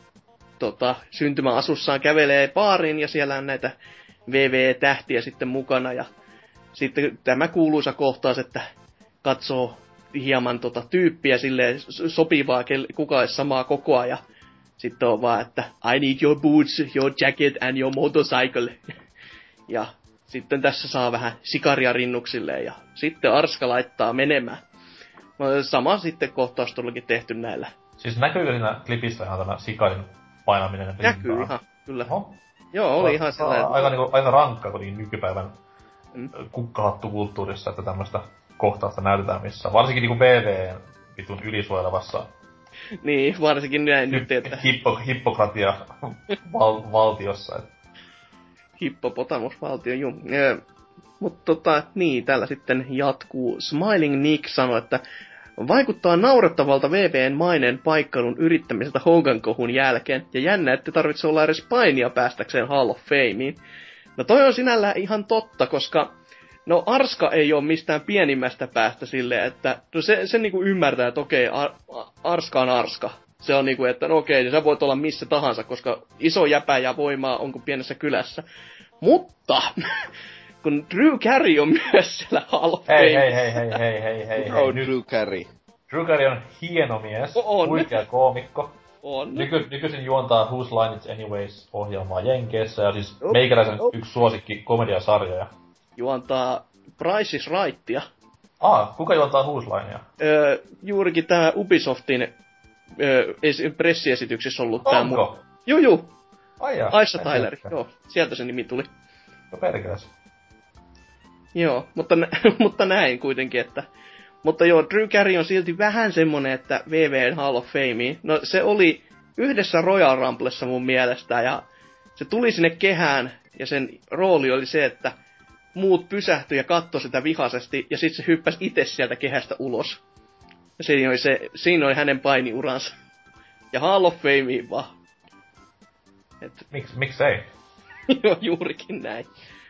syntymäasussaan kävelee baariin, ja siellä on näitä VV-tähtiä sitten mukana, ja sitten tämä kuuluisa kohtaus, että katsoo hieman tyyppiä silleen sopivaa, kuka olisi samaa kokoa, ja sitten on vaan, että I need your boots, your jacket and your motorcycle. Ja sitten tässä saa vähän sikaria rinnuksille, ja sitten Arska laittaa menemään. Sama sitten kohtaus todellakin tehty näillä. Siis näkyykö siinä klipissä ihan tämä sikarin painaminen? Näkyy ihan, kyllä. Oho. Joo, oli ihan sellainen. Aika rankka kuin nykypäivän kukkahattukulttuurissa, että tämmöistä kohtausta näytetään missä. Varsinkin niinku VV:n vitun ylisuojelevassa. Niin, varsinkin näin nyt, että hippokratia valtiossa. Hippopotamusvaltio, juu. Mutta niin, täällä sitten jatkuu. Smiling Nick sanoi, että vaikuttaa naurettavalta VV:n maineen paikkailun yrittämiseltä Hogan-kohun jälkeen, ja jännä, että tarvitsee olla edes painia päästäkseen Hall of Fameen. No toi on sinällään ihan totta, koska no Arska ei ole mistään pienimmästä päästä silleen, että no se niinku ymmärtää, että okei, Arska on Arska. Se on niinku, että no okei, sä voit olla missä tahansa, koska iso jäpä ja voimaa on kuin pienessä kylässä. Mutta kun Drew Carey on myös siellä Hall of Famessa. Hei. Drew Carey. Drew Carey on hieno mies, huikea koomikko. On. Nykyisin juontaa Whose Line It's Anyways-ohjelmaa Jenkeissä, ja siis meikäläisen yksi suosikki komediasarjoja. Juontaa Price is Rightia. Kuka juontaa Whose Linea? Juurikin tää Ubisoftin pressiesityksessä ollut tää Onko? Juu. Aissa Tyler, joo. Sieltä se nimi tuli. No perkeles. Joo, mutta näin kuitenkin, että mutta joo, Drew Carey on silti vähän semmonen, että VV:n Hall of Fame. No se oli yhdessä Royal Rumblessa mun mielestä, ja se tuli sinne kehään, ja sen rooli oli se, että muut pysähtyi ja katsoi sitä vihaisesti, ja sitten se hyppäsi itse sieltä kehästä ulos. Ja siinä oli hänen painiuransa. Ja Hall of Fameen vaan. Miksei? Joo, juurikin näin.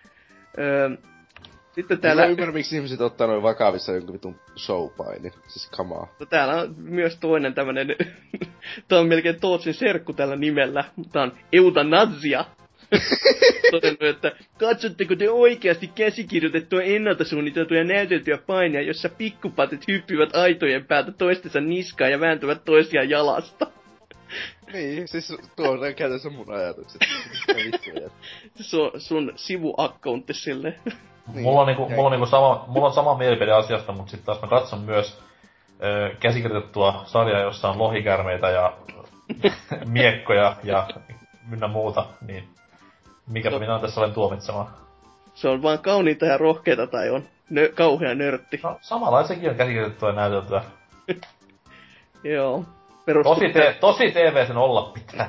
Sitten Täällä... täällä... Mä ymmärrän, miksi ihmiset ottaa noin vakavissa jonkun vitun showpainin. Siis come on. No, täällä on myös toinen tämmönen... Tää on melkein Tootsin serkku tällä nimellä. Tää on Eutanazia. Todennut, että katsotteko te oikeasti käsikirjoitettua ennalta suunniteltuja näyteltyjä painia, jossa pikkupatit hyppivät aitojen päältä toistensa niskaan ja vääntävät toisiaan jalasta? Niin, siis tuo on käytännössä mun ajatukset. Se on sun sivuakkauntti silleen. Niin, mulla on sama mielipide asiasta, mutta sitten taas mä katson myös käsikirjoitettua sarjaa, jossa on lohikärmeitä ja miekkoja ja ynnä muuta, niin mikäpä minä tässä olen tuomitsemaan. Se on vaan kauniita ja rohkeita tai on kauhea nörtti. No, samalla sekin on käsikirjoitettua ja näyteltyä. Joo. Tosi TV sen olla pitää.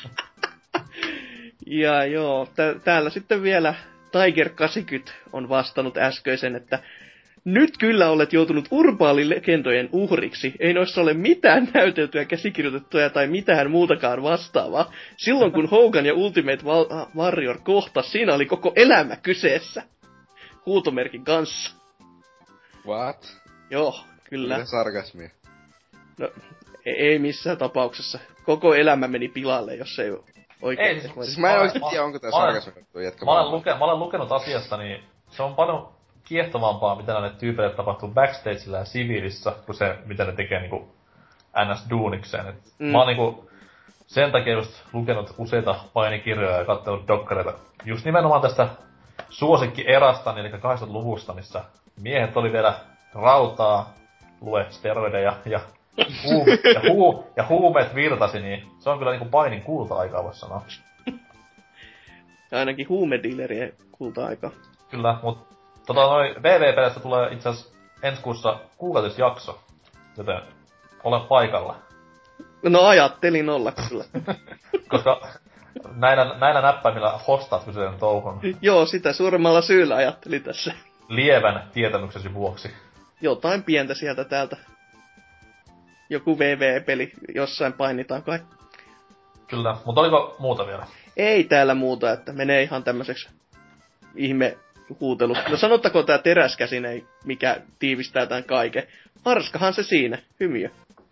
Ja joo, täällä sitten vielä Tiger 80 on vastannut äskeisen, että nyt kyllä olet joutunut urbaalilegendojen uhriksi. Ei noissa ole mitään näyteltyä, käsikirjoitettuja tai mitään muutakaan vastaavaa. Silloin kun Hogan ja Ultimate Warrior kohtas, siinä oli koko elämä kyseessä. Huutomerkin kanssa. What? Joo, kyllä. Mitä sarkasmia? No, ei missään tapauksessa. Koko elämä meni pilalle, jos ei oikein. Siis mä en oikein tiedä, onko tää sarkasmia tuo jätkä. Mä olen lukenut asiasta, niin se on paljon kiehtovampaa, mitä näille tyypeille tapahtuu backstagella ja siviilissä, kuin se, mitä ne tekee niinku NS-duunikseen. Mä oon niinku... sen takia just lukenut useita painikirjoja ja katsellut dokkareita. Just nimenomaan tästä suosikki-erasta, eli 80-luvusta, missä miehet oli vielä rautaa, lue steroideja ja huumeet virtasi, niin se on kyllä niinku painin kulta-aikaa, vois sanoa. Ainakin huumediilerien kulta-aika. Kyllä, mut VV-peleistä tulee itseasiassa ensi kuussa kuukautisjakso, joten olen paikalla. No ajattelin olla kyllä. Koska näillä näppäimillä hostaat kyseisen touhun. Joo, sitä suuremmalla syyllä ajattelin tässä. Lievän tietämyksesi vuoksi. Jotain pientä sieltä täältä. Joku VV-peli, jossain painitaan kai. Kyllä, mutta oliko muuta vielä? Ei täällä muuta, että menee ihan tämmöiseksi ihme huutelu. No sanottakoon tää teräskäsinen, mikä tiivistää tän kaiken. Arskahan se siinä, hymiö.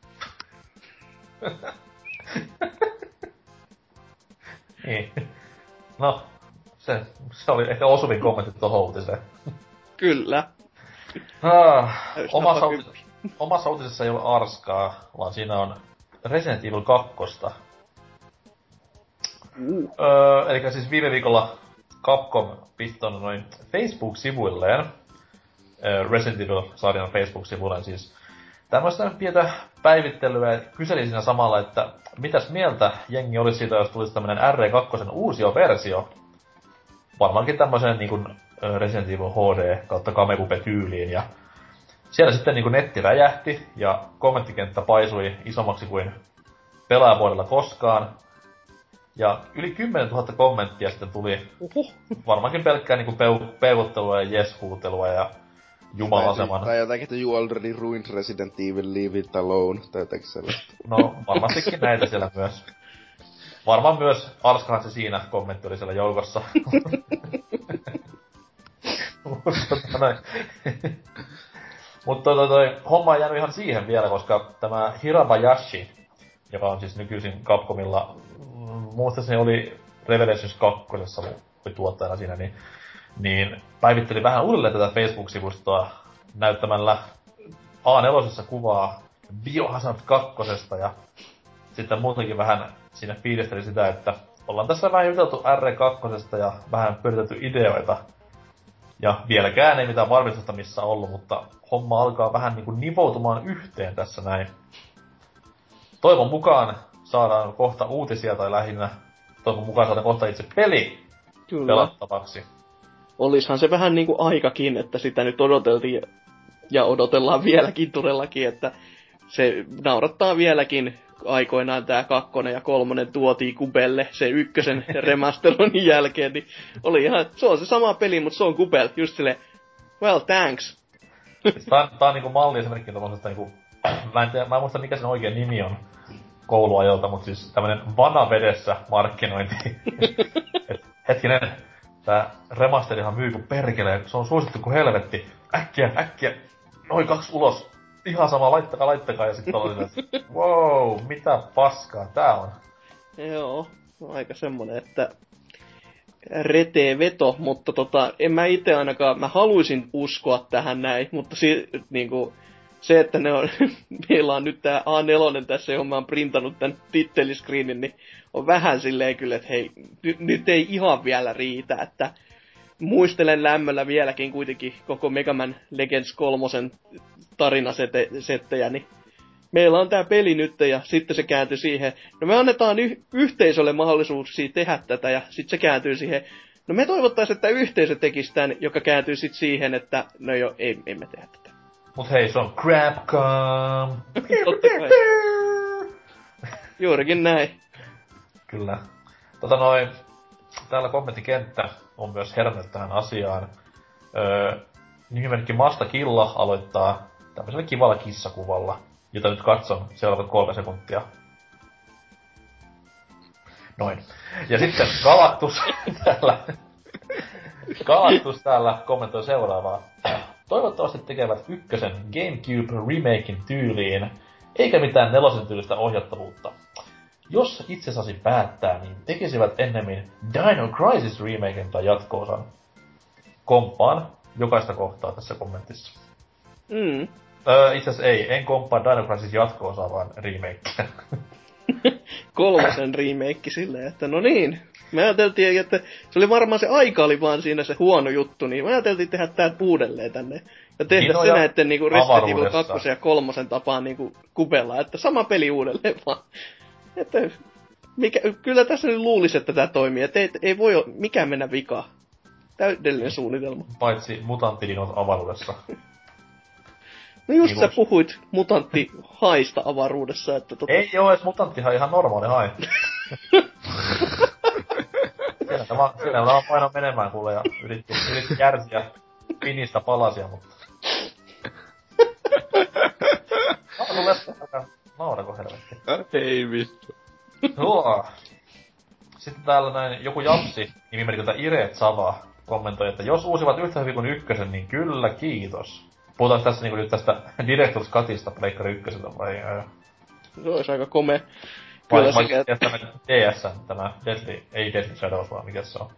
Niin. No, se oli ehkä osuvin kommentti tohon uutiseen. Kyllä. Omassa uutisessa ei ole arskaa, vaan siinä on Resident Evil 2. Eli siis viime viikolla Capcom piston noin Facebook-sivuilleen, Resident Evil-sarjan Facebook-sivuilleen siis, tämmöistä pientä päivittelyä, ja kyseli siinä samalla, että mitäs mieltä jengi olisi siitä, jos tulisi tämmönen RE2 uusioversio. Varmaankin tämmöiseen niinku Resident Evil HD kautta Kamekupe-tyyliin, ja siellä sitten niinku netti räjähti, ja kommenttikenttä paisui isommaksi kuin pelaajapuolella koskaan. Ja yli 10 000 kommenttia sitten tuli varmaankin pelkkää niinku peukuttelua ja jes-huutelua ja jumalaseman. Tai jotakin, että you already ruined Resident Evil, leave it alone, tai jotakin sellaista. No, varmastikin näitä siellä myös. Varmaan myös Arskahan se siinä kommentti oli siellä joukossa. Mutta toi homma ei jäänyt ihan siihen vielä, koska tämä Hirabayashi, joka on siis nykyisin Capcomilla, muistaakseni oli Revelations 2. oli tuottajana siinä, niin päivitteli vähän uudelleen tätä Facebook-sivustoa näyttämällä A4 kuvaa Biohazard 2. ja sitten muutenkin vähän siinä fiilisteli sitä, että ollaan tässä vähän juteltu R2 ja vähän pyöritetty ideoita. Ja vieläkään ei mitään varmistusta missä ollut, mutta homma alkaa vähän niinku nivoutumaan yhteen tässä näin. Toivon mukaan saadaan kohta uutisia tai lähinnä toivon mukaan saadaan kohta itse peli pelattavaksi. Olishan se vähän niinku aikakin, että sitä nyt odoteltiin ja odotellaan vieläkin todellakin, että se naurattaa vieläkin aikoinaan tää 2 ja 3 tuotiin Kubelle se 1 remasteroinnin jälkeen, niin oli ihan, se on se sama peli, mutta se on Kubel, just silleen, well thanks. Tää on niinku malliesimerkki tommosesta niinku, mä en muista mikä sen oikea nimi on kouluajolta, mutta siis tämmönen vanavedessä markkinointi. Hetkinen, tää remasterihan myy kuin perkelee, se on suosittu kuin helvetti. Äkkiä, noin 2 ulos. Ihan sama, laittakaa ja sitten oli että wow, mitä paskaa tää on. Joo, aika semmonen, että retee veto, mutta en mä ite ainakaan, mä haluaisin uskoa tähän näin, mutta niinku, se, että ne on, meillä on nyt tää A4 tässä, johon mä oon printannut tän titteliskriinin, niin on vähän silleen kyllä, että hei, nyt ei ihan vielä riitä, että muistelen lämmöllä vieläkin kuitenkin koko Mega Man Legends 3 tarinasettejä, niin meillä on tää peli nyt, ja sitten se kääntyy siihen, no me annetaan yhteisölle mahdollisuuksia tehdä tätä, ja sitten se kääntyy siihen, no me toivottaisiin, että yhteisö tekisi tän, joka kääntyy sitten siihen, että no joo, ei me tehdä tätä. Mut hei, se on Crapcom! Juurikin näin. Kyllä. Täällä kommenttikenttä on myös herännyt tähän asiaan. Nimimerkki Masta Killa aloittaa tämmöisellä kivalla kissakuvalla, jota nyt katson seuraavat 3 sekuntia. Noin. Ja sitten Galactus täällä kommentoi seuraavaa. Toivottavasti tekevät 1 GameCube remakein tyyliin, eikä mitään 4 tyylistä ohjattavuutta. Jos itse saisi päättää, niin tekisivät ennemmin Dino Crisis remaken tai jatko-osan. Komppaan jokaista kohtaa tässä kommentissa. Itse asiassa en komppaa Dino Crisis jatko-osaa, vaan remakea. kolmosen remake silleen, että no niin. Me ajateltiin, että se oli varmaan se aika oli vaan siinä se huono juttu, niin me ajateltiin tehdä tää uudelleen tänne. Ja tehdä se näitten niinku Resident Evil 2 ja 3 tapaan niinku kupella, että sama peli uudelleen vaan. Että kyllä tässä nyt luulisi, että tää toimii, että ei voi mikään mennä vikaan. Täydellinen suunnitelma. Paitsi mutanttidinot avaruudessa. No just niin sä puhuit mutanttihaista avaruudessa, että Ei oo edes mutanttihai, ihan normaali hai. Siellä vaan paino menemään kuule ja yritti kärsiä pinistä palasia, mutta... Naurako helvetti? Ei vittu. Joo. Sitten täällä näin joku Japsi, nimimerkiltä Ireet Sava, kommentoi, että jos uusivat yhtä hyvin kuin ykkösen, niin kyllä kiitos. Puhutaan tässä niinku nyt tästä Director's Cutista Pleikkari ykköseltä vai... Se olisi aika komea. Kyllä sekä... Tämä DS, tämä Deadly, ei Deadly Shadows, vaan mikä se on?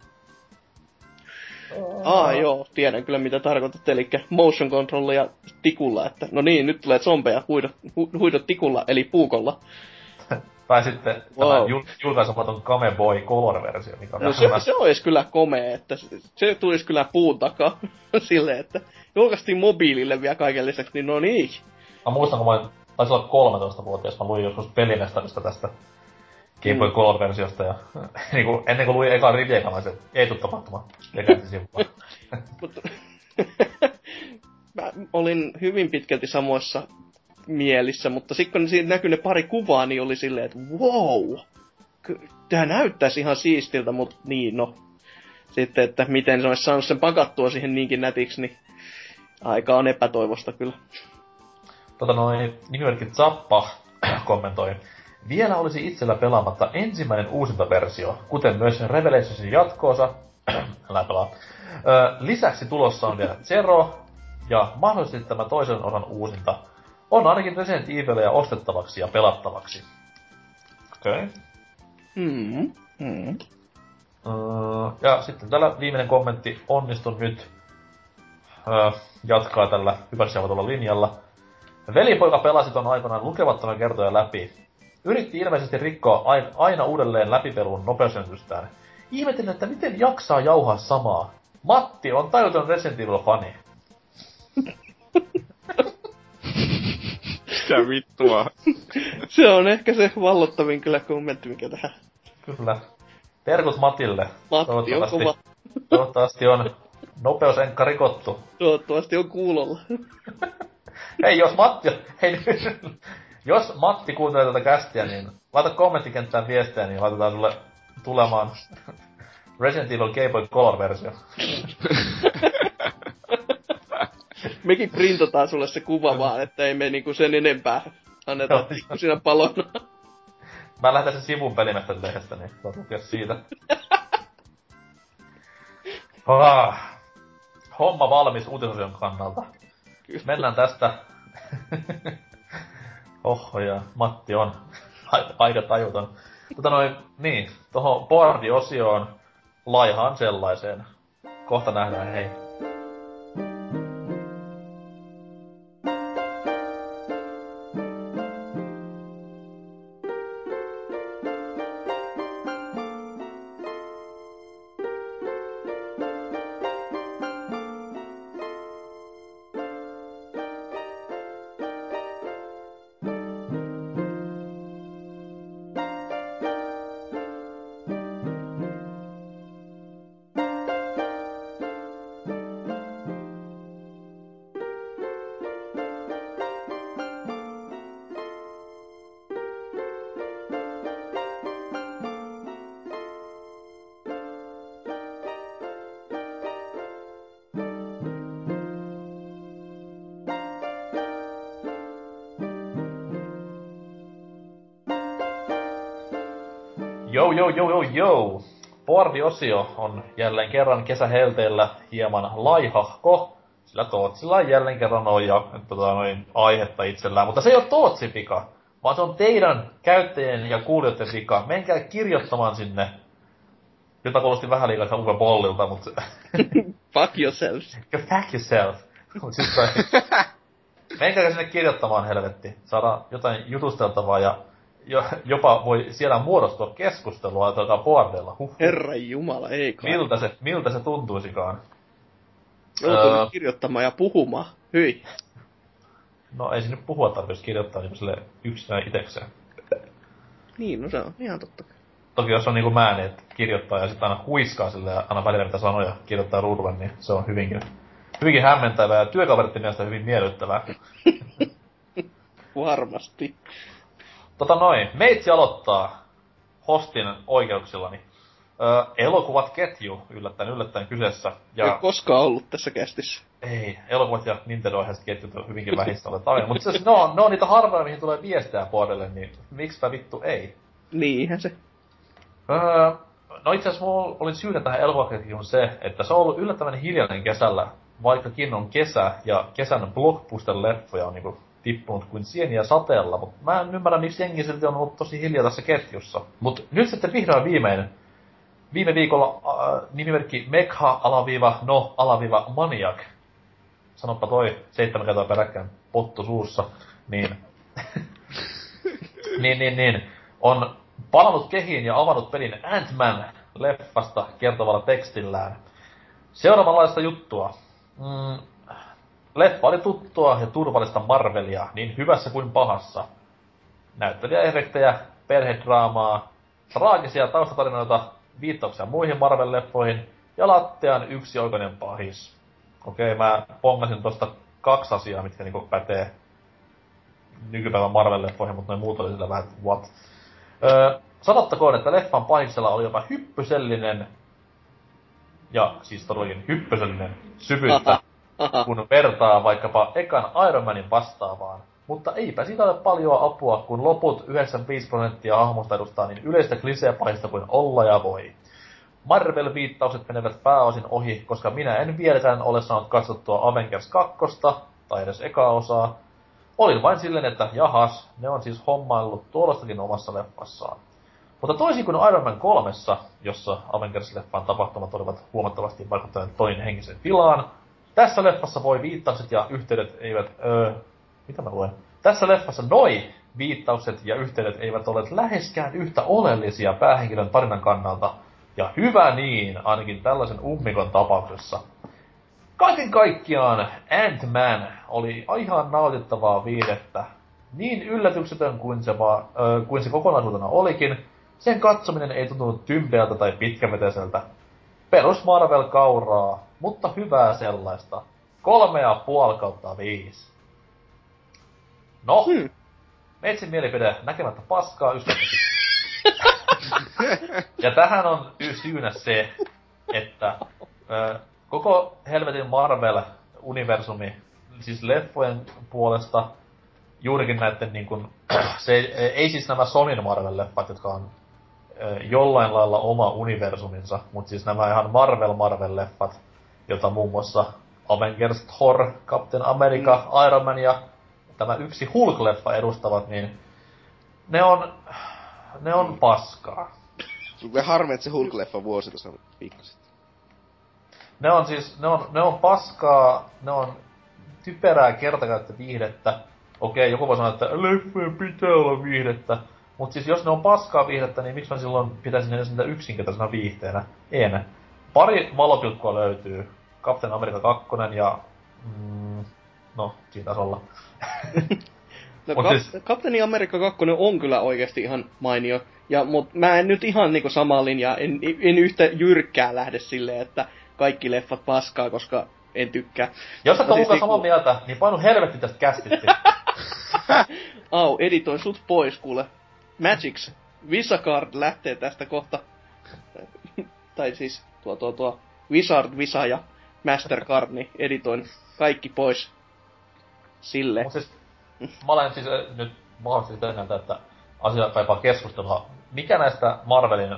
Joo, tiedän kyllä mitä tarkoitat, eli motion controllia tikulla, että no niin, nyt tulee zombeja, huidot tikulla, eli puukolla. Tai sitten tämä julkaisematon Game Boy Color-versio, mikä on... No se olisi kyllä komea, että se tulisi kyllä puun takaa silleen, että julkaistiin mobiilille vielä kaiken lisäksi, niin no niin. Mä muistan, kun mä taisi olla 13-vuotias, mä luin joskus pelimestarista tästä Game Boy Color-versiosta ja niinku, ennen kuin luin ekaan riviä, se ei tuu tapahtumaan. Lekäänti sivua. Mä olin hyvin pitkälti samoissa mielissä, mutta sitten kun siinä näkyi ne pari kuvaa, niin oli silleen, että wow! Tää näyttäisi ihan siistiltä, mutta niin no. Sitten, että miten se olisi saanut sen pakattua siihen niinkin nätiksi, niin aika on epätoivosta kyllä. Nimimerkki Zappa kommentoi. Vielä olisi itsellä pelaamatta ensimmäinen uusintaversio, kuten myös Revelationsin jatkoosa. Älä pelaa. Lisäksi tulossa on vielä Zero, ja mahdollisesti tämä toisen osan uusinta on ainakin Resident Evilia ostettavaksi ja pelattavaksi. Okei. Ja sitten täällä viimeinen kommentti. Onnistun nyt jatkaa tällä hyväksi avatulla linjalla. Velipoika pelasi ton aikanaan lukemattomia kertoja läpi. Yritti ilmeisesti rikkoa aina uudelleen läpipelun nopeusennätystään. Ihmettelin, että miten jaksaa jauhaa samaa. Matti on tajuton Resident Evil-fani. Mitä vittua? Se on ehkä se vallottavin kyllä kommentti, mikä tähän. Kyllä. Terkut Matille. Matti on kova. Toivottavasti on nopeusenkka rikottu. Toivottavasti on kuulolla. Hei, jos Matti kuuntelee tätä kästiä, niin laita kommenttikenttään viestejä, niin laitetaan sulle tulemaan Resident Evil Game Boy Color-versio. Mekin printataan sulle se kuva vaan, että ei me niinku sen enempää anneta siinä palona. Mä lähetän sen sivun pelimästä lehdestä, niin saat lukea siitä. Homma valmis uutisosion kannalta. Mennään tästä. Oho, ja Matti on aika tajuton. Niin, tohon boardi-osioon laihaan sellaiseen. Kohta nähdään, hei. Joo. Boardi-osio on jälleen kerran kesähelteellä hieman laihahko, sillä Tootsilla on jälleen kerran aihetta itsellään. Mutta se ei ole Tootsin vika, vaan se on teidän käyttäjien ja kuulijoiden vika. Menkää kirjoittamaan sinne. Jota kuulosti vähän liikaa Uwe Bollilta, mutta... Fuck yourself. Fuck yourself. Menkää sinne kirjoittamaan, helvetti. Saadaan jotain jutusteltavaa ja jopa voi siellä muodostua keskustelua boardilla. Herran jumala, ei kai. Miltä se tuntuisikaan? Joutuu nyt kirjoittamaan ja puhumaan. Hyi. No ei sinne puhua tarvitsisi kirjoittaa niin sille yksinään itekseen. Niin, no se on ihan totta. Toki jos on niinku mä, niin että kirjoittaa ja sitten aina huiskaa sille ja aina välillä mitä sanoja kirjoittaa ruudulle, niin se on hyvinkin hämmentävää ja työkaverit mielestä hyvin miellyttävää. Varmasti. Meitsi aloittaa hostin oikeuksillani. Elokuvat ketju, yllättäen kyseessä. Ja... Ei koskaan ollut tässä kästissä. Ei, elokuvat ja Nintendo-aiheesta ketjut on hyvinkin vähistä olleet aina. Mutta siis ne on niitä harvoja, mihin tulee viestejä puolelle, niin miksipä vittu ei? Niinhän se. No itse asiassa mulla oli syytä tähän elokuvaketjuun se, että se on ollut yllättävän hiljainen kesällä, vaikkakin on kesä ja kesän blockbuster-leffoja on niinku tippunut kuin sieniä sateella, mutta mä en ymmärrä, miksi jengi silti on ollut tosi hiljaa tässä ketjussa. Mut nyt sitten vihdoin viimein, viime viikolla nimimerkki Mekha-No-Maniac, sanoppa toi 7 kertaa peräkkäin pottu suussa, niin, on palannut kehiin ja avannut pelin Ant-Man-leffasta kertovalla tekstillään. Seuraavanlaista juttua. Leffa oli tuttua ja turvallista Marvelia, niin hyvässä kuin pahassa. Näyttelijäefektejä, perhedraamaa, traagisia taustatarinoita, viittauksia muihin Marvel-leffoihin ja lattean yksioikoinen pahis. Okei, mä pongasin tosta 2 asiaa, mitkä niinku pätee nykypäivän Marvel-leffoihin, mutta noin muut oli sillä vähän what. Sanottakoon, että leffan pahiksella oli jopa hyppysellinen, ja siis todellakin hyppysellinen syvyyttä, kun vertaa vaikkapa ekan Iron Manin vastaavaan. Mutta eipä siitä ole paljoa apua, kun loput 95% hahmosta edustaa niin yleistä kliseepahista kuin olla ja voi. Marvel-viittaukset menevät pääosin ohi, koska minä en vieläkään ole saanut katsottua Avengers 2, tai edes ekaa osaa. Olin vain silleen, että jahas, ne on siis hommaillut tuollastakin omassa leffassaan. Mutta toisin kuin Iron Man 3, jossa Avengers-leffan tapahtumat olivat huomattavasti vaikuttaneet toinen henkisen tilaan, tässä leffassa voi viittaukset ja yhteydet eivät... mitä mä luen? Tässä leffassa viittaukset ja yhteydet eivät ole läheskään yhtä oleellisia päähenkilön tarinan kannalta. Ja hyvä niin, ainakin tällaisen ummikon tapauksessa. Kaiken kaikkiaan Ant-Man oli ihan nautittavaa viihdettä. Niin yllätyksetön kuin se kokonaisuutena olikin, sen katsominen ei tuntunut tympeältä tai pitkäveteiseltä. Perus Marvel-kauraa, mutta hyvää sellaista. 3,5/5. No, meitsin mielipide näkemättä paskaa ystävästi. Ja tähän on syynä se, että koko helvetin Marvel-universumi, siis leffojen puolesta, juurikin näitten niin kuin, ei siis nämä Sonyn Marvel-leffat, jotka on jollain lailla oma universuminsa, mutta siis nämä ihan Marvel-leffat, jota muun muassa Avengers, Thor, Captain America, Iron Man ja tämä yksi Hulk-leffa edustavat, niin ne on paskaa. Sulle harmi, että se Hulk-leffa vuosi tuossa viikko sitten. Ne on paskaa, ne on typerää kertakäyttöviihdettä. Okei, joku voi sanoa, että leffojen pitää olla viihdettä. Mut siis jos ne on paskaa viihdettä, niin miksi mä silloin pitäisin edes niitä yksinkertaisena viihteenä? En. Pari valopilkkua löytyy. Captain America 2 ja... no, siinä taisi olla. No, Captain America 2 on kyllä oikeesti ihan mainio. Mut mä en nyt ihan niinku samaa linjaa, en yhtä jyrkkää lähde silleen, että kaikki leffat paskaa, koska en tykkää. Jos et ole mukaan samaa mieltä, niin painu helvetti tästä kästitti. Editoin sut pois, kuule. Magics. Visacard lähtee tästä kohta. Tai siis tuo Wizard, Visa ja Mastercard, niin editoin kaikki pois. Sille. Mut siis, mä olen siis nyt mahdollisesti sitä mieltä, että asia kaipaa keskustelua. Mikä näistä Marvelin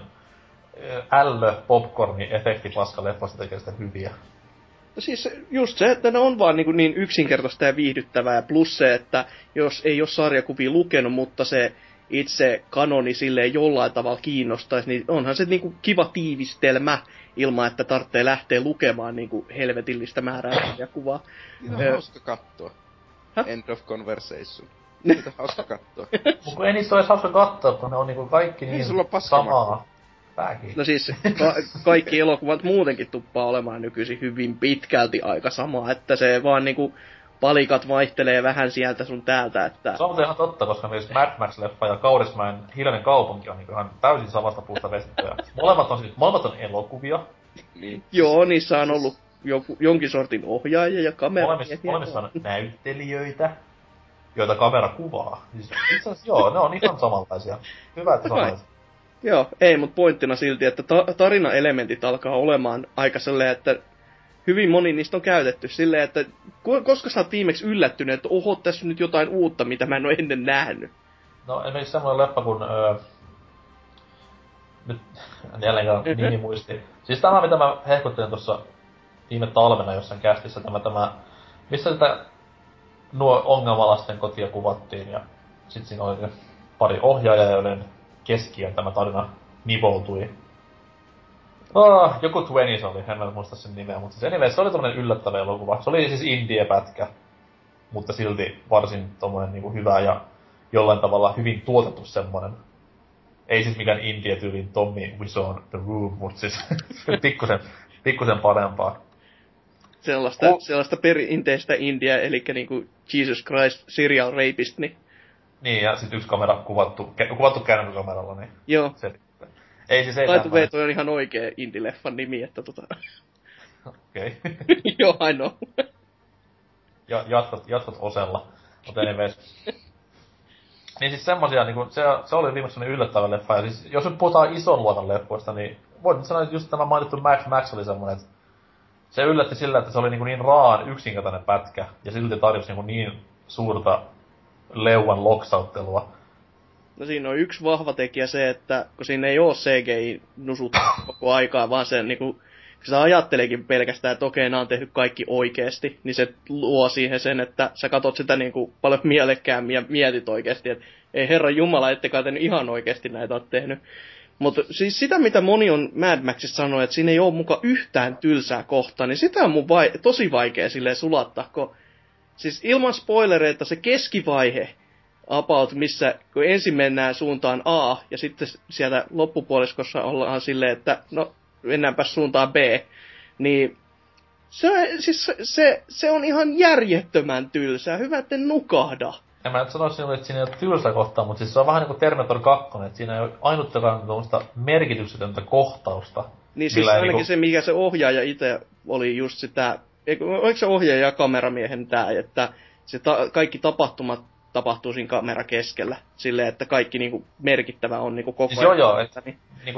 popcorni-efektipaska-leffasta tekee sitä hyviä? Siis just se, että ne on vaan niin yksinkertaista ja viihdyttävää. Plus se, että jos ei ole sarjakuvia lukenut, mutta se itse kanoni silleen jollain tavalla kiinnostaisi, niin onhan se niinku kiva tiivistelmä ilman, että tarvitsee lähteä lukemaan niinku helvetillistä määrää sarjakuvaa. Ihan hauska kattoa. End of conversation. Niitä on hauska kattoo. Mut kun ei niistä oo edes hauska kattoo, kun ne on niinku kaikki niin sulla on samaa. Väki. No siis, kaikki elokuvat muutenkin tuppaa olemaan nykyisin hyvin pitkälti aika samaa, että se vaan niinku palikat vaihtelee vähän sieltä sun täältä, että... Se on ihan totta, koska myös Mad Max-leffa ja Kaurismäen Hiljainen kaupunki on niinku ihan täysin samasta puusta vestettyjä. Molemmat on elokuvia. Niin. Joo, niissä on ollut jonkin sortin ohjaaja ja kamera. Molemmissa on näyttelijöitä, joita kamera kuvaa. Siis itse asiassa joo, ne on ihan samanlaisia. Hyvä, että samanlaisia. Joo, ei, mut pointtina silti, että tarinaelementit alkaa olemaan aika silleen, että hyvin moni niistä on käytetty silleen, että koska sä oot viimeksi yllättynyt, että oho, tässä on nyt jotain uutta, mitä mä en oo ennen nähnyt. No esimerkiksi semmoinen leppa kun... nyt jälleen nimi muisti. Siis tämä, mitä mä hehkuttelin tuossa viime talvena jossain kästissä, tämä missä sitä nuo ongelmalasten kotia kuvattiin, ja sit siinä oli pari ohjaajaa, joiden keskiön tämä tarina nivoutui. Joku Twenties oli, en mä muista sen nimeä, mutta siis anyway, se oli tommonen yllättävä elokuva. Se oli siis indie-pätkä, mutta silti varsin tommonen niinku hyvä ja jollain tavalla hyvin tuotettu semmonen. Ei siis mikään indie-tyylin Tommy Wiseau The Room, mutta siis pikkusen parempaa. Sellaista perinteistä India, eli niinku Jesus Christ serial rapist, niin... Niin, ja sit yksi kamera kuvattu kännykkäkameralla, niin... Joo. Se, ei siis ei Laitu V, toi on ihan oikee indie-leffan nimi, että Okei. Joo, I know. Jatkot osella. Mutta anyways. Niin siis semmosia, niinku, se oli viimeksi sellainen yllättävä leffa, ja siis jos nyt puhutaan ison luokan leffoista, niin voin nyt sanoa, että just tämä mainittu Mad Max oli semmonen, että se yllätti sillä, että se oli niin raan yksinkertainen pätkä, ja silti tarjosi niin suurta leuan loksauttelua. No siinä on yksi vahva tekijä se, että kun siinä ei oo CGI-nusut koko aikaa, vaan se niinku, kun sä ajatteleekin pelkästään, että okei, nää on tehnyt kaikki oikeesti, niin se luo siihen sen, että sä katot sitä niinku paljon mielekkäämmin ja mietit oikeesti, että ei herran jumala, ettekä te ihan oikeesti näitä oot tehnyt. Mutta siis sitä, mitä moni on Mad Maxissa sanonut, että siinä ei oo muka yhtään tylsää kohtaa, niin sitä on mun tosi vaikea silleen sulattaa, kun siis ilman spoilereita se keskivaihe, about, missä kun ensin mennään suuntaan A, ja sitten sieltä loppupuoliskossa ollaan silleen, että no, mennäänpä suuntaan B, niin se on ihan järjettömän tylsää. Hyvä, etten nukahda. En mä nyt sanois sinulle, että siinä ei oo tylsä kohtaa, mutta siis se on vähän niinku Terminator 2, että siinä ei oo ainuttakaan tuommoista merkityksetöntä kohtausta. Niin siis ainakin niinku... se, mikä se ohjaaja itse oli just sitä, oliko se ohjaaja ja kameramiehen tää, että se kaikki tapahtumat tapahtuu siinä kamera keskellä. Silleen, että kaikki niinku merkittävä on niinku koko siis ajan. Joo, että niin, niinku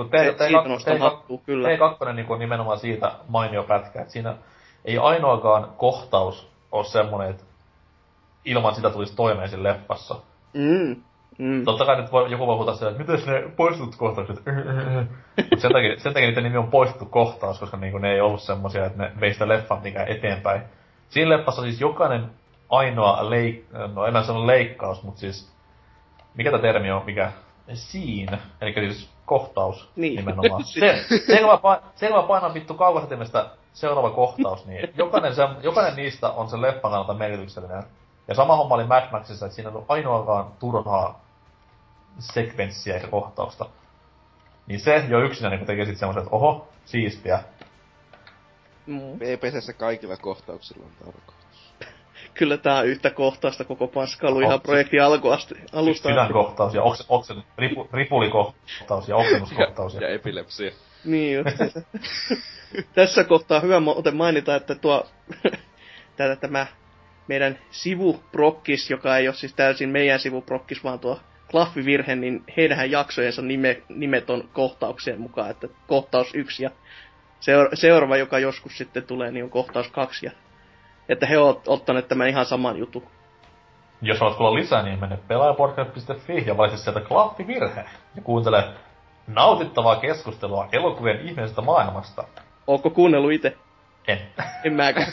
T2 niinku on nimenomaan siitä mainio pätkä, että siinä ei ainoakaan kohtaus oo semmonen, että ilman sitä tulisi toimeen siinä leffassa. Totta kai nyt joku voi huutaa sitä, että mites ne poistutut kohtaukset? Mut sen takia niiden nimi on poistettu kohtaus, koska niinku ne ei ollut semmosia, että ne vei sitä leffan mikään eteenpäin. Siinä leffassa siis jokainen ainoa no en mä sano leikkaus, mut siis mikä tää termi on, mikä scene, elikkä siis kohtaus niin. Nimenomaan. Se kun mä painan vittu kaukosetimestä seuraava kohtaus, niin jokainen niistä on sen leffan kannalta merkityksellinen. Ja sama homma oli Mad Maxissa, että siinä ei ollut ainoakaan turhaa sekvenssiä eikä kohtausta. Niin se jo yksinä niin tekee sit semmosen, että oho, siistiä. PPC:ssä kaikilla kohtauksilla on tarkoitus. Kyllä tää on yhtä kohtausta koko paskailu ihan projektin alusta. Sydänkohtaus ja ripulikohtaus ja oksennuskohtaus. Ja epilepsia. Niin just. Tässä kohtaa hyvä mainita, että tämä meidän sivuprokkis, joka ei ole siis täysin meidän sivuprokkis, vaan tuo Klaffivirhe, niin heidänhän jaksojensa nimet on kohtauksien mukaan, että kohtaus 1 ja seuraava, joka joskus sitten tulee, niin on kohtaus 2. Ja, että he ovat ottaneet tämän ihan saman jutun. Jos haluat kuulla lisää, niin mene pelaajapodcast.fi ja valitse sieltä Klaffivirhe ja kuuntele nautittavaa keskustelua elokuvien ihmeellisestä maailmasta. Ootko kuunnellut itse? En mäkään.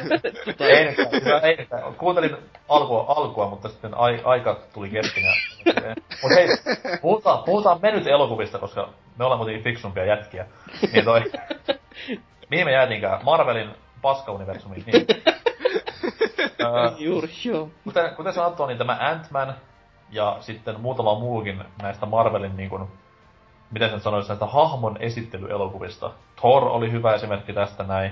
Ei, kuuntelin alkua, mutta sitten aika tuli kesken. Mut hei, puhutaan me nyt elokuvista, koska me ollaan kuitenkin fiksumpia jätkiä. Niin mihin me jäätiinkään? Marvelin paska-universumiin, niin. Juuri, joo. Kuten sanottu, niin tämä Ant-Man ja sitten muutama muukin näistä Marvelin niin kuin, miten sen sanoisi, näistä hahmon esittelyelokuvista. Thor oli hyvä esimerkki tästä näin.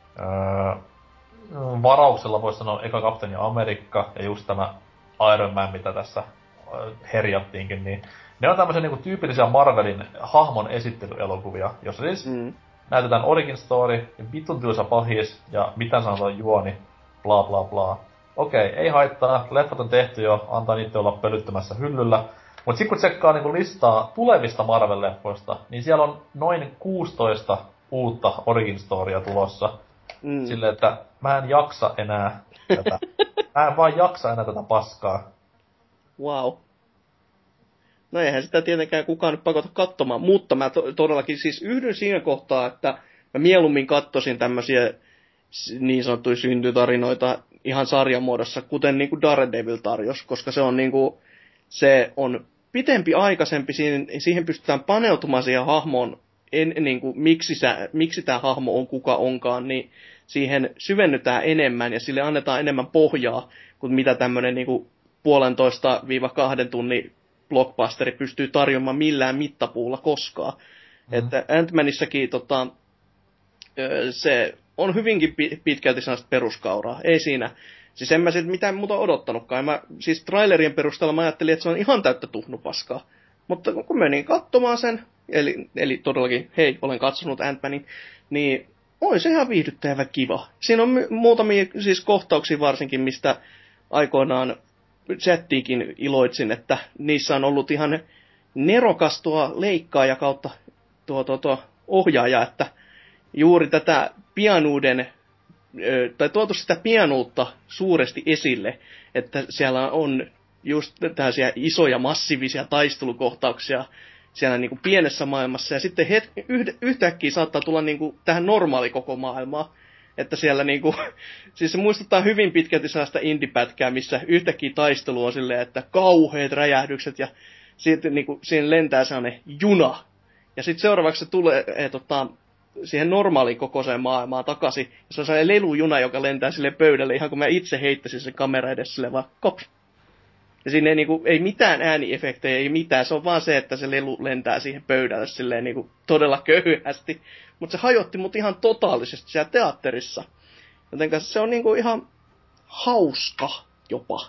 Varauksella voisi sanoa eka Kapteeni Amerikka ja just tämä Iron Man, mitä tässä herjattiinkin, niin ne on tämmöisiä niinku tyypillisiä Marvelin hahmon esittelyelokuvia, jossa siis näytetään origin story, vitun tylsä pahis ja mitä sanotaan juoni, bla bla bla. Okei, ei haittaa, leffat on tehty jo, antaa niitä olla pölyttämässä hyllyllä. Mut sit kun tsekkaa niinku listaa tulevista Marvel-leffoista, niin siellä on noin 16 uutta origin storya tulossa. Silleen, että mä en jaksa enää tätä. Mä en vaan jaksa enää tätä paskaa. Wow. No eihän sitä tietenkään kukaan nyt pakota katsomaan, mutta mä todellakin siis yhdyn siinä kohtaa, että mä mieluummin katsoisin tämmöisiä niin sanottuja syntytarinoita ihan sarjamuodossa, kuten niinku Daredevil tarjosi, koska se on niinku, se on pitempi aikaisempi, siihen pystytään paneutumaan siihen hahmoon, niinku, miksi tämä hahmo on kuka onkaan, niin siihen syvennytään enemmän ja sille annetaan enemmän pohjaa, kuin mitä tämmöinen niinku 1,5–2 tunnin blockbusteri pystyy tarjoamaan millään mittapuulla koskaan. Että Ant-Manissakin se on hyvinkin pitkälti sellaista peruskauraa. Ei siinä. Siis en mä sit mitään muuta odottanutkaan. Siis trailerien perusteella mä ajattelin, että se on ihan täyttä tuhnupaskaa. Mutta kun menin katsomaan sen, eli todellakin, hei, olen katsonut Ant-Manin, niin oli se ihan viihdyttävä kiva. Siinä on muutamia siis kohtauksia varsinkin, mistä aikoinaan chattiikin iloitsin, että niissä on ollut ihan nerokas tuo leikkaaja kautta tuo ohjaaja, että juuri tätä pianuuden, tai tuotu sitä pianuutta suuresti esille, että siellä on just tällaisia isoja massiivisia taistelukohtauksia siellä niin kuin pienessä maailmassa, ja sitten yhtäkkiä saattaa tulla niin kuin tähän normaali koko maailmaa, että siellä niinku, siis se muistuttaa hyvin pitkälti sellaista indie-pätkää, missä yhtäkkiä taistelu on silleen, että kauheat räjähdykset, ja sitten niinku, siinä lentää sellainen juna, ja sitten seuraavaksi se tulee siihen normaaliin kokoiseen maailmaan takaisin, ja se on sellainen lelujuna, joka lentää sille pöydälle, ihan kun mä itse heittäisin sen kamera edessä silleen vaan kops. Ja siinä ei, niinku, ei mitään ääniefektejä, ei mitään, se on vaan se, että se lelu lentää siihen pöydälle silleen niinku, todella köyhästi. Mutta se hajotti mut ihan totaalisesti siellä teatterissa. Jotenka se on niinku ihan hauska jopa.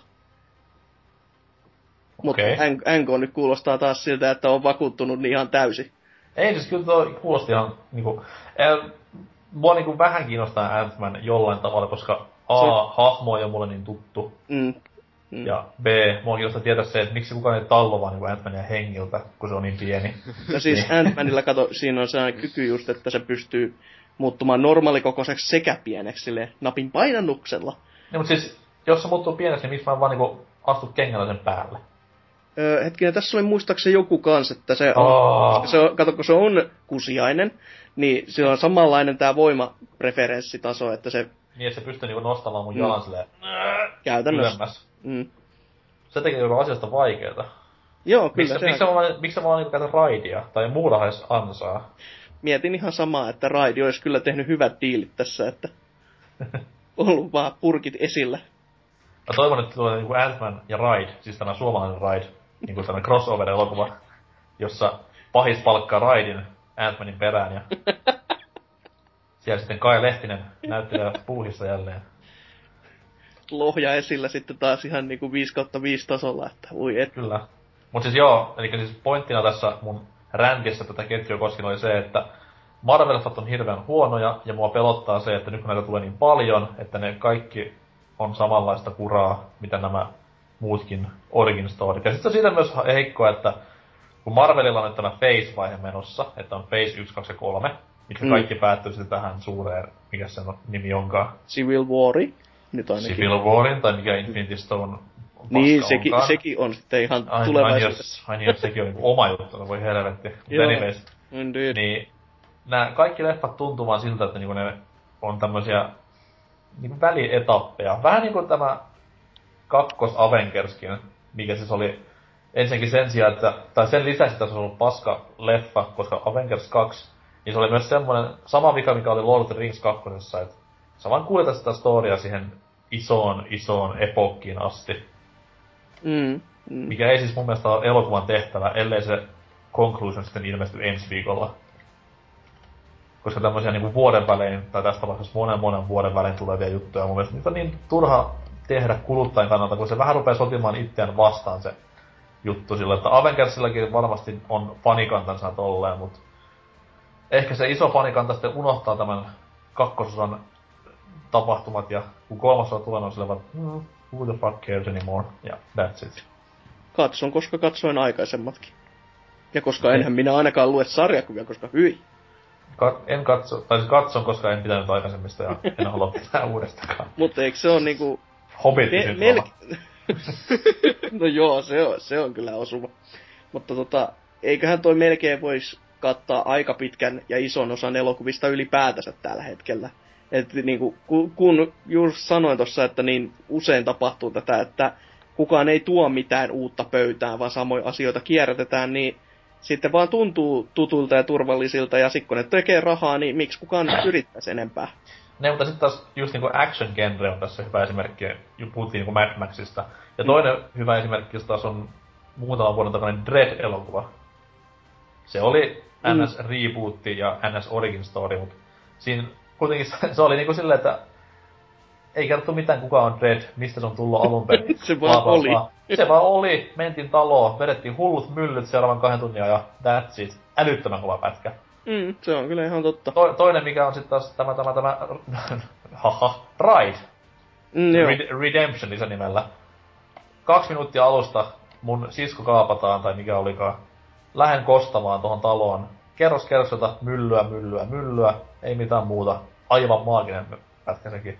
Mutta NK nyt kuulostaa taas siltä, että on vakuuttunut niin ihan täysin. Ei, siis kyllä tuo kuulosti ihan niinku... mua niinku vähän kiinnostaa Ant-Man jollain tavalla, koska hahmo ei ole mulle niin tuttu. Ja B, mua kiinnostaa tietää se, että miksi kukaan ei tallovaa niinku Ant-Mania hengiltä, kun se on niin pieni. No siis Ant-Manilla, kato, siinä on sellainen kyky just, että se pystyy muuttumaan normaalikokoiseksi sekä pieneksi silleen napin painannuksella. Niin, mut siis, jos se muuttuu pieneksi, niin miksi mä vaan niinku astut kengällä sen päälle? Hetkinen, tässä oli muistaakseni joku kans, että se on, kato, kun se on kusiainen, niin se on samanlainen tää voimapreferenssitaso, että se... Niin, että se pystyy niinku nostamaan mun jalan silleen... Käytännössä. Se tekee joku asiasta vaikeeta. Joo, kyllä miksi mä vaan niinku käytän raidia? Tai muulla edes ansaa? Mietin ihan samaa, että raidi olisi kyllä tehnyt hyvät diilit tässä, että... ollut vaan purkit esillä. Mä toivon, että tulee niinku Ant-Man ja Raid, siis tämä suomalainen Raid, niinku tämä crossover-elokuva, jossa pahis palkkaa Raidin Ant-Manin perään ja siellä sitten Kai Lehtinen näyttelee puuhissa jälleen. Lohja esillä sitten taas ihan niinku 5/5 tasolla, että ui et. Kyllä. Mut siis joo, eli siis pointtina tässä mun räntissä tätä ketjua koskien oli se, että Marvel-leffat on hirveän huonoja, ja mua pelottaa se, että nyt kun näitä tulee niin paljon, että ne kaikki on samanlaista kuraa, mitä nämä muutkin origin storyt. Ja sitten on siitä myös heikkoa, että kun Marvelilla on nyt tämä Phase-vaihe menossa, että on Phase 1, 2 ja 3, mitkä kaikki päättyy sitten tähän suureen, mikä sen nimi onkaan? Civil War, nyt ainakin. Civil Warin, tai mikä Infinity Stone niin, sekin on sitten ihan tulevaisuudessa. Ai niin, sekin on niinku oma juttu, voi helvetti. Anyways, niin nää kaikki leffat tuntuu vaan siltä, että niinku ne on tämmösiä niinku välietappeja. Vähän niinku tämä kakkos Avengerskin, mikä siis oli ensinnäkin sen sijaan, että, tai sen lisäksi, että se on ollut paska leffa, koska Avengers 2, niin se oli myös semmoinen sama vika, mikä oli Lord of the Rings 2, että sä vaan kuljetat sitä storya siihen isoon epokkiin asti. Mikä ei siis mun mielestä ole elokuvan tehtävä, ellei se conclusion sitten ilmesty ensi viikolla. Koska tämmösiä niinku vuoden välein, tai tässä tapauksessa monen vuoden välein tulevia juttuja, mun mielestä niitä on niin turha tehdä kuluttajan kannalta, kun se vähän rupee sotimaan itseään vastaan se juttu sillä, että Avengersillakin varmasti on fanikantansa tolleen, mut ehkä se iso fanikanta sitten unohtaa tämän kakkososan tapahtumat, ja kun kolmasosa tulee, on silleen, että who the fuck cares anymore, ja that's it. Katson, koska katsoin aikaisemmatkin. Ja koska enhän minä ainakaan lue sarjakuvia, koska hyi. En katso, tai siis katson, koska en pitänyt aikaisemmista, ja en halua pitää uudestakaan. Mutta eikö se on niinku... Hobbit-syndrooma. No joo, se on kyllä osuva. Mutta eiköhän toi melkein vois kattaa aika pitkän ja ison osan elokuvista ylipäätänsä tällä hetkellä. Et niinku, kun just sanoin tossa, että niin usein tapahtuu tätä, että kukaan ei tuo mitään uutta pöytään, vaan samoja asioita kierrätetään, niin sitten vaan tuntuu tutulta ja turvallisilta, ja sit kun ne tekee rahaa, niin miksi kukaan yrittäisi enempää? Ne, mutta sitten taas just niinku action-genre on tässä hyvä esimerkki, puhuttiin niinku Mad Maxista. Ja toinen hyvä esimerkki taas on muutaman vuoden takainen Dread-elokuva. Se oli NS rebootti ja NS origin story, mutta siinä kuitenkin se oli niinku silleen, että ei kerrottu mitään kuka on Dread, mistä se on tullut alun perin. Se vaan oli. Se vaan oli, mentiin taloon, vedettiin hullut myllyt seuraavan 2 tunnia ja that's it. Älyttömän kova pätkä. Se on kyllä ihan totta. Toinen mikä on sitten taas tämä Ride. Redemption lisänimellä. 2 minuuttia alusta mun sisko kaapataan, tai mikä olikaan. Lähden kostamaan tohon taloon. Kerrokselta myllyä, ei mitään muuta. Aivan maaginen pätkä sekin.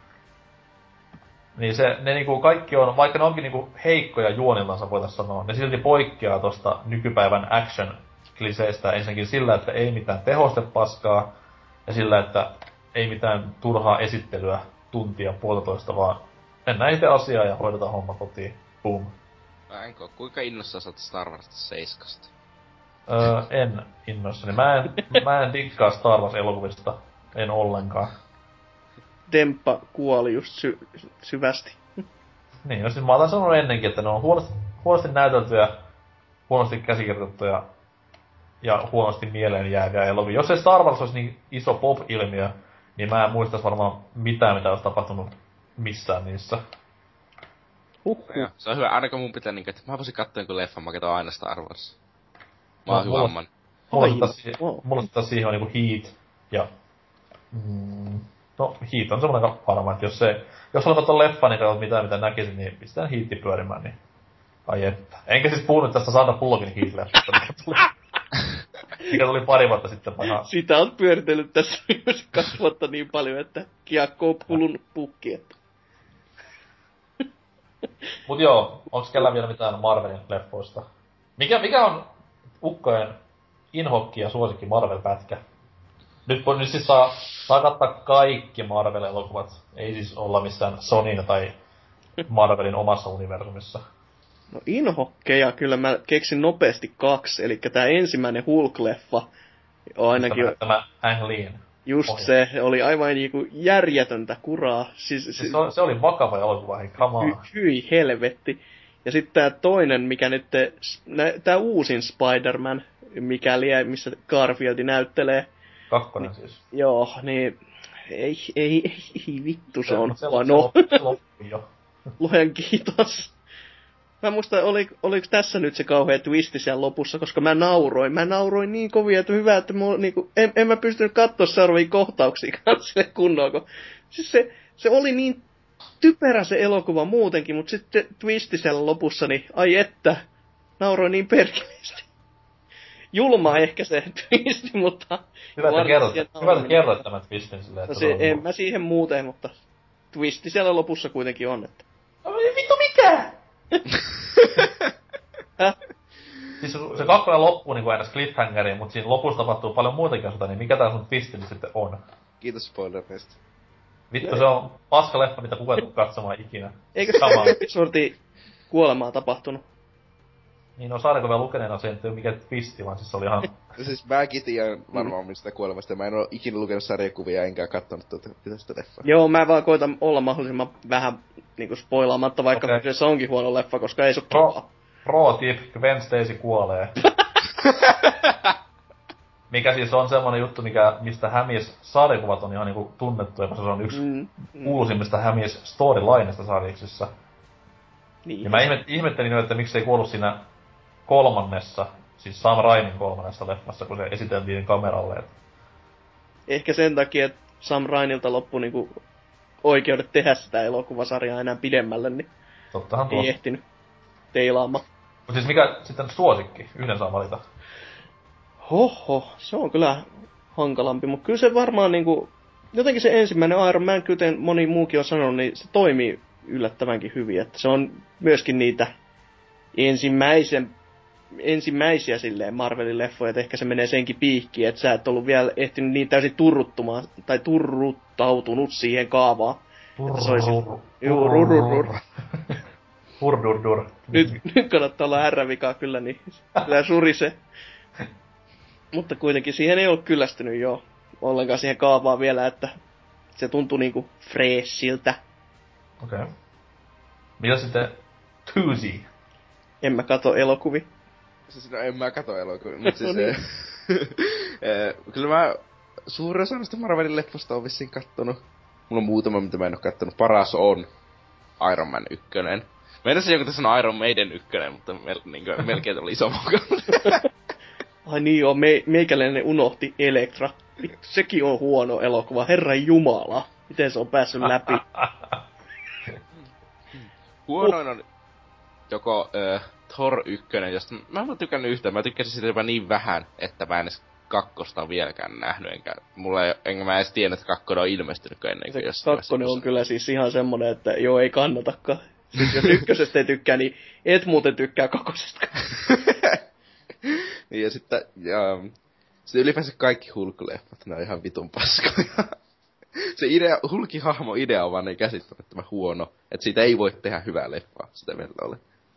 Niin ne niinku kaikki on, vaikka ne onkin niinku heikkoja juoniltansa voitais sanoa, ne silti poikkeaa tosta nykypäivän action-kliseistä ensinnäkin sillä, että ei mitään tehostepaskaa, ja sillä, että ei mitään turhaa esittelyä tuntia puolitoista, vaan mennään itse asiaan ja hoidetaan homma kotiin. Boom. Kuinka innossa sä oot Star Wars 7? En innossani. Mä en dikkaa Star Wars-elokuvista. En ollenkaan. Demppa kuoli just syvästi. Niin, no siis mä oon sanonut ennenkin, että ne on huonosti näyteltyjä, huonosti käsikirjoitettuja ja huonosti mieleen jääviä elokuvia. Jos ei Star Wars olisi niin iso pop-ilmiö, niin mä en muistais varmaan mitään, mitä olisi tapahtunut missään niissä. Se on hyvä, aina kun mun pitää niinku, että mä voisin katsoa jonkun leffan, mä katson aina Star Wars. Mä oon hyvä man. Mulla taas siihen on niinku Heat ja... No, Heat on semmonen varma, että jos haluat katsoa leffan, niin katsot mitään mitä näkisin, niin pistetään Heatti pyörimään, niin... Ai että. Enkä siis puhunut tästä Sandra Bullockin Heat-leffasta, mikä tuli pari vuotta sitten paha. Sitä on pyöritellyt tässä viimeiset 2 vuotta niin paljon, että kiekko on kulunut pukki, että... Mut joo, onks kellään vielä mitään Marvelin leffoista? Mikä on ukkojen inhokki ja suosikki Marvel-pätkä? Nyt siis saa kattaa kaikki Marvel-elokuvat. Ei siis olla missään Sonyn tai Marvelin omassa universumissa. No inhokkeja kyllä mä keksin nopeasti 2, eli tää ensimmäinen Hulk-leffa on ainakin... Tämä Ang Leen. Just se oli aivan niinku järjetöntä kuraa. Se oli vakava elokuva, hei kamaa. Hyi helvetti. Ja sitten tää toinen, mikä nyt... Tää uusin Spider-Man, missä Garfieldi näyttelee. 2 niin, siis. Joo, niin... Ei vittu, se on huono. Se loppui jo. Luojan kiitos. Mä muista, oliko tässä nyt se kauhea twisti siellä lopussa, koska mä nauroin niin kovia, että hyvä, että mulla, niinku, en mä pystynyt katsoa seuraavia kohtauksia sille kunnolla, kun siis se oli niin typerä se elokuva muutenkin, mutta sitten twisti siellä lopussa, niin ai että, nauroin niin perkeleesti. Julmaa ehkä se twisti, mutta... Hyvä, että kerroit tämän twistin silleen, että... No en mä siihen muuten, mutta twisti siellä lopussa kuitenkin on, että... No vittu mikä? Siis se 2 loppuu niinku aina cliffhangeriin, mut siinä lopussa tapahtuu paljon muitakin asioita, niin mikä tää sun twistili sitten on? Kiitos spoilerista. Vittu, se on paska leffa, mitä kukaan tuu katsomaan ikinä. Eikö se sorti kuolemaa tapahtunut? Niin, no Saareko vielä lukeneena se, että mikä twisti, vaan siis se oli ihan Siis mäkin tiedän varmaan mistä kuolemasta. Mä en oo ikinä lukenut sarjakuvia enkä kattonut tuota kyseistä leffaa. Joo, mä vaan koitan olla mahdollisimman vähän niinku spoilaamatta, vaikka Okei. se onkin huono leffa, koska ei se oo kiva. Pro tip, Gwen Stacy kuolee. Mikä siis on semmonen juttu, mistä Hämis sarjakuvat on ihan niinku tunnettu, koska se on yksi kuuluisimmista Hämis storylineista sarjiksissa. Niin. Ja mä ihmettelin jo, että miksei kuollut siinä kolmannessa, siis Sam Rainin kolmannessa leffassa, kun se esiteltiin kameralle. Ehkä sen takia, että Sam Rainilta loppui niinku oikeudet tehdä sitä elokuvasarjaa enää pidemmälle, niin Tottahan ei tuo. ehtinyt teilaamaan. Mut siis mikä sitten suosikki? Yhden saa valita. Hoho, se on kyllä hankalampi, mutta kyllä se varmaan niinku, jotenkin se ensimmäinen Iron Man, kuten moni muukin on sanonut, niin se toimii yllättävänkin hyvin, että se on myöskin niitä ensimmäisiä silleen Marvelin leffoja, että ehkä se menee senkin piikkiin, että sä et ollut vielä ehtinyt niin täysin turruttumaan, tai turruttautunut siihen kaavaan. Hurdurdur. Nyt kannattaa olla R-vikaa kyllä, niin kyllä surise. Mutta kuitenkin siihen ei ole kyllästynyt jo ollenkaan siihen kaavaan vielä, että se tuntuu niinku freeshiltä. Okei. Mitä sitten Tusi? En mä kato elokuvia. Siis no en mä kato elokuvia, mut siis No niin. kyllä mä suurin osa näistä Marvelin leffosta on vissiin kattonut. Mulla on muutama, mitä mä en oo kattonut. Paras on Iron Man 1. Meinasin joku tässä on Iron Maiden 1, mutta melkein oli iso mukaan. Ai niin joo, meikäläinen unohti Elektra. Sekin on huono elokuva, herran jumala. Miten se on päässyt läpi? Huonoin on joko Thor 1, josta mä en oo tykännyt yhtään. Mä tykkäsin sitä jopa niin vähän, että mä en edes kakkosta vieläkään nähnyt. Enkä mä edes tiedä, että kakkonen on ilmestynyt ennen kuin Se kakkonen on kyllä siis ihan semmonen, että joo, ei kannatakaan. Siis jos ykkösestä ei tykkää, niin et muuten tykkää kakkosestakaan. Niin ja sitten ylipäänsä kaikki Hulk-leffat, ne on ihan vitun paskoja. Se idea, Hulkin hahmo idea on vaan niin käsittämättömän huono, että siitä ei voi tehdä hyvää leffaa, sitä meillä ole.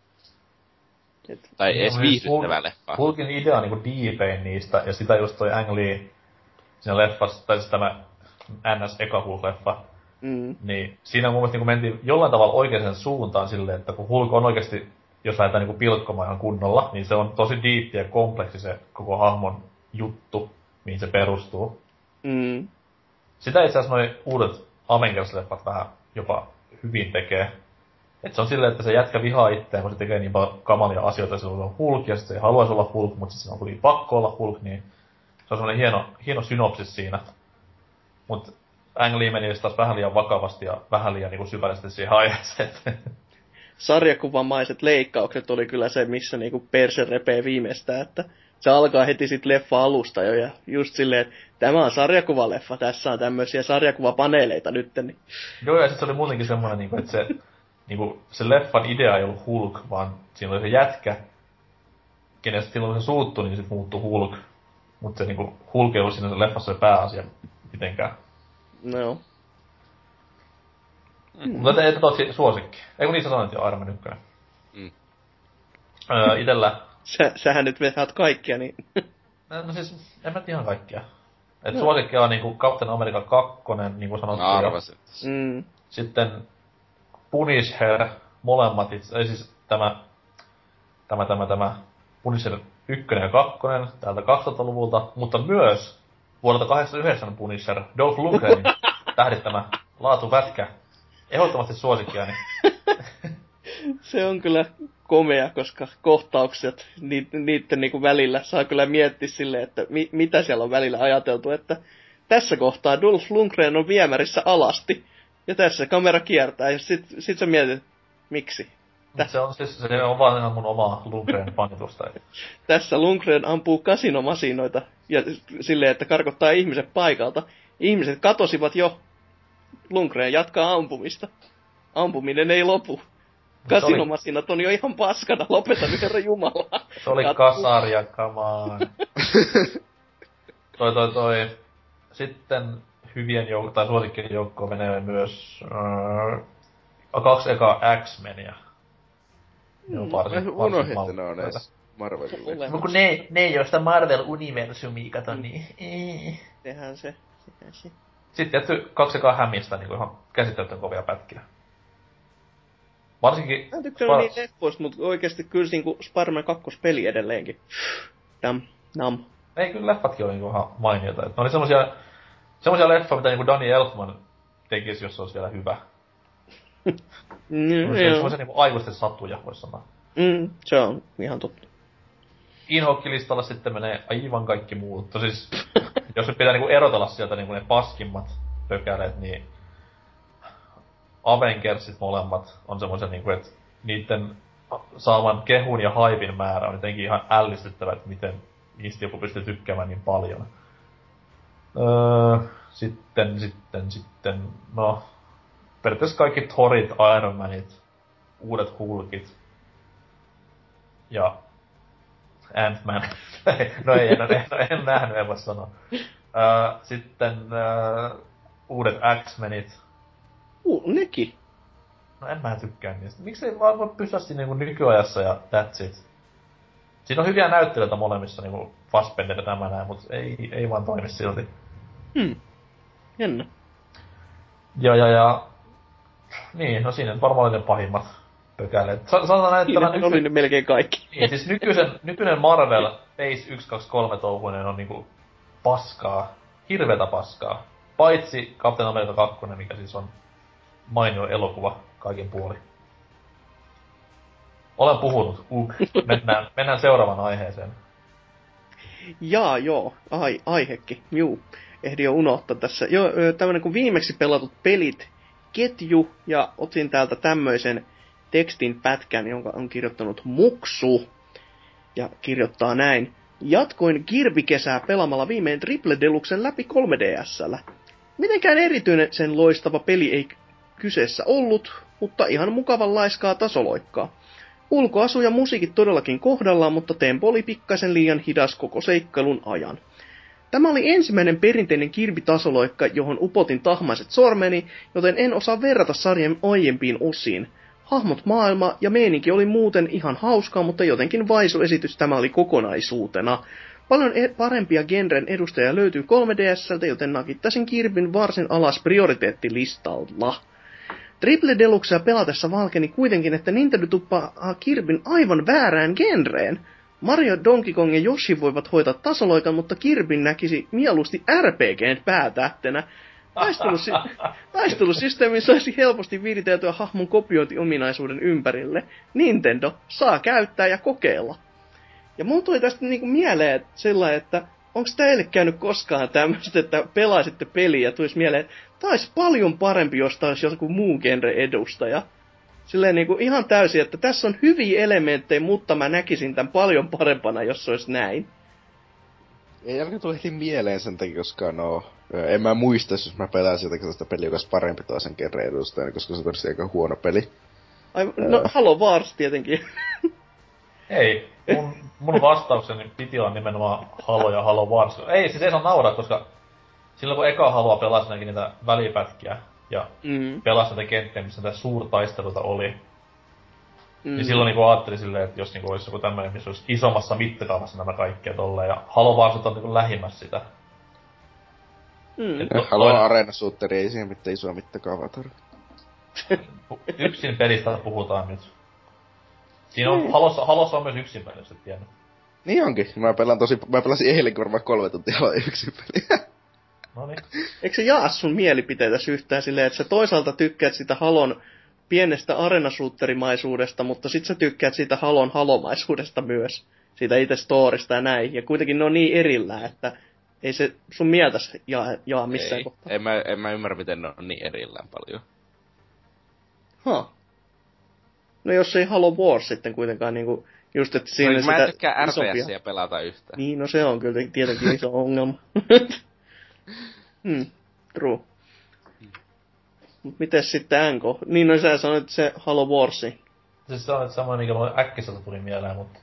Tai edes viihdyttävää leffaa. Hulkin idea on niinku diipein niistä, ja sitä just toi Ang Lee siinä leffassa, tai siis tämä NS-eka Hulk-leffa. Niin siinä mun mielestä niinku mentiin jollain tavalla oikeaan suuntaan silleen, että kun Hulk on oikeesti, jos lähdetään niinku pilkkomaan ihan kunnolla, niin se on tosi diippi ja kompleksi se koko hahmon juttu, mihin se perustuu. Sitä itse asiassa noi uudet Avengers-leffat vähän jopa hyvin tekee. Et se on silleen, että se jätkä vihaa itseään, kun se tekee niin paljon kamalia asioita, se on Hulk, ja sit se ei haluaisi olla Hulk, mutta sit se on kuitenkin pakko olla Hulk, niin se on semmonen hieno synopsis siinä. Mut Ang Lee meni taas vähän liian vakavasti ja vähän liian niinku syvällisesti siihen aiheeseen. Sarjakuvamaiset leikkaukset oli kyllä se, missä niinku perse repee viimeistään, että se alkaa heti sit leffa alusta jo, ja just silleen, että tämä on sarjakuvaleffa, tässä on tämmöisiä sarjakuvapaneeleita nytten. Niin. Joo, ja sit se oli muutenkin semmonen, niinku, että se leffan idea ei ollut Hulk, vaan siinä oli se jätkä, kenestä silloin se suuttui, niin sit muuttui Hulk. Mut se niinku, Hulk ei ollut siinä se leffassa se pääasia mitenkään. No joo. Mutta ei tätä suosikki. Ei kun niissä sanoit jo Iron Man 1. Itellä... Sähän nyt vehat kaikkia, niin... No siis, en mä tiedä ihan kaikkia. Et suosikki on niinku Captain America 2, niinku sanottu. Arvasin. Sitten Punisher, molemmat ei siis tämä Punisher 1 ja 2 täältä 2000-luvulta, mutta myös vuodelta 89 Punisher, Dolph Lundgrenin tähdittämä laatupätkä. Ehdottomasti suosikkiani. Se on kyllä komea, koska kohtaukset niitten niinku välillä saa kyllä miettiä silleen, että mitä siellä on välillä ajateltu, että tässä kohtaa Dolph Lundgren on viemärissä alasti, ja tässä kamera kiertää, ja sit sä mietit, miksi? Se on vaan ihan mun oma Lundgren-fanitusta. Tässä Lundgren ampuu kasinomasinoita, ja silleen, että karkottaa ihmiset paikalta. Ihmiset katosivat jo. Lundgren jatkaa ampumista. Ampuminen ei lopu. Kasinomasinat on jo ihan paskana, lopeta nyt herra jumala. Se oli kasaria, come on. Toi. Sitten hyvien tai suosikkien joukkoon menee myös 2 eka X-Meniä. Unohdin, ne on edes. Marvelille. No kun ne ei oo sitä Marvel-universumia, kato niin. Tehdään se. Sitten tietty 2 hämistä niinku ihan käsittämättömän kovia pätkiä. Varsinkin... Mä en tykkää niin leffoista, mut oikeesti kyllä niinku Spider-Man 2 peli edelleenkin. Nam. Ei, kyllä leffatkin oli niinku ihan mainiota. Ne oli semmosia leffoja, mitä niinku Danny Elfman tekisi, jos se olisi vielä hyvä. Semmosia niinku aikuisten satuja, vois sanoa. Se on ihan totta. Inhokki-listalla sitten menee aivan kaikki muut. Siis, jos se pitää niinku erotella sieltä niinku ne paskimmat pökäleet, niin Avengersit molemmat on semmosia niinku, että niitten saavan kehun ja haipin määrä on jotenkin ihan ällistyttävä, että miten niistä joku pystyy tykkäämään niin paljon. Sitten, no... Periaatteessa kaikki Thorit, Iron Manit, uudet Hulkit ja Ant-Man. No en nähnyt, en voi sanoa. Sitten uudet X-Menit. Nekin. No en mä tykkää niistä. Miksei vaan voi pysyä siinä niinku nykyajassa ja that's it. Siinä on hyviä näyttelijöitä molemmissa, niinku Fassbender ja tämä näin, mut ei vaan toimi silti. Jännä. Ja... Niin, no siinä varmaan oli ne pahimmat pökäleet. Sanotaan näin, että tämä oli ne melkein kaikki. Niin, siis nykyinen Marvel Phase 1, 2, 3 touhuinen on niinku paskaa. Hirveetä paskaa. Paitsi Captain America 2, mikä siis on mainio elokuva kaikin puolin. Olen puhunut. Mennään seuraavaan aiheeseen. Joo. Aihekin. Juu. Ehdin jo unohtaa tässä. Joo, tämmönen kuin viimeksi pelatut pelit ketju, ja otin täältä tämmöisen tekstin pätkän, jonka on kirjoittanut Muksu. Ja kirjoittaa näin. Jatkoin Kirby-kesää pelaamalla viimein Triple Deluxen läpi 3DS:llä. Mitenkään erityinen sen loistava peli ei kyseessä ollut, mutta ihan mukavan laiskaa tasoloikkaa. Ulkoasu ja musiikit todellakin kohdallaan, mutta tempo oli pikkaisen liian hidas koko seikkailun ajan. Tämä oli ensimmäinen perinteinen Kirby-tasoloikka, johon upotin tahmaiset sormeni, joten en osaa verrata sarjan aiempiin osiin. Hahmot, maailma ja meininki oli muuten ihan hauskaa, mutta jotenkin vaisu esitys tämä oli kokonaisuutena. Paljon parempia genren edustajia löytyy 3DS:ltä, joten nakittaisin Kirbyn varsin alas prioriteettilistalla. Triple Deluxea pelatessa valkeni kuitenkin, että Nintendo tuppaa Kirbyn aivan väärään genreen. Mario, Donkey Kong ja Yoshi voivat hoitaa tasoloikan, mutta Kirbyn näkisi mieluusti RPGn päätähtenä. Taistelusysteemin saisi helposti viriteltyä hahmon kopiointiominaisuuden ympärille. Nintendo saa käyttää ja kokeilla. Ja mulla tuli tästä niinku mieleen sellainen, että onks teille käynyt koskaan tämmöistä, että pelaisitte peliä ja tulisi mieleen, että tää olisi paljon parempi, jos tää olisi joku muu genre edustaja. Silleen niinku ihan täysin, että tässä on hyviä elementtejä, mutta mä näkisin tän paljon parempana, jos se olisi näin. Ei ainakaan tule heti mieleen sen takia, koska en mä muista, jos mä pelaisin jotakin sellaista peliä, joka olisi parempi toisen genren edustajana, koska se olisi aika huono peli. No, Halo Wars tietenkin. Ei, mun vastaukseni piti olla nimenomaan Halo ja Halo Wars. Ei, siis ei saa nauraa, koska silloin kun eka Haloa pelasi näkin niitä välipätkiä ja pelasi näitä kenttiä, missä näitä suurtaisteluita oli, niin silloin niinku ajattelin silleen, että jos niinku olisi joku tämmöinen, missä olisi isommassa mittakaavassa nämä kaikkea tolleen, ja Halo Wars on niinku lähimmäs sitä. Halo Arena-suutteri ei siihen mitään isoa mittakaavaa tarvitse. Yksin pelistä puhutaan nyt. Siinä on, Halossa on myös yksin peli, jos et tiennyt. Niin onkin. Mä pelasin eilen varmaan 3 tuntia yksin peliä. Noniin. Eikö se jaa sun mielipiteitä yhtään silleen, että sä toisaalta tykkäät sitä Halon pienestä arenasuutterimaisuudesta, mutta sit sä tykkäät siitä Halon halomaisuudesta myös. Siitä itse storista ja näin. Ja kuitenkin ne on niin erillään, että ei se sun mieltäs jaa missään kohtaa. En mä ymmärrä, miten ne on niin erillään paljon. No jos ei Halo Wars sitten kuitenkaan niinku just, että siinä no, sitä mä en tykkää isompia RPSiä pelata yhtään. Niin, no se on kyllä tietenkin iso ongelma. True. Mut mites sitten NK? Niin, no sä sanoit se Halo Warsi. Siis se on samoin, mikä mulle äkkiseltä tuli mieleen, mutta...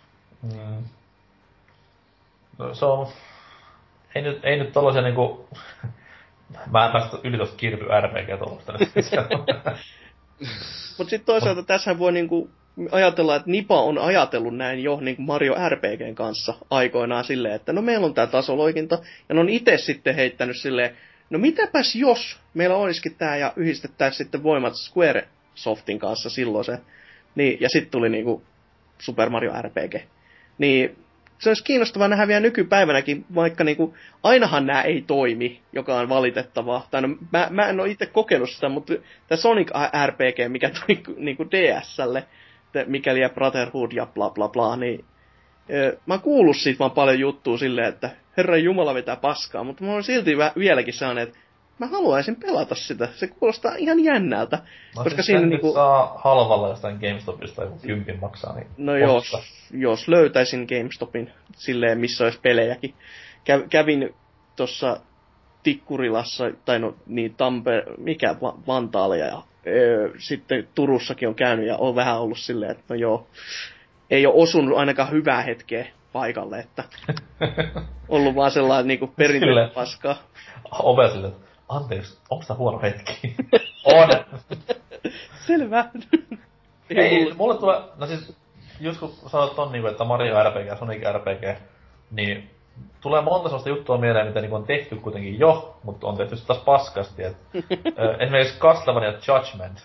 No, se on... Ei nyt tollasia niinku... Mä en päästä yli tosta Kirby RPG-tollosta. Mut sit toisaalta tässä voi niinku ajatellaan, että Nipa on ajatellut näin jo niin kuin Mario RPGn kanssa aikoinaan silleen, että no meillä on tää tasoloikinta, ja ne on itse sitten heittänyt silleen, no mitäpäs jos meillä olisikin tää ja yhdistettäisiin sitten voimat Squaresoftin kanssa silloin se. Niin, ja sitten tuli niinku Super Mario RPG. Niin se olisi kiinnostavaa nähdä vielä nykypäivänäkin, vaikka niinku, ainahan nämä ei toimi, joka on valitettavaa. Tai no, mä en ole itse kokenut sitä, mutta tämä Sonic RPG, mikä tuli niinku DS:lle, mikäli ja Brotherhood ja bla bla bla, niin mä oon kuullut siitä vaan paljon juttua silleen, että Herran Jumala vetää paskaa, mutta mä oon silti vieläkin saanut, että mä haluaisin pelata sitä. Se kuulostaa ihan jännältä. No koska siis siinä sen niinku saa halvalla jostain GameStopista, joku 10 maksaa, niin... No jos löytäisin GameStopin silleen, missä olisi pelejäkin. Kävin tuossa Tikkurilassa, tai no niin Vantaalla, ja sitten Turussakin on käynyt, ja on vähän ollut silleen, että no joo, ei ole osunut ainakaan hyvää hetkeä paikalle, että ollut vaan sellainen niinku perinteinen paskaa. Ove silleen, anteeksi, onko tää huono hetki? On! Selvä. Ei, mulle tulee, no siis, just kun sanot ton niinku, että Mario RPG ja Sonic RPG, niin tulee monta sellaista juttua mieleen, mitä niinku on tehty kuitenkin jo, mutta on tehty taas paskasti, et esimerkiksi Castlevania Judgment.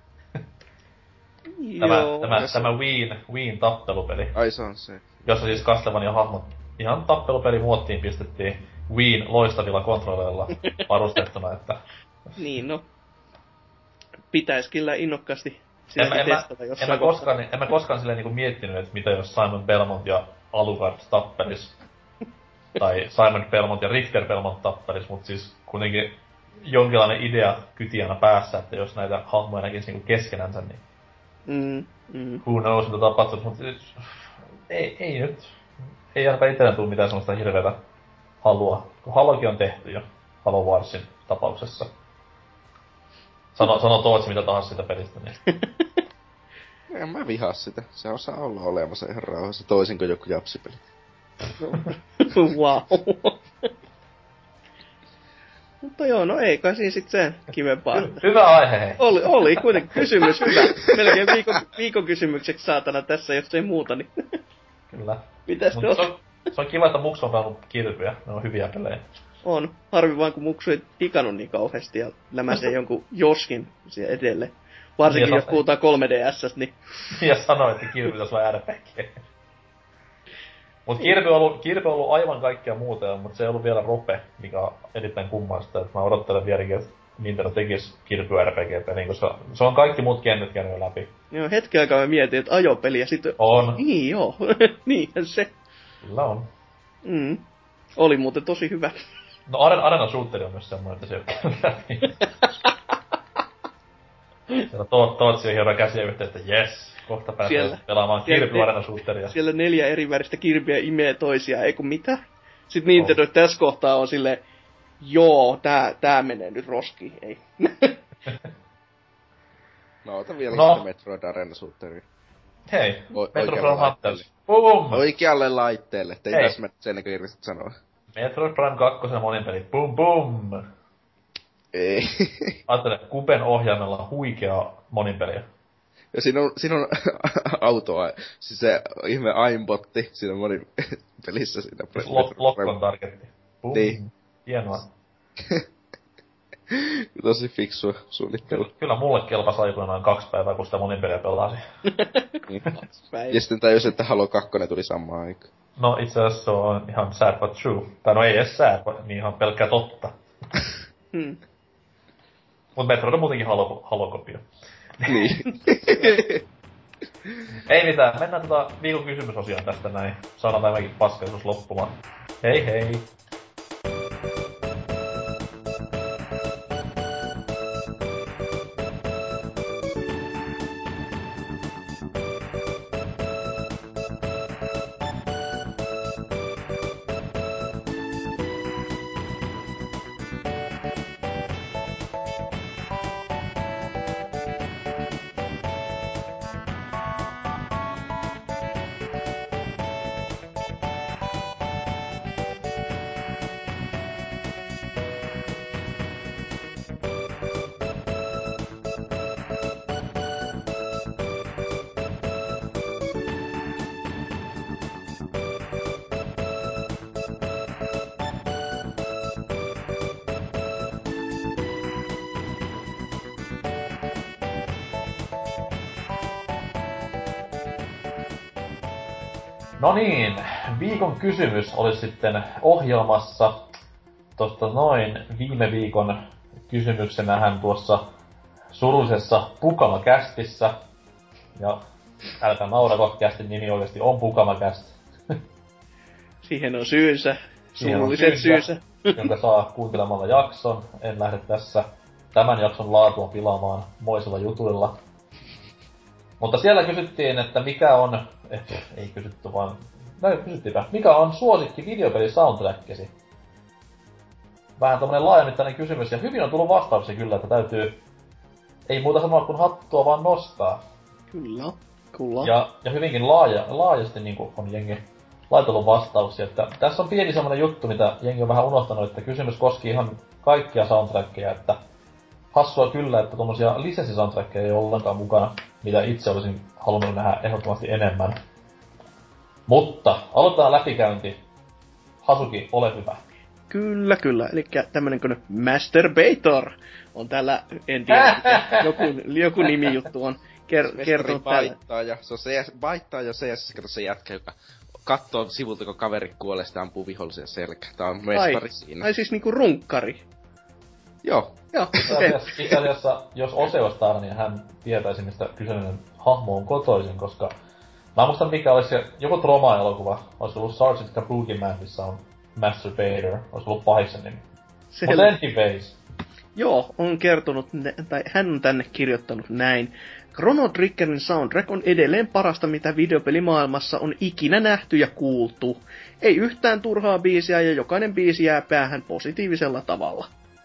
Tämä Wien tappelupeli. Ai se on se. Jossa siis Castlevania hahmot ihan tappelupeli muottiin pistettiin Wien loistavilla kontrolleilla varustettuna, että... Niin no. Pitäis kyllä innokkaasti sielläkin testata jossain en mä koskaan silleen niinku miettinyt, että mitä jos Simon Belmont ja Alucard tappelis. Tai Simon Belmont ja Richter Belmont tappelis, mut siis kuitenkin jonkinlainen idea kytiänä päässä, että jos näitä hahmoja näkisi niinku keskenänsä, niin... Who knows, mitä tapahtuisi, mut ei nyt. Ei ainakaan itselleen tuu mitään semmoista hirveetä halua. Kun Halokin on tehty jo, Halo Warsin tapauksessa. Sano Tootsi mitä tahansa sitä pelistä, niin... En mä vihaa sitä. Se osaa olla olemassa ihan rauhassa, toisin kuin joku japsipeli. Wow. Mutta joo, no ei kai siinä sit sen kivempaa. Hyvä aihe, hei. Oli kuitenkin kysymys hyvä. Melkein viikon kysymykseksi saatana tässä, jos ei muuta, niin... Kyllä. Mitäs te se on kiva, että Muksu on pelannut kirjoja. Ne on hyviä pelejä. On. Harvi vaan, kun Muksu ei tikannut niin kauheasti ja lämäsee jonkun Joskin siihen edelleen. Varsinkin, jos puhutaan 3DS:stä, niin... Ja sanoi, että Kirby pitäis olla RPG. Mut Kirby on ollut aivan kaikkea muuta, mutta se ei ollut vielä rope, mikä on erittäin kummallista. Että mä odottelen vieläkin, että Nintendo tekis Kirby RPG-peliin, koska se on kaikki muut kentät käynyt jo läpi. Joo, hetken aikaa mä mietin, että ajopeli ja sitten... On. Niin joo, niinhän se. Kyllä on. Oli muuten tosi hyvä. No Arena Shooteri on myös semmoinen, että se ei oo käynyt läpi. Siellä Tootsi on hieman käsiä yhteen, että jes, kohta pääsee pelaamaan Kirby Arena Shooteria. Siellä 4 eri väristä Kirbyä imee toisiaan, eiku mitä? Sitten Nintendo tässä kohtaa on silleen, joo, tää menee nyt roskiin, ei. Mä otan vielä sitä Metroid Arena Shooteria. Hei, Metroid Prime Hunters. Boom! Oikealle laitteelle, ettei tässä mennä sen näköisesti sanoa. Metroid Prime 2 monin peli. Boom boom! Ei. Ajattele, Kuben ohjaimella on huikea moninpeliä. Ja siinä on autoa, siis se ihme aimbotti siinä monin pelissä siinä. Lockon targetti. Boom. Niin. Hienoa. Tosi fiksua suunnittelu. Kyllä mulle kelpas aikoinaan 2 päivää, kun sitä moninpeliä pelasi. Ja sitten tajus, että Halo 2 tuli samaan aikaan. No itse asiassa se on ihan sad but true. Tai no ei edes sad, niin ihan pelkkää totta. Mut Metroid on muutenkin Halo-kopio. Niin. Ei mitään, mennään viikon kysymysosioon tästä näin. Saadaan tämäkin paskaisuus loppumaan. Hei hei! No niin, viikon kysymys olisi sitten ohjelmassa noin viime viikon kysymyksenähän tuossa surullisessa Pukama-kästissä. Ja älkää naurako, kästin nimi oikeesti on Pukama-käst. Siihen on syynsä. Surulliset syynsä. Jonka saa kuuntelemalla jakson. En lähde tässä tämän jakson laatua pilaamaan moisilla jutuilla. Mutta siellä kysyttiin, että mikä on... ei kysytty vaan... No kysyttiinpä. Mikä on suosikki videopeli soundtrackesi? Vähän tommonen laajamittainen kysymys, ja hyvin on tullut vastauksia kyllä, että täytyy... Ei muuta sanoa kuin hattua vaan nostaa. Kyllä. Ja hyvinkin laajasti niinku on jengi laitellut vastauksia, että tässä on pieni semmonen juttu, mitä jengi on vähän unohtanut, että kysymys koski ihan kaikkia soundtrackeja, että hassua kyllä, että tommosia lisenssisoundtrackeja ei ole ollenkaan mukana, mitä itse olisin halunnut nähdä ehdottomasti enemmän. Mutta aloitetaan läpikäynti. Hasuki, ole hyvä. Kyllä. Elikkä tämmönen kuin Masturbator on täällä, en tiedä, joku nimijuttu on kertonut täällä. Ja se on baittaa ja se jätkä, joka kattoo sivulta, kun kaveri kuolee, sitä ampuu vihollisen selkä. Tää on mestari siinä. Ai siis niinku runkkari. Joo. Itse asiassa, jos Ose olisi täällä, niin hän tietäisi, mistä kyseinen hahmo on kotoisin, koska... Mä muistan, mikä olisi se joku Troma-elokuva. Olisi ollut Sergeant Kabuki Man, missä on Masturbator. Olisi ollut pahiksen nimi. Mutta anyways. Joo, on kertonut, tai hän on tänne kirjoittanut näin. Chrono Triggerin soundtrack on edelleen parasta, mitä videopelimaailmassa on ikinä nähty ja kuultu. Ei yhtään turhaa biisiä ja jokainen biisi jää päähän positiivisella tavalla.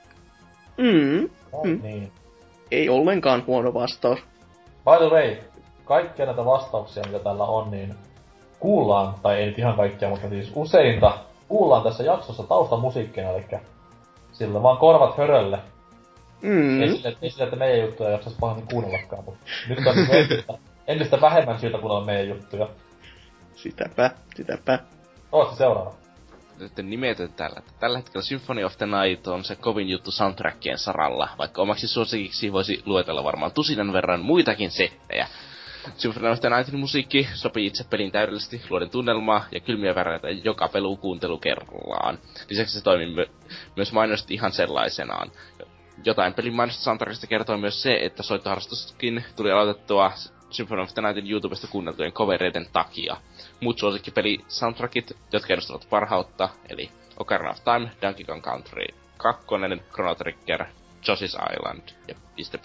Niin. Ei ollenkaan huono vastaus. By the way, kaikkia näitä vastauksia, mitä täällä on, niin kuullaan, tai ei nyt ihan kaikkia, mutta siis useinta kuullaan tässä jaksossa taustamusiikkina, eli sillä vaan korvat hörölle. Ei sille, että meidän juttuja ei jaksais pahemmin kuunnellakaan, mutta nyt on entistä vähemmän syytä kuunnella meidän juttuja. Sitäpä. Toivottavasti seuraava. Sitten nimetön tällä hetkellä Symphony of the Night on se kovin juttu soundtrackien saralla, vaikka omaksi suosikiksi voisi luetella varmaan tusinan verran muitakin settejä. Symphony of the Nightin musiikki sopii itse pelin täydellisesti, luoden tunnelmaa ja kylmiä väreitä joka pelu kuuntelu kerrallaan. Lisäksi se toimii myös mainosti ihan sellaisenaan. Jotain pelin mainosta soundtrackista kertoo myös se, että soittoharrastuskin tuli aloitettua Symphony of the Nightin YouTubesta kuunneltujen covereiden takia. Muut suosikkipeli soundtrackit, jotka edustavat parhautta, eli Ocarina of Time, Donkey Kong Country 2, Chrono Trigger, Yoshi's Island ja ...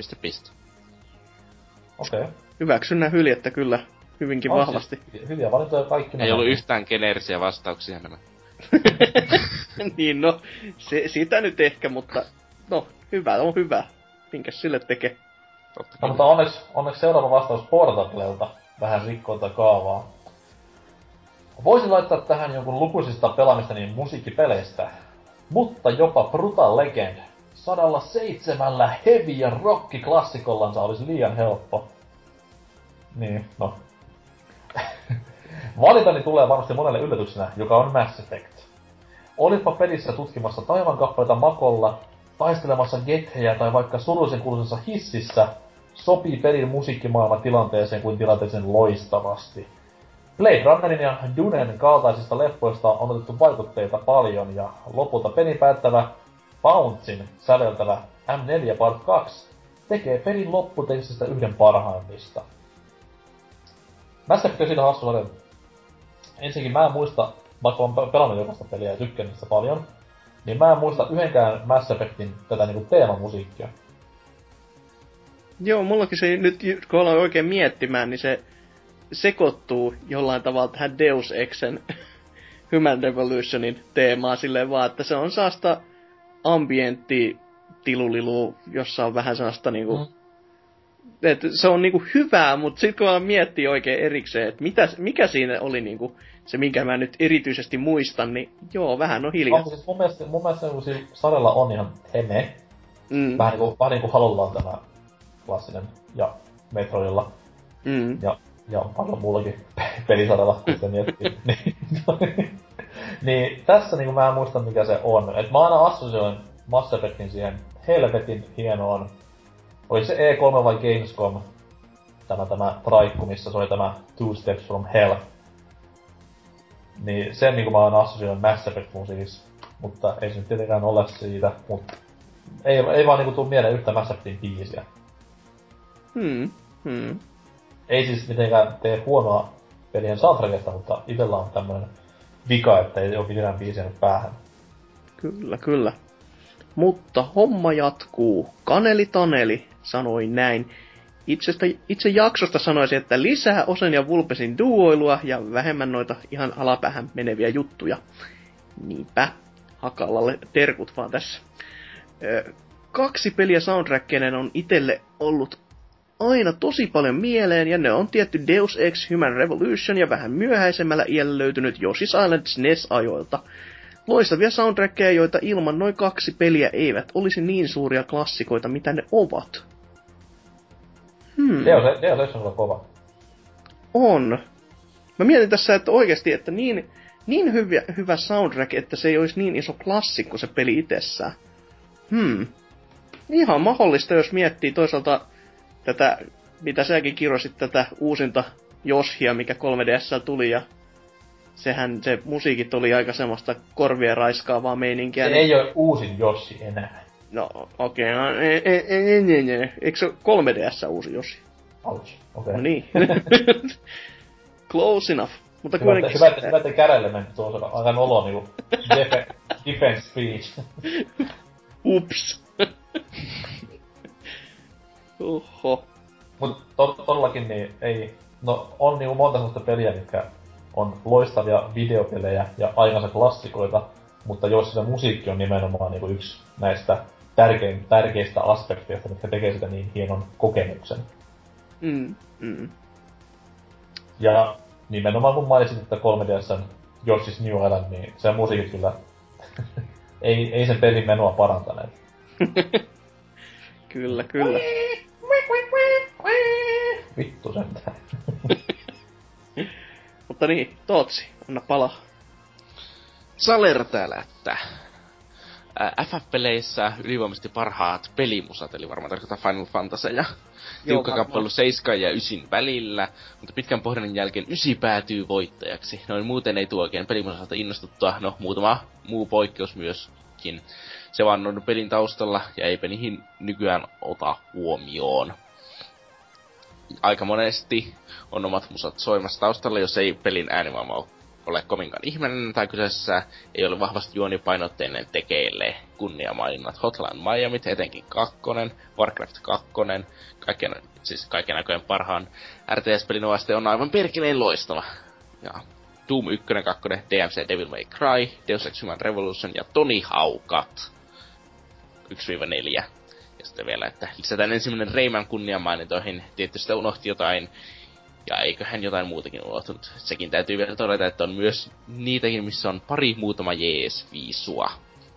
Okei. Hyväksynnän hyljettä kyllä hyvinkin vahvasti. Siis hyviä valintoja kaikki nämä. Ei ollut yhtään geneerisiä vastauksia nämä. Niin no, sitä nyt ehkä, mutta no, hyvä on hyvä. Minkäs sille tekee? No, mutta onneksi seuraava vastaus Portablelta vähän rikkoo tätä kaavaa. Voisin laittaa tähän jonkun lukuisista pelaamista niin musiikkipeleistä, mutta jopa Brutal Legend 107 heavy- ja rock-klassikollansa olisi liian helppo. Niin, no. Valintani tulee varmasti monelle yllätyksenä, joka on Mass Effect. Olipa pelissä tutkimassa taivaankappaleita makolla, taistelemassa gethejä tai vaikka surullisen kuuluisessa hississä, sopii pelin musiikkimaailma tilanteeseen kuin tilanteeseen loistavasti. Blade Runnerin ja Dunen kaltaisista leffoista on otettu vaikutteita paljon ja lopulta pelin päättävä Bouncin säveltävä M4 Part 2 tekee pelin lopputekstistä yhden parhaimmista. Mass Effect on siitä hassu sarja. Ensinnäkin mä en muista, vaikka olen pelannut jokaista peliä ja tykkään niistä paljon, niin mä en muista yhdenkään Mass Effectin tätä niinku teemamusiikkia. Joo, mullakin se nyt, kun ollaan oikein miettimään, niin se sekoittuu jollain tavalla tähän Deus Exen Human Revolutionin teemaa silleen vaan, että se on saasta ambientti-tilulilu, jossa on vähän sellaista niinku... Et se on niinku hyvää, mutta sit kun mä miettii oikein erikseen, että mikä siinä oli niinku se, minkä mä nyt erityisesti muistan, niin joo, vähän on hiljaa. Siis mun mielestä niinku siinä sarjalla on ihan heme. Vähän niinku Halolla on tämä klassinen ja Metroidilla. Ja paljon muullakin pelisarjalla, kun sitä miettii. Niin tässä niinku mä en muista mikä se on. Et mä aina assosioin Mass Effectin siihen helvetin hienoon. Oli se E3 vai Gamescom? Tämä traikku, missä se oli tämä Two Steps from Hell. Niin sen niinku mä oon assosioinut Mass Effect-musiikissa. Mutta ei se nyt tietenkään ole siitä, mutta ei vaan niinku tuu mieleen yhtä Mass Effectin biisiä. Ei siis mitenkään tee huonoa pelien soundtrackista, mutta itellä on tämmönen vika, että ei oo mitään biisiä nyt päähän. Kyllä, kyllä. Mutta homma jatkuu. Kaneli Taneli sanoi näin. Itse jaksosta sanoisin, että lisää Osen ja Vulpesin duoilua ja vähemmän noita ihan alapäähän meneviä juttuja. Niinpä. Hakalalle terkut vaan tässä. 2 peliä soundtrackkeinen on itelle ollut aina tosi paljon mieleen, ja ne on tietty Deus Ex Human Revolution ja vähän myöhäisemmällä iällä löytynyt Yoshi's Island SNES-ajoilta. Loistavia soundtrackeja, joita ilman noin 2 peliä eivät olisi niin suuria klassikoita, mitä ne ovat. Deus Ex on kova. On. Mä mietin tässä, että oikeesti, että niin hyvä soundtrack, että se ei olisi niin iso klassikko se peli itsessään. Ihan mahdollista, jos miettii toisaalta tätä, mitä säkin kirjoisit, tätä uusinta Yoshia, mikä 3DS tuli, ja se musiikit oli aika semmoista korvien raiskaavaa meininkiä. Se ei ole uusin Yoshi enää. No, okei. Eikö se 3DS uusi Yoshi? Ouch, okei. No niin. Close enough. Mutta kuitenkin... Hyvä, että kärälle meni tuossa aika noloa niinku defense speech. Ups. Oho. Mut todellakin niin ei... No on niinku monta sellaista peliä, mitkä on loistavia videopelejä ja aikansa klassikoita, mutta jos se musiikki on nimenomaan niinku yksi näistä tärkeistä aspekteista, mitkä tekee sitä niin hienon kokemuksen. Ja nimenomaan kun mainitsit, että 3DS:n Yoshi's New Island, niin se musiikit kyllä ei sen pelin menoa parantaneet. Kyllä. Vittu sentään. Mutta niin, Tootsi, anna palaa. Saler täällä, että FF-peleissä ylivoimaisesti parhaat pelimusat, eli varmaan tarkoittaa Final Fantasyja. Tiukka kamppailu 7 ja 9 välillä, mutta pitkän pohdinnan jälkeen 9 päätyy voittajaksi. Noin muuten ei tuo oikein pelimusalta innostuttua, no muutama muu poikkeus myöskin. Se vaan on pelin taustalla ja eipä niihin nykyään ota huomioon. Aika monesti on omat musat soimassa taustalla, jos ei pelin äänimaailma ole kovinkaan ihmeellinen tai kyseessä ei ole vahvasti juonipainotteinen tekeille kunniamaininnat Hotline Miami, etenkin 2, Warcraft 2, kaikkien aikojen parhaan RTS-pelin OST on aivan perkeleen loistava. Ja Doom 1, 2, DMC Devil May Cry, Deus Ex Human Revolution ja Tony Hawkat 1-4. Ja sitten vielä, että lisätään ensimmäinen Rayman kunniamainintoihin, tietysti unohti jotain. Ja eiköhän jotain muutakin unohtunut. Sekin täytyy vielä todeta, että on myös niitäkin, missä on muutama jees-viisua.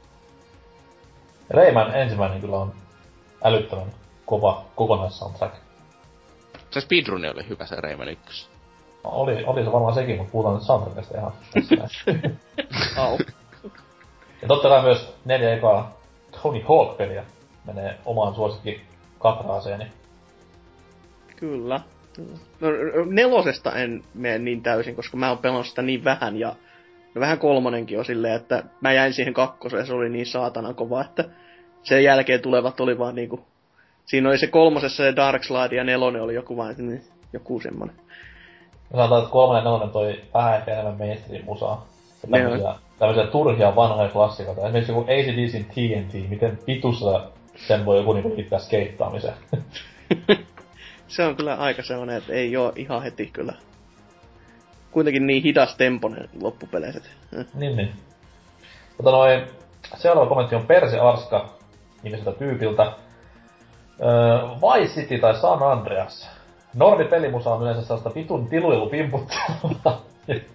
Rayman ensimmäinen kyllä on älyttömän kova kokonaissoundtrack. Se speedrun oli hyvä se Rayman 1. No, oli se varmaan sekin, mutta puhutaan nyt soundtrackista ihan tässä. Au. Ja totta kai myös 4 ekaa Tony Hawk-peliä menee omaan suosikki katraaseeni. Kyllä. No 4 en mene niin täysin, koska mä oon pelannut sitä niin vähän ja no vähän 3 on silleen, että mä jäin siihen 2 ja se oli niin saatana kova, että sen jälkeen tulevat oli vaan niinku... Siinä oli se 3 se Darkslide ja 4 oli joku vaan joku semmonen. Mä sanotaan, että 3 ja 4 toi vähän ehkä enemmän mainstream musaa. Tämmösiä turhia vanhoja klassikoita. Esimerkiksi joku AC/DC:n TNT, miten vitussa sen voi joku niinku liittää skeittaamiseen. Se on kyllä aika semmonen, että ei oo ihan heti kyllä. Kuitenkin niin hidas temponen loppupeleissä. Niin. Seuraava kommentti on Perse Arska nimiseltä tyypiltä. Vice City tai San Andreas. Normi-pelimusa on yleensä sellaista vitun tiluilupimputtelua.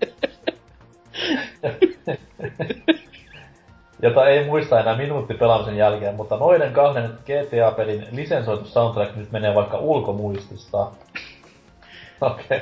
Jota ei muista enää minuutti pelaamisen jälkeen, mutta noiden 2 GTA-pelin lisensoitu soundtrack nyt menee vaikka ulkomuistista. Okei.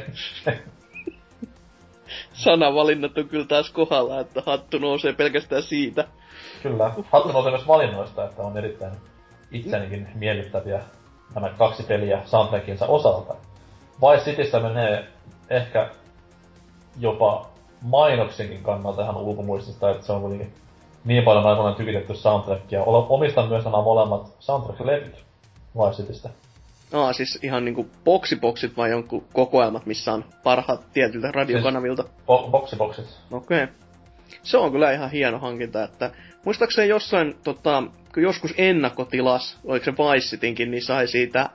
Sanavalinnat on kyllä taas kohdalla, että hattu nousee pelkästään siitä. Kyllä, hattu nousee myös valinnoista, että on erittäin itsenikin miellyttäviä nämä 2 peliä soundtrackinsa osalta. Vice Cityssä menee ehkä jopa mainoksenkin kannalta ihan ulkomuistista, että se on kuitenkin niin paljon aikoinaan tykitetty soundtrackia. Omistan myös nämä molemmat soundtrack-levyt Vice Citystä. Siis ihan niinku boksiboksit vai jonkun kokoelmat, missä on parhaat tietyiltä radiokanavilta? Siis boksiboksit. Okei. Okay. Se on kyllä ihan hieno hankinta, että muistaakseni jossain, kun joskus ennakkotilas, oliko se Vice Citynkin, niin sai siitä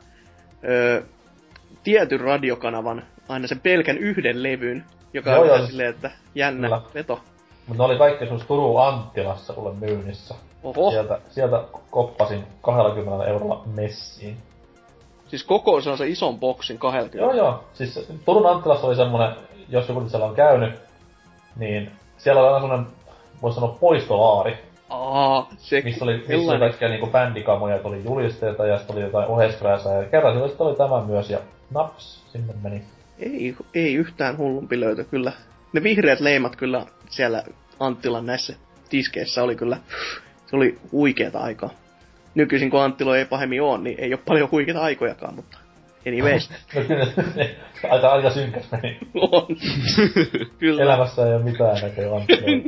tietyn radiokanavan, aina sen pelkän yhden levyn, joka on silleen, että jännä kyllä. Veto. Mut ne oli kaikki sun Turun Anttilassa kuule myynnissä. Oho. Sieltä koppasin 20 eurolla messiin. Siis koko se on se ison boksin 20. Joo. Siis Turun Anttilassa oli semmonen, jos joku siellä on käynyt, niin siellä oli aina semmonen, vois sanoa poistolaari. Se missä oli kaikkea niinku bändikamoja, että oli julisteita ja sitten oli jotain oheskrääsää ja kerran siellä oli tämä myös ja naps, sinne meni. Ei yhtään hullumpi löytö kyllä. Ne vihreät leimat kyllä siellä Anttilan näissä tiskeissä oli kyllä, se oli huikeeta aikaa. Nykyisin kun Anttilo ei pahemmin oo, niin ei oo paljon huikeita aikojakaan, mutta anyways. No kyllä, aika synkäs meni. On. Kyllä. Elämässä ei oo mitään näköjä Anttiloilla.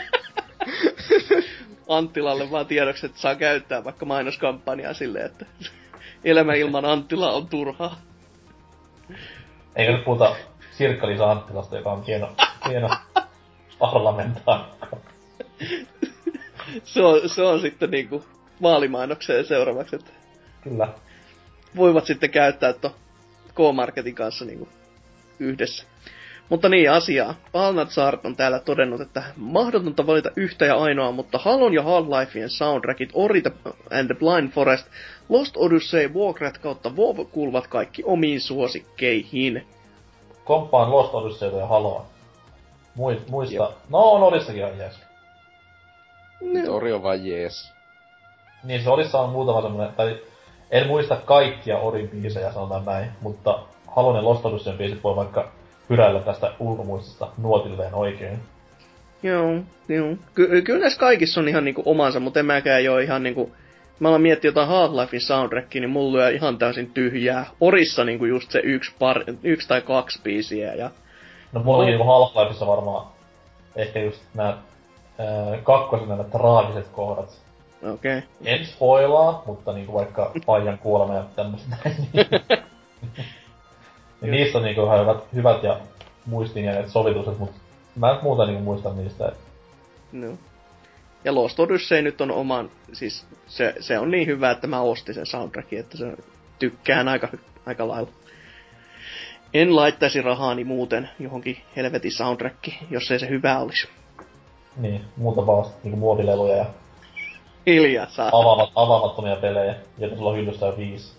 Anttilalle vaan tiedoksi, että saa käyttää vaikka mainoskampanjaa silleen, että elämä ilman Anttilaa on turhaa. Eikä nyt puhuta Sirkka-Liisa Anttilasta, joka on hieno parlamentaarikko. Se on sitten niinku vaalimainokseen seuraavaksi, että kyllä. Voivat sitten käyttää K-Marketin kanssa niinku yhdessä. Mutta niin, asiaa. Palnatsart on täällä todennut, että mahdotonta valita yhtä ja ainoa, mutta Halon ja Half-Lifeien soundtrackit, Ori and the Blind Forest, Lost Odyssey, Warcraft kautta WoW kuuluvat kaikki omiin suosikkeihin. Komppaan Lost Odysseyta ja Haloa. Muista. Joo. No, Orissakin on jees. Ori on vaan jees. Niin, se Orissa on muutama semmonen, tai en muista kaikkia Orin biisejä, sanotaan näin, mutta Halon ja Lost Odysseyn biisit voi vaikka pyräillä tästä ulkomuistista nuotilleen oikein. Joo. Kyllä näissä kaikissa on ihan niinku omansa, mutta en mäkään joo ihan niinku... Mä aloin miettiä jotain Half-Lifein soundtrackia, niin mulla lyö ihan täysin tyhjää. Orissa niinku just se yksi tai kaksi biisiä ja... No mulla onkin niinku Half-Lifeissa varmaan ehkä just nää kakkosen nämä traagiset kohdat. Okei. En spoilaa, mutta niinku vaikka Paijan kuolema ja tämmöset näin. Niin niistä on niinku ihan hyvät ja muistiin jääneet sovitukset, mut mä en muuta niinku muista niistä. No. Ja Lost Odyssey nyt on oman, siis se on niin hyvä, että mä ostin sen soundtrackin, että se tykkään aika lailla. En laittaisi rahaani muuten johonkin helvetin soundtrackiin, jos ei se hyvä olisi. Niin, muuta vaan niinku muovileluja ja hiljaa saa. Avaamattomia pelejä, joita sulla on hyllyssä jo 5.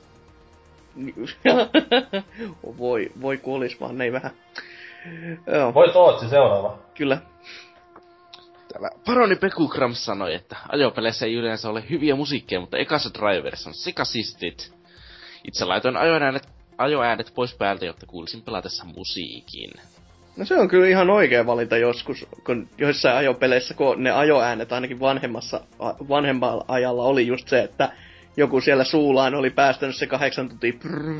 voi kun olis vaan näin vähän. Joo. Voi Tootsi seuraava. Kyllä. Täällä Paroni Pekukrams sanoi, että ajopeleissä ei yleensä ole hyviä musiikkeja, mutta ekassa Drivers on sekasistit. Itse laitoin ajoäänet pois päältä, jotta kuulisin pelatessa musiikin. No se on kyllä ihan oikea valinta joskus, kun joissain ajopeleissä, kun ne ajoäänet ainakin vanhemmalla ajalla oli just se, että joku siellä suulaan oli päästänyt se 8 tuntia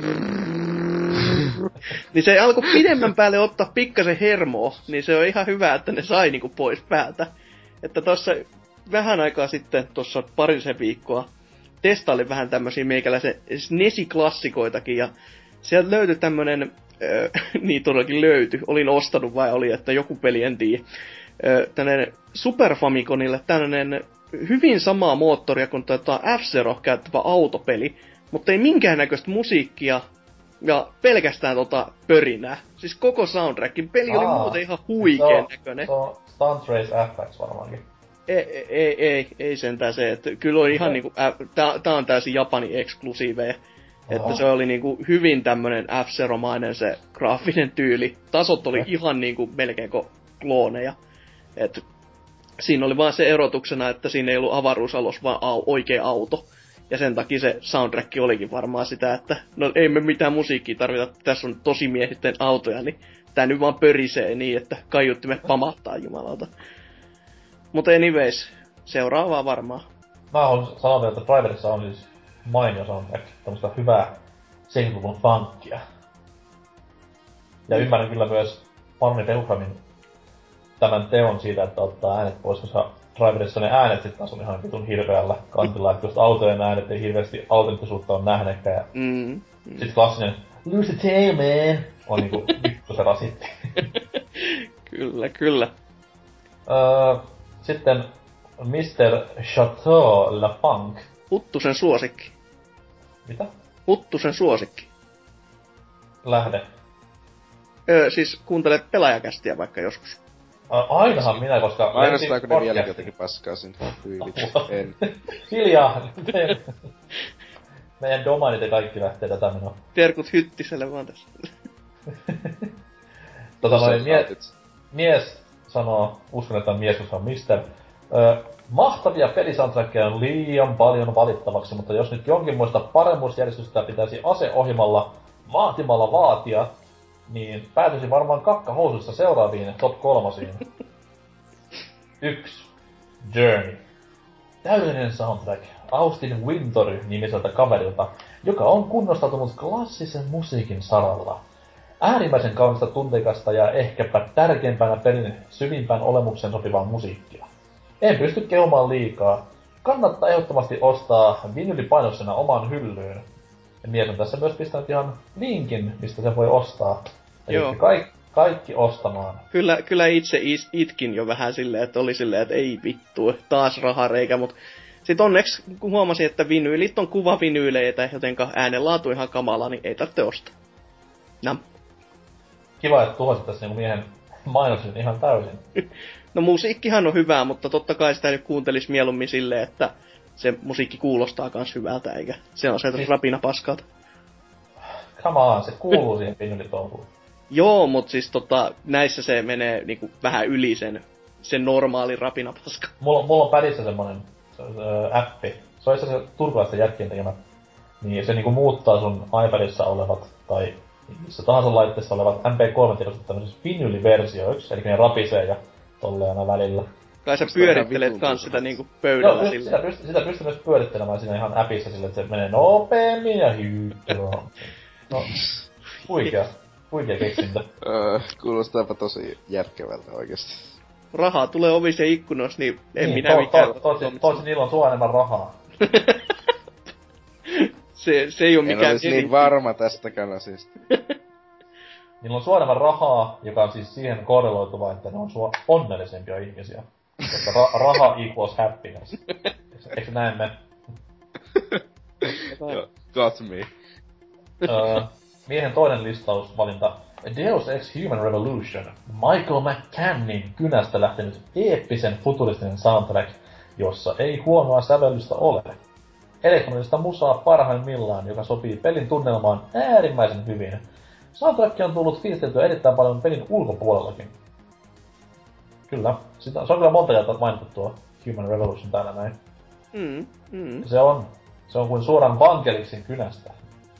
niin se alkoi pidemmän päälle ottaa pikkasen hermoa, niin se on ihan hyvä, että ne sai niinku pois päältä. Että tossa vähän aikaa sitten, tossa parisen viikkoa, testailin vähän tämmösiä meikäläisen NES-klassikoitakin, ja sieltä löytyi tämmönen, niin todellakin löytyi, olin ostanut vai oli, että joku peli, en tiedä, tämmönen Super Famiconille tämmönen hyvin samaa moottoria kuin F-Zero käyttävä autopeli, mutta ei minkäännäköistä musiikkia, ja pelkästään pörinää. Siis koko soundtrackin peli oli muuten ihan huikeen näköinen. Se on Stunt Race FX varmaankin. Ei sentään se, että kyllä oli ihan niinku, tää on täysin Japani eksklusiiveja. Että se oli niinku hyvin tämmönen F-Zero-mainen se graafinen tyyli. Tasot oli ihan niinku melkein kuin klooneja. Et siinä oli vaan se erotuksena, että siinä ei ollut avaruusalus, vaan oikea auto. Ja sen takia se soundtrack olikin varmaan sitä, että no ei me mitään musiikkia tarvita, tässä on tosi miehitten autoja, niin tää nyt vaan pörisee niin, että kaiuttimet pamahtaa jumalauta. Mutta anyways, seuraavaa varmaan. Mä haluan sanoa vielä, että Driverissa on siis mainio soundtrack, tämmöstä hyvää 70-luvun funkia. Ja ymmärrän kyllä myös Paroni Peukramin tämän teon siitä, että ottaa äänet pois, koska Driverissa ne äänet sit taas on ihan vitun hirveällä kantilla, että just autojen äänet ei hirveästi autenttisuutta on nähnekään. Ja sit klassinen lose the tail, man! On niinku vittu se rasitti. Kyllä. Sitten Mr. Chateau Lafunk. Huttusen suosikki. Mitä? Huttusen suosikki. Lähde. Siis kuuntele pelaajakästiä vaikka joskus. Ainahan minä, koska... Mainostaako ne vieläkin jotenkin paskaa sinne? En. Hiljaa! Meidän domainit ja kaikki lähtee tätä menoa. Terkut Hyttiselle vaan tässä. Mies sanoo, uskon, että on mies, koska on mister. Mahtavia pelisoundtrackeja on liian paljon valittavaksi, mutta jos nyt jonkinmoista paremmuusjärjestystä pitäisi aseohjelmalla vaatimalla vaatia, niin päätyisin varmaan kakkahousuissa seuraaviin top 3. 1. Journey. Täydellinen soundtrack Austin Wintory-nimiseltä kaverilta, joka on kunnostautunut klassisen musiikin saralla. Äärimmäisen kaunista, tunteikasta ja ehkäpä tärkeimpänä pelin syvimpään olemukseen sopivaa musiikkia. En pysty kehumaan liikaa. Kannattaa ehdottomasti ostaa vinylipainoksena omaan hyllyyn. Ja mies on tässä myös pistänyt ihan linkin, mistä se voi ostaa. Eli kaikki ostamaan. Kyllä itse itkin jo vähän silleen, että oli silleen, että ei vittu, taas rahareikä, mut sit onneksi kun huomasin, että vinyylit on kuvavinyyleitä, jotenka äänenlaatu ihan kamala, niin ei tarvitse ostaa. Kiva, että tuhosit tässä niinku miehen mainoksen ihan täysin. No musiikkihan on hyvää, mutta totta kai sitä nyt kuuntelis mieluummin silleen, että se musiikki kuulostaa kans hyvältä, eikä se on se rapina paskalta. Come on, se kuuluu siihen vinylitouhuun. Joo, mut siis näissä se menee niinku vähän yli sen normaalin rapinapaska. Mulla on pädissä semmonen appi. Se on itse asiassa turkulaisten jätkien tekemä. Niin se niinku muuttaa sun iPadissa olevat, tai missä tahansa laitteessa olevat MP3-tiedostot tämmöisessä vinyliversioiksi, eli ne rapisee ja tolleen aina välillä. Kai sä pyörittelet kans sitä niinku pöydällä joo, silleen. Sitä pystyy myös pyörittelemään siinä ihan appissa silleen, että se menee nopeemmin ja hyyttelua. No, huikea keksintö. Kuulostaapa tosi järkevältä oikeesti. Rahaa tulee ovissa ja ikkunoissa, niin en minä mikään. Toisin niillä on sua enemmän rahaa. se ei oo mikään... En olisi niin varma tästäkään asiasta. Niillä on sua enemmän rahaa, joka on siis siihen korreloituva, että ne on sua onnellisempia ihmisiä. Koska raha equals happiness. Eikö näin me? Got me. Miehen toinen listausvalinta. Deus Ex Human Revolution. Michael McCannin kynästä lähtenyt eeppisen futuristinen soundtrack, jossa ei huonoa sävellystä ole. Elektronista musaa parhaimmillaan, joka sopii pelin tunnelmaan äärimmäisen hyvin. Soundtrack on tullut fiilisteltyä erittäin paljon pelin ulkopuolellakin. Kyllä. Se on kyllä monta kertaa mainittu tuo Human Revolution täällä näin. Se on kuin suoraan vankeliksin kynästä.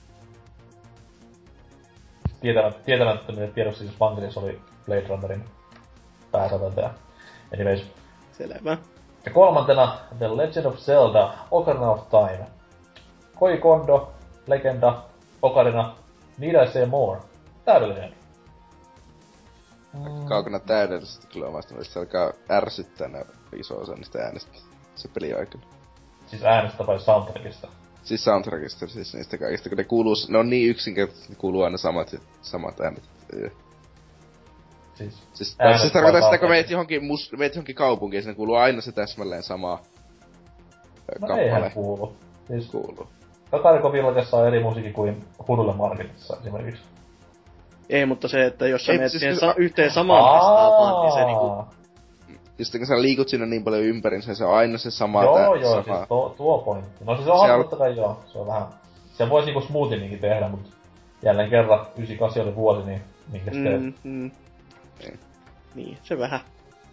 Tietämättömille tiedoksi siis vankelis oli Blade Runnerin pääsäveltäjä. Anyways. Selvä. Ja 3. The Legend of Zelda Ocarina of Time. Koji Kondo, legenda, Ocarina, Need I Say More. Täydellinen. Kaukana täydellisesti kyllä omasta mielestä. Se alkaa ärsyttää nää iso osa niistä äänestä se peli aikana. Siis äänestä vai soundtrackista? Siis soundtrackista, siis niistä kaikista, kun ne on niin yksinkertaisesti, ne kuuluu aina samat äänet. Siis tarkoittaa sitä, kun meet johonkin kaupunkiin, sinne kuuluu aina se täsmälleen sama kappale. Eihän kuulu. Siis kuuluu. Kakariko Villagessa on eri musiikki kuin Hudulle Marketissa esimerkiksi. Ei, mutta se, että jos sä menet yhteen samaan pistaavaan, niin se niinku... Ja sitten kun sä liikut siinä niin paljon ympärinsä, se on aina se sama Joo, siis tuo pointti. No siis onhan totta kai joo, se on vähän... Se vois niinku smoothieninkin tehdä, mut jälleen kerran 98 oli vuosi, niin minkäs teet? Niin, se vähän.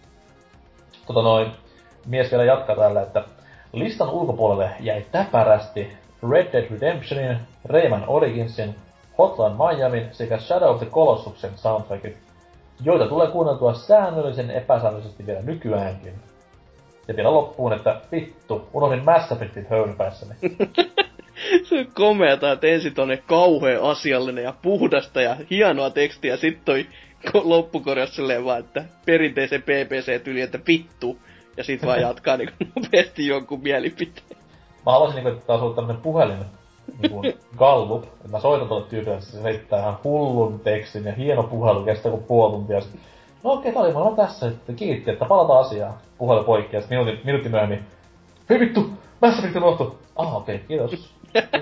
Mies vielä jatkaa täällä, että listan ulkopuolelle jäi täpärästi Red Dead Redemptionin, Rayman Originsin, Hotline Miamin sekä Shadow of the Colossuksen soundtrackit, joita tulee kuunneltua säännöllisen epäsäännöllisesti vielä nykyäänkin. Ja vielä loppuun, että vittu, unohdin Mass Effectin höyrypäissäni. komeata, että ensin tonne kauhea asiallinen ja puhdasta ja hienoa tekstiä, sit toi loppukorjaus silleen vaan, että perinteisen PPC-tyli, että vittu. Ja sit vaan jatkaa niinku nopeasti jonkun mielipiteen. Mä haluaisin niinku, että tää on tämmönen puhelin niinku gallup, että mä soitan tolle tyypille, että se heittää ihan hullun tekstin ja hieno puhelu, kestää kuin puoli tuntia. No okei, tää oli mulla tässä, että kiitti, että palataan asiaan. Puhelu poikki ja sit minuutti myöhemmin. Hei vittu! Mass Effect unohtu! Okei, kiitos.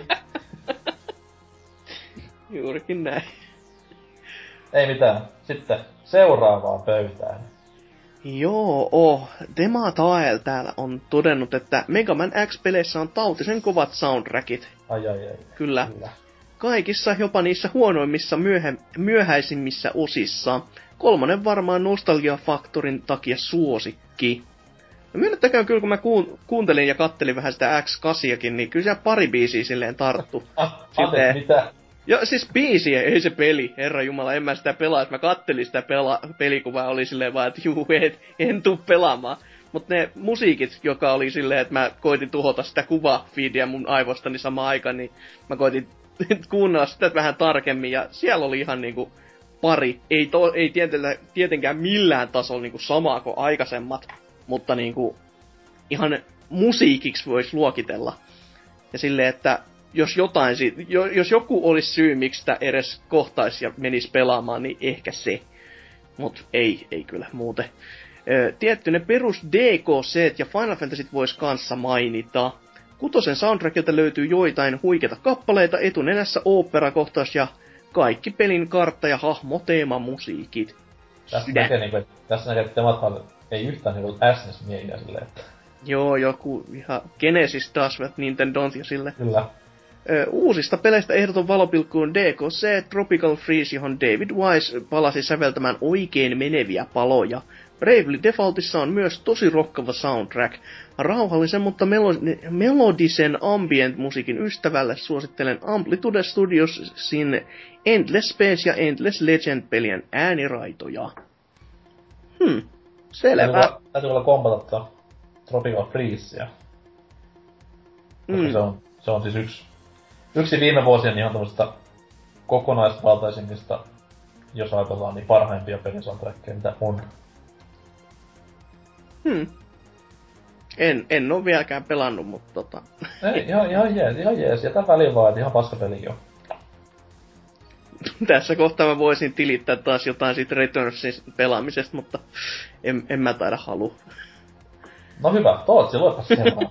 Juurikin näin. Ei mitään. Sitten seuraavaan pöytään. Joo, Dematael täällä on todennut, että Mega Man X-peleissä on tautisen kovat soundtrackit. Ai. Kyllä. Kaikissa, jopa niissä huonoimmissa myöhäisimmissä osissa. 3 varmaan nostalgiafaktorin takia suosikki. Ja myönnettäkään kyllä, kun mä kuuntelin ja kattelin vähän sitä X8, niin kyllä siellä pari biisiä silleen tarttu. Mitä? Ja siis biisiä, ei se peli. Herra jumala, en mä sitä pelaa. Mä kattelin sitä pelikuvaa, oli silleen vaan, että en tuu pelaamaan. Mut ne musiikit, joka oli silleen, että mä koitin tuhota sitä kuvafiidiä mun aivostani samaan aikaan, niin mä koitin kuunnella sitä vähän tarkemmin. Ja siellä oli ihan niinku pari. Ei tietenkään millään tasolla niinku samaa kuin aikaisemmat. Mutta niinku ihan musiikiksi vois luokitella. Ja silleen, että jos joku olisi syy, miksi sitä edes kohtaisi ja menisi pelaamaan, niin ehkä se. Mut ei kyllä muuten. Tietty ne perus DKC ja Final Fantasyt vois kanssa mainita. 6 soundtrackilta löytyy joitain huikeita kappaleita, etunenässä oopperakohtaus ja kaikki pelin kartta- ja hahmoteemamusiikit. Tässä näkee, että temathan ei yhtään niinku SNES-miehiä silleen, että... Joo, joku ihan Genesis taas, Nintendont ja sille. Kyllä. Uusista peleistä ehdoton valopilkkuun DKC Tropical Freeze, johon David Wise palasi säveltämään oikein meneviä paloja. Bravely Defaultissa on myös tosi rokkava soundtrack. Rauhallisen, mutta melodisen ambient-musiikin ystävälle suosittelen Amplitude Studiosin Endless Space ja Endless Legend-pelien ääniraitoja. Selvä. Täytyy olla kompata Tropical Freezea. Se on siis yksi viime vuosien ihan tämmöistä kokonaisvaltaisimmista, jos ajatellaan, niin parhaimpia pelisoundtrackeja, mitä on. En oo vieläkään pelannut, mutta Ei, ihan jees. Jätä väliin vaan, että ihan paska peli jo. Tässä kohtaa mä voisin tilittää taas jotain siitä Returnsin pelaamisesta, mutta en mä taida halua. No hyvä, Tootsi, luepas seuraava.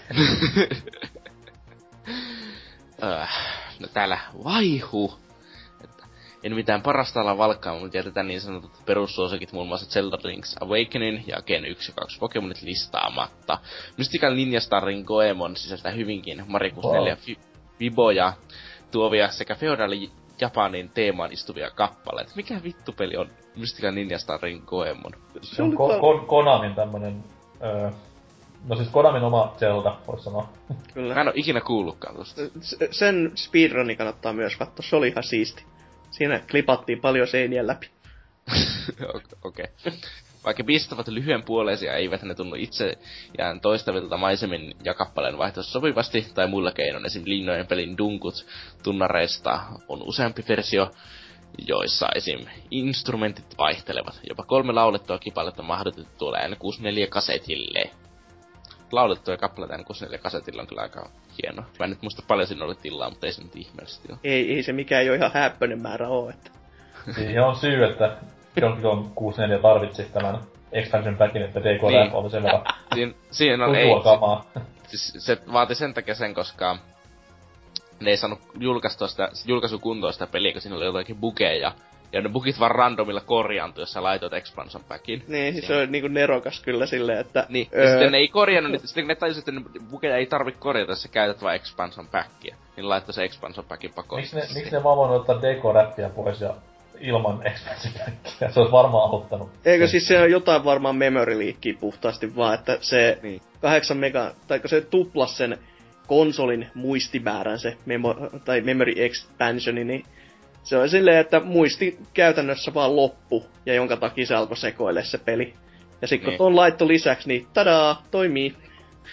No täällä vaihu. En mitään parasta ala valkkaa, mutta jätetään niin sanotut perussuosikit muun muassa Zelda Link's Awakening ja Gen 1 ja 2 Pokemonit listaamatta. Mystical Ninja Starin Goemon sisältää hyvinkin Mario 64 Viboja tuovia sekä feodaali Japanin teemaan istuvia kappaleita. Mikä vittu peli on Mystical Ninja Starin Goemon? Se on Konamin tämmönen... No siis Konamin oma Zelda, vois sanoa. Kyllä. Mä en oo ikinä kuullutkaan tosta. Sen speedruni kannattaa myös katsoa, se oli ihan siisti. Siinä klipattiin paljon seinien läpi. Okei. Vaikka biisit ovat lyhyen puoleisia, eivät ne tunnu itseään toistavilta maisemin ja kappaleen vaihtoehtoisesti sopivasti tai muilla keinoin. Esim. Linnojen pelin Dunkut tunnareista on useampi versio, joissa esim. Instrumentit vaihtelevat. Jopa 3 laulettua kipaletta mahdotettu tuolla N64-kasetille. Laulettuja kappaleita N64-kasetilla on kyllä aika hieno. Mä en nyt muista paljon siinä oli tilaa, mutta ei se nyt ihmeellisesti ole. Ei se mikään jo ihan häppöinen määrä oo, että... Siihen on syy, että Donkey Kong 64 tarvitsi tämän expansion packin, että DK Rap oli sen verran siinä on kamaa. Siis se vaati sen takia sen, koska ne ei saanut julkaisukuntoa sitä peliä, kun siinä oli jotakin bugeja. Ja ne bugit vaan randomilla korjaantui, jos sä laitoit expansion packin. Niin, siis se on niinku nerokas kyllä silleen, että... Niin, ja sitten ne ei korjannut niitä, sitten ne tajusi, että ne bugeja ei tarvi korjata, jos sä käytät vaan expansion packia. Niin laittoi se expansion packin pakoon. Miksi ne vaan voinut ottaa DK-räppiä pois ja ilman expansion packia? Se olisi varmaan auttanut. Eikö siis se on jotain varmaan memory leakkiä puhtaasti vaan, että se 8 mega, taikka se tuplas sen konsolin muistimäärän se memory expansioni, niin se on silleen, että muisti käytännössä vaan loppu, ja jonka takia se alkoi sekoille se peli. Ja sit kun ton laitto lisäksi, niin tadaa, toimii.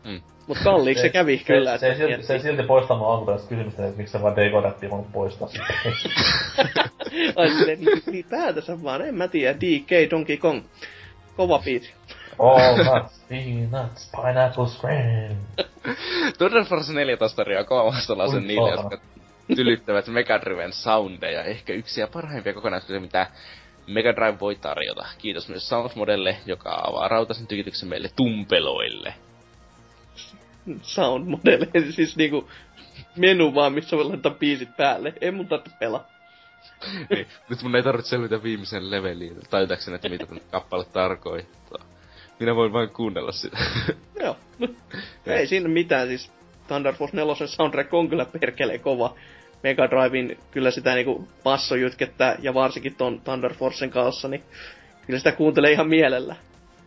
Mut kalliiksi se kävi kyllä. Se ei silti poista mun alkuperäistä kysymystä, että miksi se vaan dekodattiin voinut poistaa sitä. Ai silleen, niin päätänsä vaan, en mä tiedä. DK Donkey Kong. Kova biisi. All nuts, peanuts, pineapple scram. Thunder Force 4 taas tarjoaa koomastolaisen niille, jotka tylyttävät Mega Driven soundeja. Ehkä yksi ja parhaimpia kokonaisuuksia, mitä Mega Drive voi tarjota. Kiitos myös Soundmodelle, joka avaa rautaisen tykityksen meille tumpeloille. Soundmodelle, siis niinku menu vaan, missä voi laittaa biisit päälle. Ei mun tarvitse pelaa. Niin, nyt mun ei tarvitse selvitä viimeisen leveliin, tajutakseni, että mitä tämä kappale tarkoittaa. Minä voin vain kuunnella sitä. Joo. Ei siinä mitään, siis Thunder Force 4 soundtrack on kyllä perkeleen kova. Mega Driven kyllä sitä niinku passojytkettä ja varsinkin ton Thunder Forcen kanssa, niin kyllä sitä kuuntelee ihan mielellä.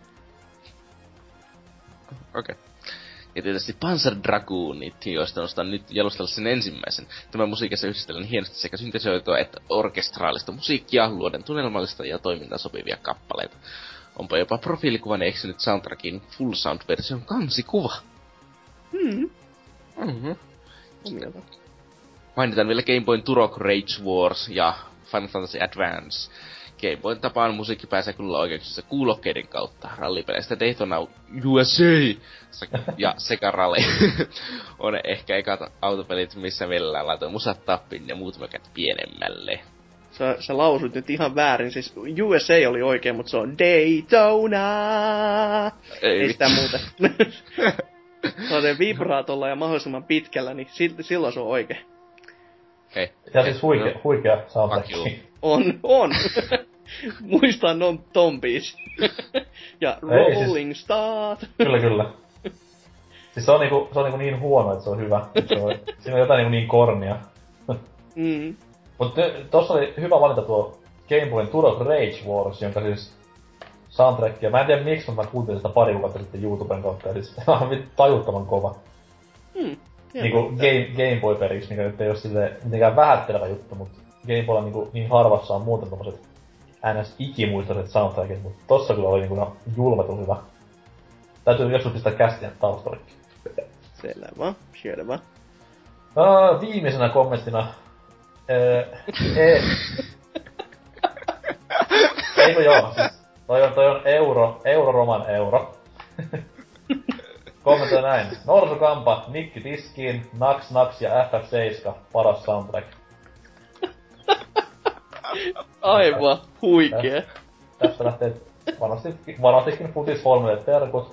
Okei. Ja tietysti Panzer Dragoonit, joista nostan nyt jalustella sen ensimmäisen. Tämän musiikissa yhdistellään hienosti sekä syntesoitua että orkestraalista musiikkia, luoden tunnelmallista ja toimintaan sopivia kappaleita. Onpa jopa profiilikuvan eksynyt soundtrackin full sound-version kansikuva. Mainitaan vielä Game Boyn Turok Rage Wars ja Final Fantasy Advance. Game Boyn tapaan musiikki pääsee kyllä oikeuksissa kuulokkeiden kautta. Rallipeleistä Daytona USA ja Sega Rally on ehkä ekat autopelit, missä mielellään laitoin musat tappiin ja muut mökät pienemmälle. Sä lausut nyt ihan väärin, siis USA oli oikein, mutta se on Daytona. Ei sitä muuten. Se on se vibraatolla ja mahdollisimman pitkällä, niin silloin se on oikein. Hei. Ja siis huikea soundtrack. On. Muistan ton biisi. Ja Rolling siis, Start. Kyllä. Siis se on niinku niin huono, että se on hyvä. Siinä on jotain niin kornia. Mut tossa oli hyvä valinta tuo Game Boyn Turok Rage Wars, jonka siis soundtrackia. Mä en tiedä miksi, mutta mä kuuntelin sitä pari kuukautta sitten YouTuben kautta. Ja siis se on tajuttoman kova. Niinku Game Boy periksi, mikä nyt ei oo silleen mitenkään vähättelevä juttu, mut Game Boylla niinku niin harvassa on muuten tommoset NS-ikimuistoiset soundtrackit, mut tossa kyllä oli niinku julmetun hyvä. Täytyy joskus pistää kästien taustallekin. Selvä. Viimeisenä kommenttina. Eikö joo, siis toi on Euroroman euro. Kommentoi näin. Norsukampa, Mikki Tiskiin, Naks ja FF7, paras soundtrack. Aivan huikee. Tästä lähtee varmastikin Futis 3 terkut.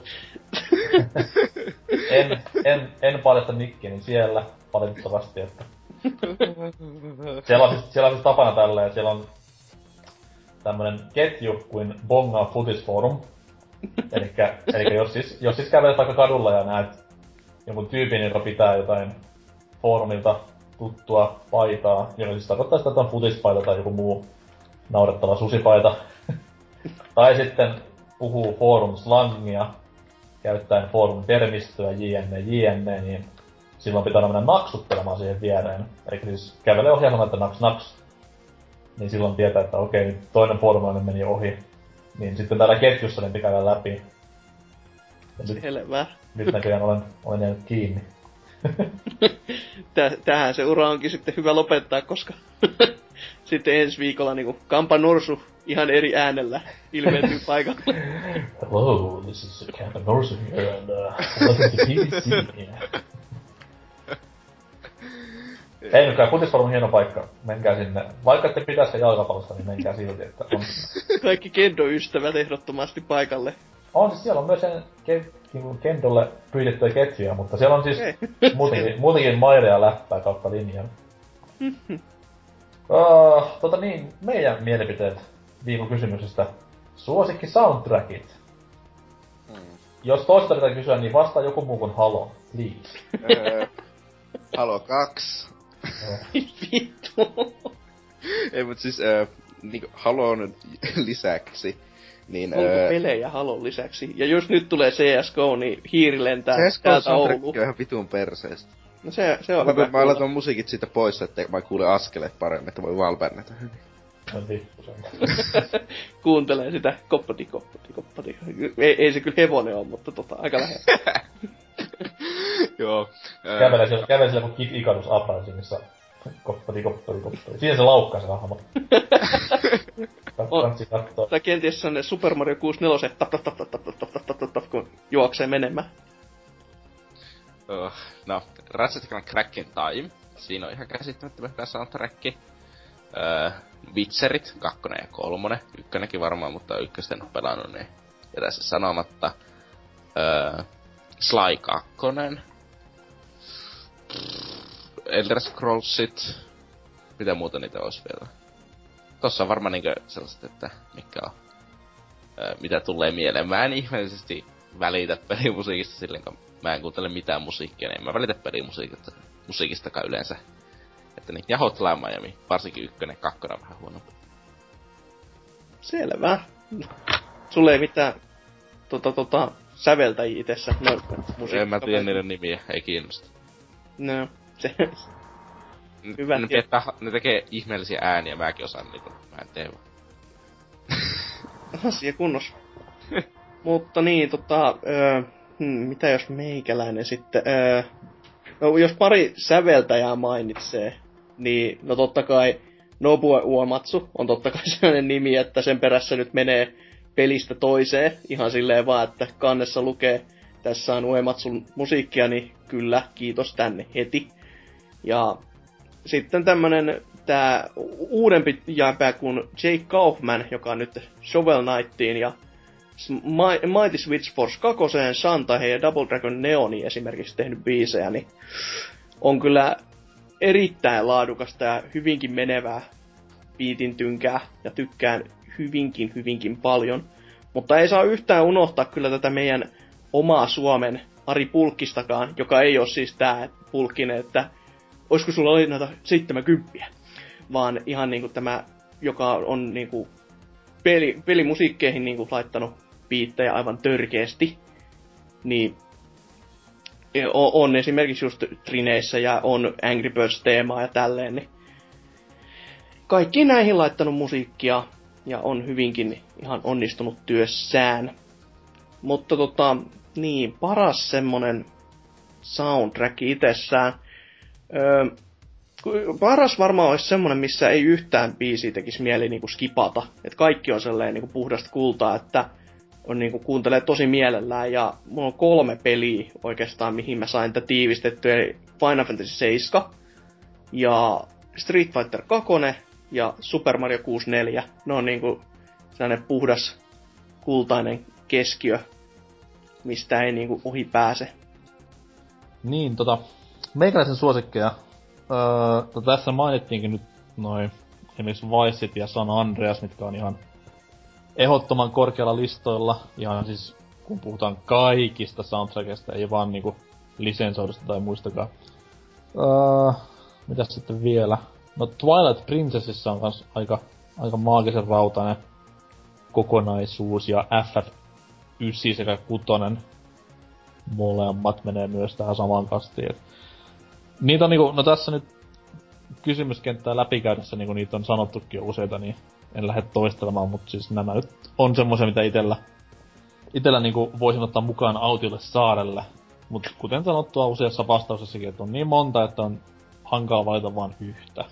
en paljasta Mikkini siellä, valitettavasti, että siellä on siis tapana tälleen, siellä on tämmönen ketju kuin Bonga Futis Forum. Elikkä jos siis kävelet vaikka kadulla ja näet jonkun tyypin, joka pitää jotain foorumilta tuttua paitaa, joka siis tarkoittaa sitä, että on futispaita tai joku muu naurettava susipaita. Tai sitten puhuu forum-slangia, käyttäen forum-termistöä jne, niin silloin pitää mennä naksuttelemaan siihen viereen. Eli siis kävelee ohjelmalla, että naks. Niin silloin tietää, että okei, nyt toinen foorumainen meni ohi. Niin sitten täällä ketjussa niin käydään läpi. Selvä. Nyt näköjään olen jäänyt kiinni. Tähän se ura onkin sitten hyvä lopettaa, koska sitten ensi viikolla niinku Kampa Norsu ihan eri äänellä ilmestyy paikalle. Hello, this is Kampa Norsu here and welcome to PVC. Ei nytkään, Futisforum on hieno paikka. Menkää sinne. Vaikka ette pitäisi jalkapallosta, niin menkää silti, että on. Kaikki Kendo-ystävät ehdottomasti paikalle. On siis siellä on myös sen Kendolle pyydettyjä ketjuja, mutta siellä on siis muutenkin mairea ja läppää kautta linjan. Meidän mielipiteet viikon kysymyksestä. Suosikki soundtrackit. Jos toista pitää kysyä, niin vastaa joku muu kuin Halo, please. Halo 2. Vittu. Ei mut siis niinku Halon lisäksi niin onko pelejä Halon lisäksi? Ja jos nyt tulee CS:GO, niin hiiri lentää täältä Ouluun. CS:GO on ihan vitun perseestä. No se on hyvä. Mä laitan musiikit siitä pois, ettei mä kuule askeleet paremmin, että voi valbenneta hyvin. No vittu sen. Kuuntelee sitä koppati. Ei se kyllä hevonen on, mutta aika lähellä. Joo. Kävelee siellä kuin Kid Icarus Uprisingissa. Koppari. Siinä se laukkaa se hahmo. Kansi kattoo. Tai kenties se on ne Super Mario 64 tap, kun juoksee menemään. No, Ratchet & Clankin Time. Siinä on ihan käsittämättömän hyvä soundtrack. Witcherit, 2 ja 3. Ykkönenkin varmaan, mutta ykköstä en oo pelannut, niin jätä se sanomatta. Sly 2. Elder Scrollsit. Mitä muuta niitä ois vielä? Tossa on varmaan niinkö sellaiset, että mikä on... mitä tulee mieleen. Mä en ihmeellisesti välitä pelimusiikista silleen, kun mä en kuuntele mitään musiikkia, niin en mä välitä pelimusiikistakaan yleensä. Että niin, ja Hotline Miami, varsinkin 1, 2 on vähän huonompi. Selvä. Sulle ei mitään säveltäjiä itessä. No, en mä tiedä niiden nimiä, ei kiinnosta. No, se... Hyvä. Ne tekee ihmeellisiä ääniä, mäkin osaan niitä, mä en tee vaan. Asia kunnossa. Mutta niin, mitä jos meikäläinen sitten... no, jos pari säveltäjää mainitsee, niin no totta kai Nobuo Uematsu on totta kai sellainen nimi, että sen perässä nyt menee pelistä toiseen. Ihan silleen vaan, että kannessa lukee, tässä on Uematsun musiikkia, niin kyllä, kiitos tänne heti. Ja sitten tämmönen tää uudempi jääpää kuin Jake Kaufman, joka on nyt Shovel Knightiin ja Mighty Switch Force 2, Shantae ja Double Dragon Neoniin esimerkiksi tehnyt biisejä, niin on kyllä erittäin laadukasta ja hyvinkin menevää biitin tynkää ja tykkään hyvinkin paljon. Mutta ei saa yhtään unohtaa kyllä tätä meidän omaa Suomen Ari Pulkkistakaan, joka ei ole siis tää Pulkkinen, että oisko sulla oli näitä 70, vaan ihan niinku tämä, joka on niinku pelimusiikkeihin niinku laittanut biittejä aivan törkeästi, niin on esimerkiksi just Trineissä ja on Angry Birds-teemaa ja tälleen, niin kaikki näihin laittanut musiikkia ja on hyvinkin ihan onnistunut työssään. Mutta niin, paras semmonen soundtrack itsessään. Paras varmaan olisi semmonen, missä ei yhtään biisiä tekisi mieli niinku skipata. Et kaikki on sellainen niinku puhdasta kultaa, että on niinku kuuntelee tosi mielellään. Ja mulla on 3 peliä oikeastaan, mihin mä sain tätä tiivistettyä. Eli Final Fantasy 7 ja Street Fighter 2 ja Super Mario 64. Ne on niinku sellainen puhdas kultainen keskiö, mistä ei niinku ohi pääse. Niin, meikäläisen suosikkeja. Tässä mainittiinkin nyt noin esimerkiksi Vice City ja San Andreas, mitkä on ihan ehdottoman korkealla listoilla. Ihan siis, kun puhutaan kaikista soundtrackista, ei vaan niinku lisensoidusta tai muistakaan. Mitäs sitten vielä? No Twilight Princessissa on kans aika maagisen rautainen kokonaisuus, ja FF9 sekä 6 molemmat menee myös tähän samaan kastiin. Niitä on niinku, no tässä nyt kysymyskenttää läpikäydessä niinku niitä on sanottukin jo useita, niin en lähde toistelemaan, mutta siis nämä nyt on semmoisia, mitä itellä niinku voisin ottaa mukaan autiolle saarelle. Mut kuten sanottua useassa vastauksessakin, että on niin monta, että on hankala valita vaan yhtä.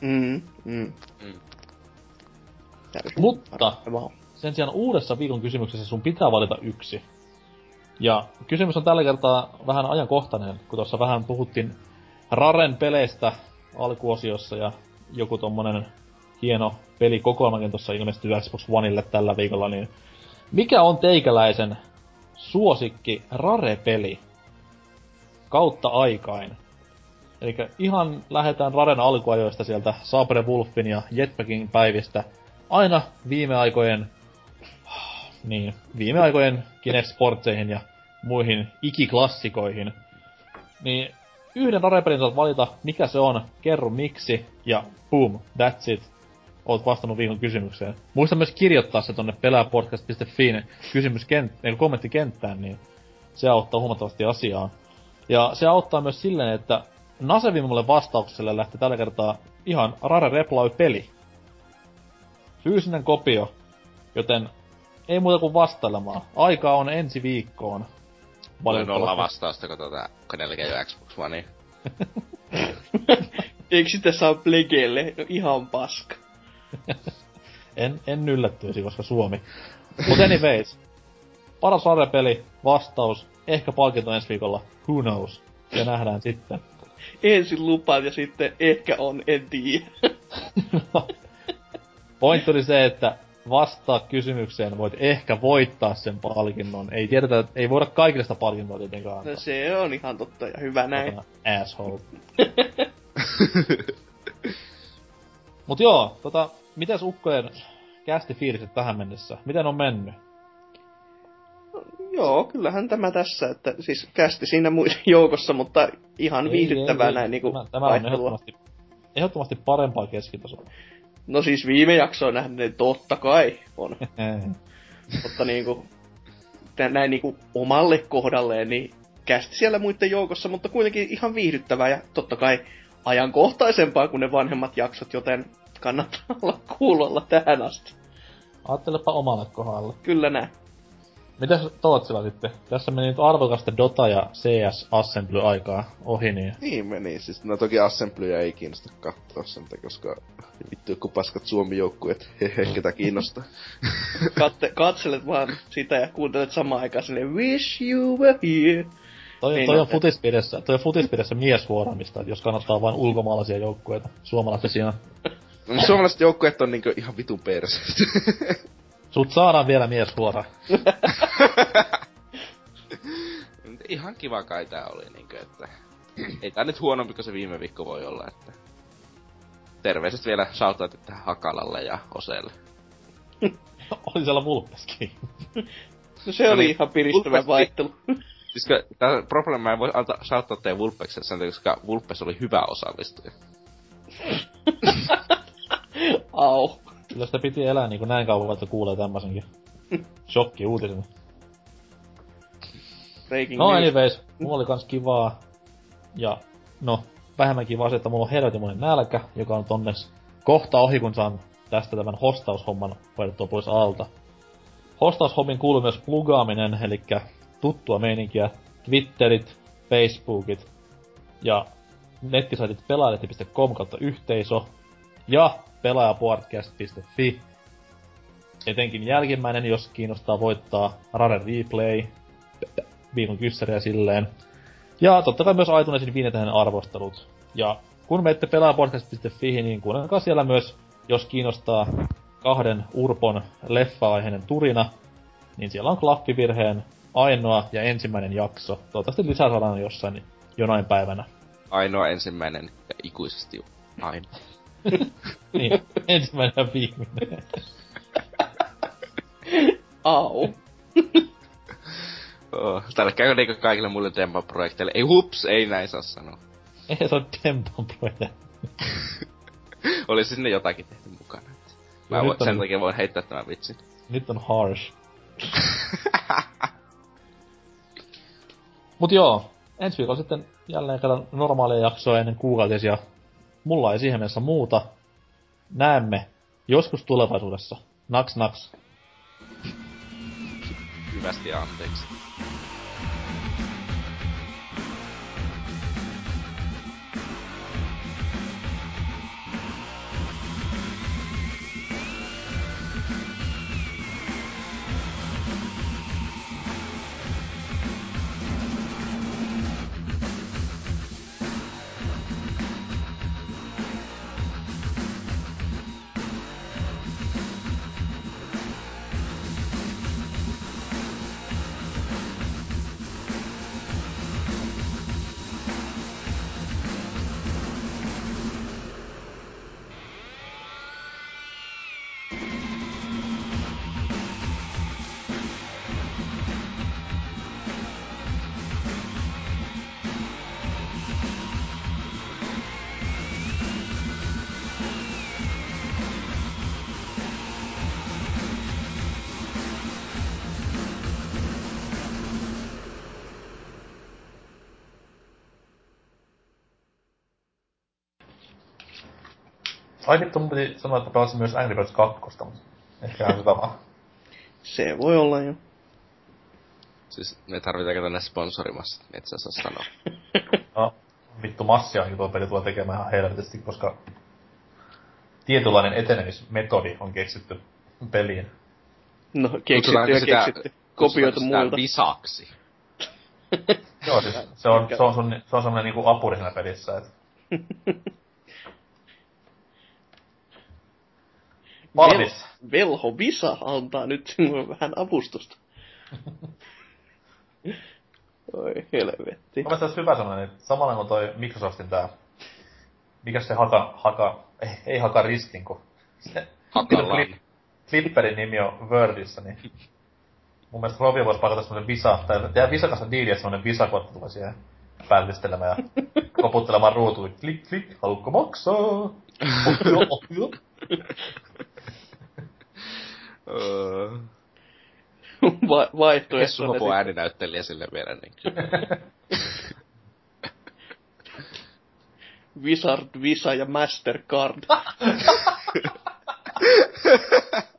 Mutta sen sijaan uudessa viikon kysymyksessä sun pitää valita yksi. Ja kysymys on tällä kertaa vähän ajankohtainen, kun tuossa vähän puhuttiin Raren peleistä alkuosiossa ja joku tommonen hieno pelikokoelmakin tuossa ilmestyy Xbox Oneille tällä viikolla, niin mikä on teikäläisen suosikki Rare-peli kautta aikain? Elikkä ihan lähdetään Raren alkuajoista sieltä Sabre Wulfin ja Jetpackin päivistä aina viime aikojen Kinect Sportseihin ja muihin ikiklassikoihin. Niin yhden Rare-pelin saat valita, mikä se on, kerro miksi, ja boom, that's it. Oot vastannut viikon kysymykseen. Muista myös kirjoittaa se tonne pelaajalpodcast.fiin kommenttikenttään, niin se auttaa huomattavasti asiaa. Ja se auttaa myös silleen, että nasevimmalle vastaukselle lähti tällä kertaa ihan Rare Reply-peli. Fyysinen kopio, joten ei muuta kuin vastailemaan. Aikaa on ensi viikkoon. Paljon nolla vastausta, kun 4K Xbox One. Eikö sitä saa Plegelle? No ihan paska. en yllättyisi, koska Suomi. Mut anyways. Paras sarjapeli, vastaus, ehkä palkinto ensi viikolla, who knows. Ja nähdään sitten. Ensin lupaat ja sitten ehkä on, en tiedä. Pointti oli se, että vastaa kysymykseen, voit ehkä voittaa sen palkinnon. Ei tiedetä, ei voida kaikille sitä palkintoa tietenkään antaa. No se on ihan totta ja hyvä näin. Asshole. Mut joo, mitäs ukkojen kästifiiliset tähän mennessä? Miten on mennyt? Joo, kyllähän tämä tässä, että siis kästi siinä joukossa, mutta ihan viihdyttävää näin niinku tämä on ehdottomasti parempaa keskitasoa. No siis viime jaksoa nähnyt, totta kai on. Mutta niinku, näin niinku omalle kohdalleen, niin kästi siellä muiden joukossa, mutta kuitenkin ihan viihdyttävää ja totta kai ajankohtaisempaa kuin ne vanhemmat jaksot, joten kannattaa olla kuulolla tähän asti. Aattelepa omalle kohdalle. Kyllä näin. Mitäs Tootsilla sitten? Tässä meni nyt arvokasta Dota ja CS Assembly-aikaa ohi, niin... Niin meni, siis no toki Assemblyä ei kiinnosta katsoa sen, koska vittu joku paskat Suomi-joukkueet, ketä kiinnostaa. Katselet vaan sitä ja kuuntelet samaan aikaan silleen, wish you were here. Toi on futispidessä mieshuoraamista, että jos kannattaa vain ulkomaalaisia joukkueita suomalaisten sijaan. No, suomalaiset joukkueet on niinku ihan vitun perseestä. Sut saadaan vielä mieshuora. Ihan kiva kai tää oli niinkö, että... Ei tää nyt huonompi kuin se viime viikko voi olla, että... Terveiset vielä shoutoutit tähän Hakalalle ja Oselle. Oli siellä Vulpeskin. No se oli ihan piristävä vaihtelu. Siis tää probleema ei voi antaa shoutoutteja Vulpekselle sen, koska Vulpes oli hyvä osallistuja. Au. Kyllä sitä piti elää niinku näin kauan, että kuulee tämmösenkin shokki uutisen. No anyways, mulla oli kans kivaa. Ja no, vähemmän kivaa se, että mulla on helvetimoinen nälkä, joka on onneksi kohta ohi, kun saan tästä tämän hostaushomman hoidettua pois alta. Hostaushommin kuuluu myös plugaaminen, eli tuttua meininkiä, Twitterit, Facebookit ja nettisaitit pelaajalehti.com/yhteisö ja pelaajapodcast.fi. Etenkin jälkimmäinen, jos kiinnostaa voittaa Rare Replay, viikon kyssäriä silleen. Ja totta kai myös iTunesin 5 arvostelut. Ja kun menette pelaajapodcast.fi, niin kuunnelkaa siellä myös, jos kiinnostaa kahden Urpon leffa-aiheinen turina, niin siellä on klappivirheen ainoa ja ensimmäinen jakso. Toivottavasti lisää saadaan jossain jonain päivänä. Ainoa, ensimmäinen ja ikuisesti ainoa. Niin, ensimmäinen ja viimeinen. Au. Tällä käy niinku kaikille muille Dempa-projekteille. Ei hups, ei näin saa sanoa. Ei se ole Dempa-projekti. Oli sinne jotakin tehty mukana. Sen takia voin heittää tämän vitsin. Nyt on harsh. Mut joo, ensi viikolla sitten jälleen kerran normaalia jaksoa ennen kuukautisia. Mulla ei siihen mielessä muuta. Näemme joskus tulevaisuudessa. Naks naks. Hyvästi ja anteeksi. Ai vittu, mun piti sanoa, että pelasin myös Angry Birds 2, mutta ehkä on sitä vaan. Se voi olla jo. Siis me tarvitaanko tänne sponsorimassa, et sä saa sanoa. No, vittu Massiaankin tuo peli tulee tekemään ihan helvetisti, koska tietynlainen etenemismetodi on keksitty peliin. No, keksitty. Kopioitu muilta. Visaksi? Joo, siis se on semmonen niinku apuri siinä pelissä, et... Valmis! Velho Visa antaa nyt sinulle vähän avustusta. Oi helvetti. Mä mielestä hyvä sanoa, että samalla kuin toi Microsoftin tää... Mikäs se ei haka ristin, kun... Hakalan. Flipperin nimi on Wordissa, niin... Mun mielestä Robi vois palkata semmosen Visa, tai tehdä Visa kanssa diili, että semmonen Visa-kotta tulee siihen pällistelemään ja koputtelemaan ruutuun. Klik, klik, haluatko maksaa? Vaihtoehto. Hessu Hopo ääninäyttelijä sille vielä niin. Wizard, Visa ja Mastercard.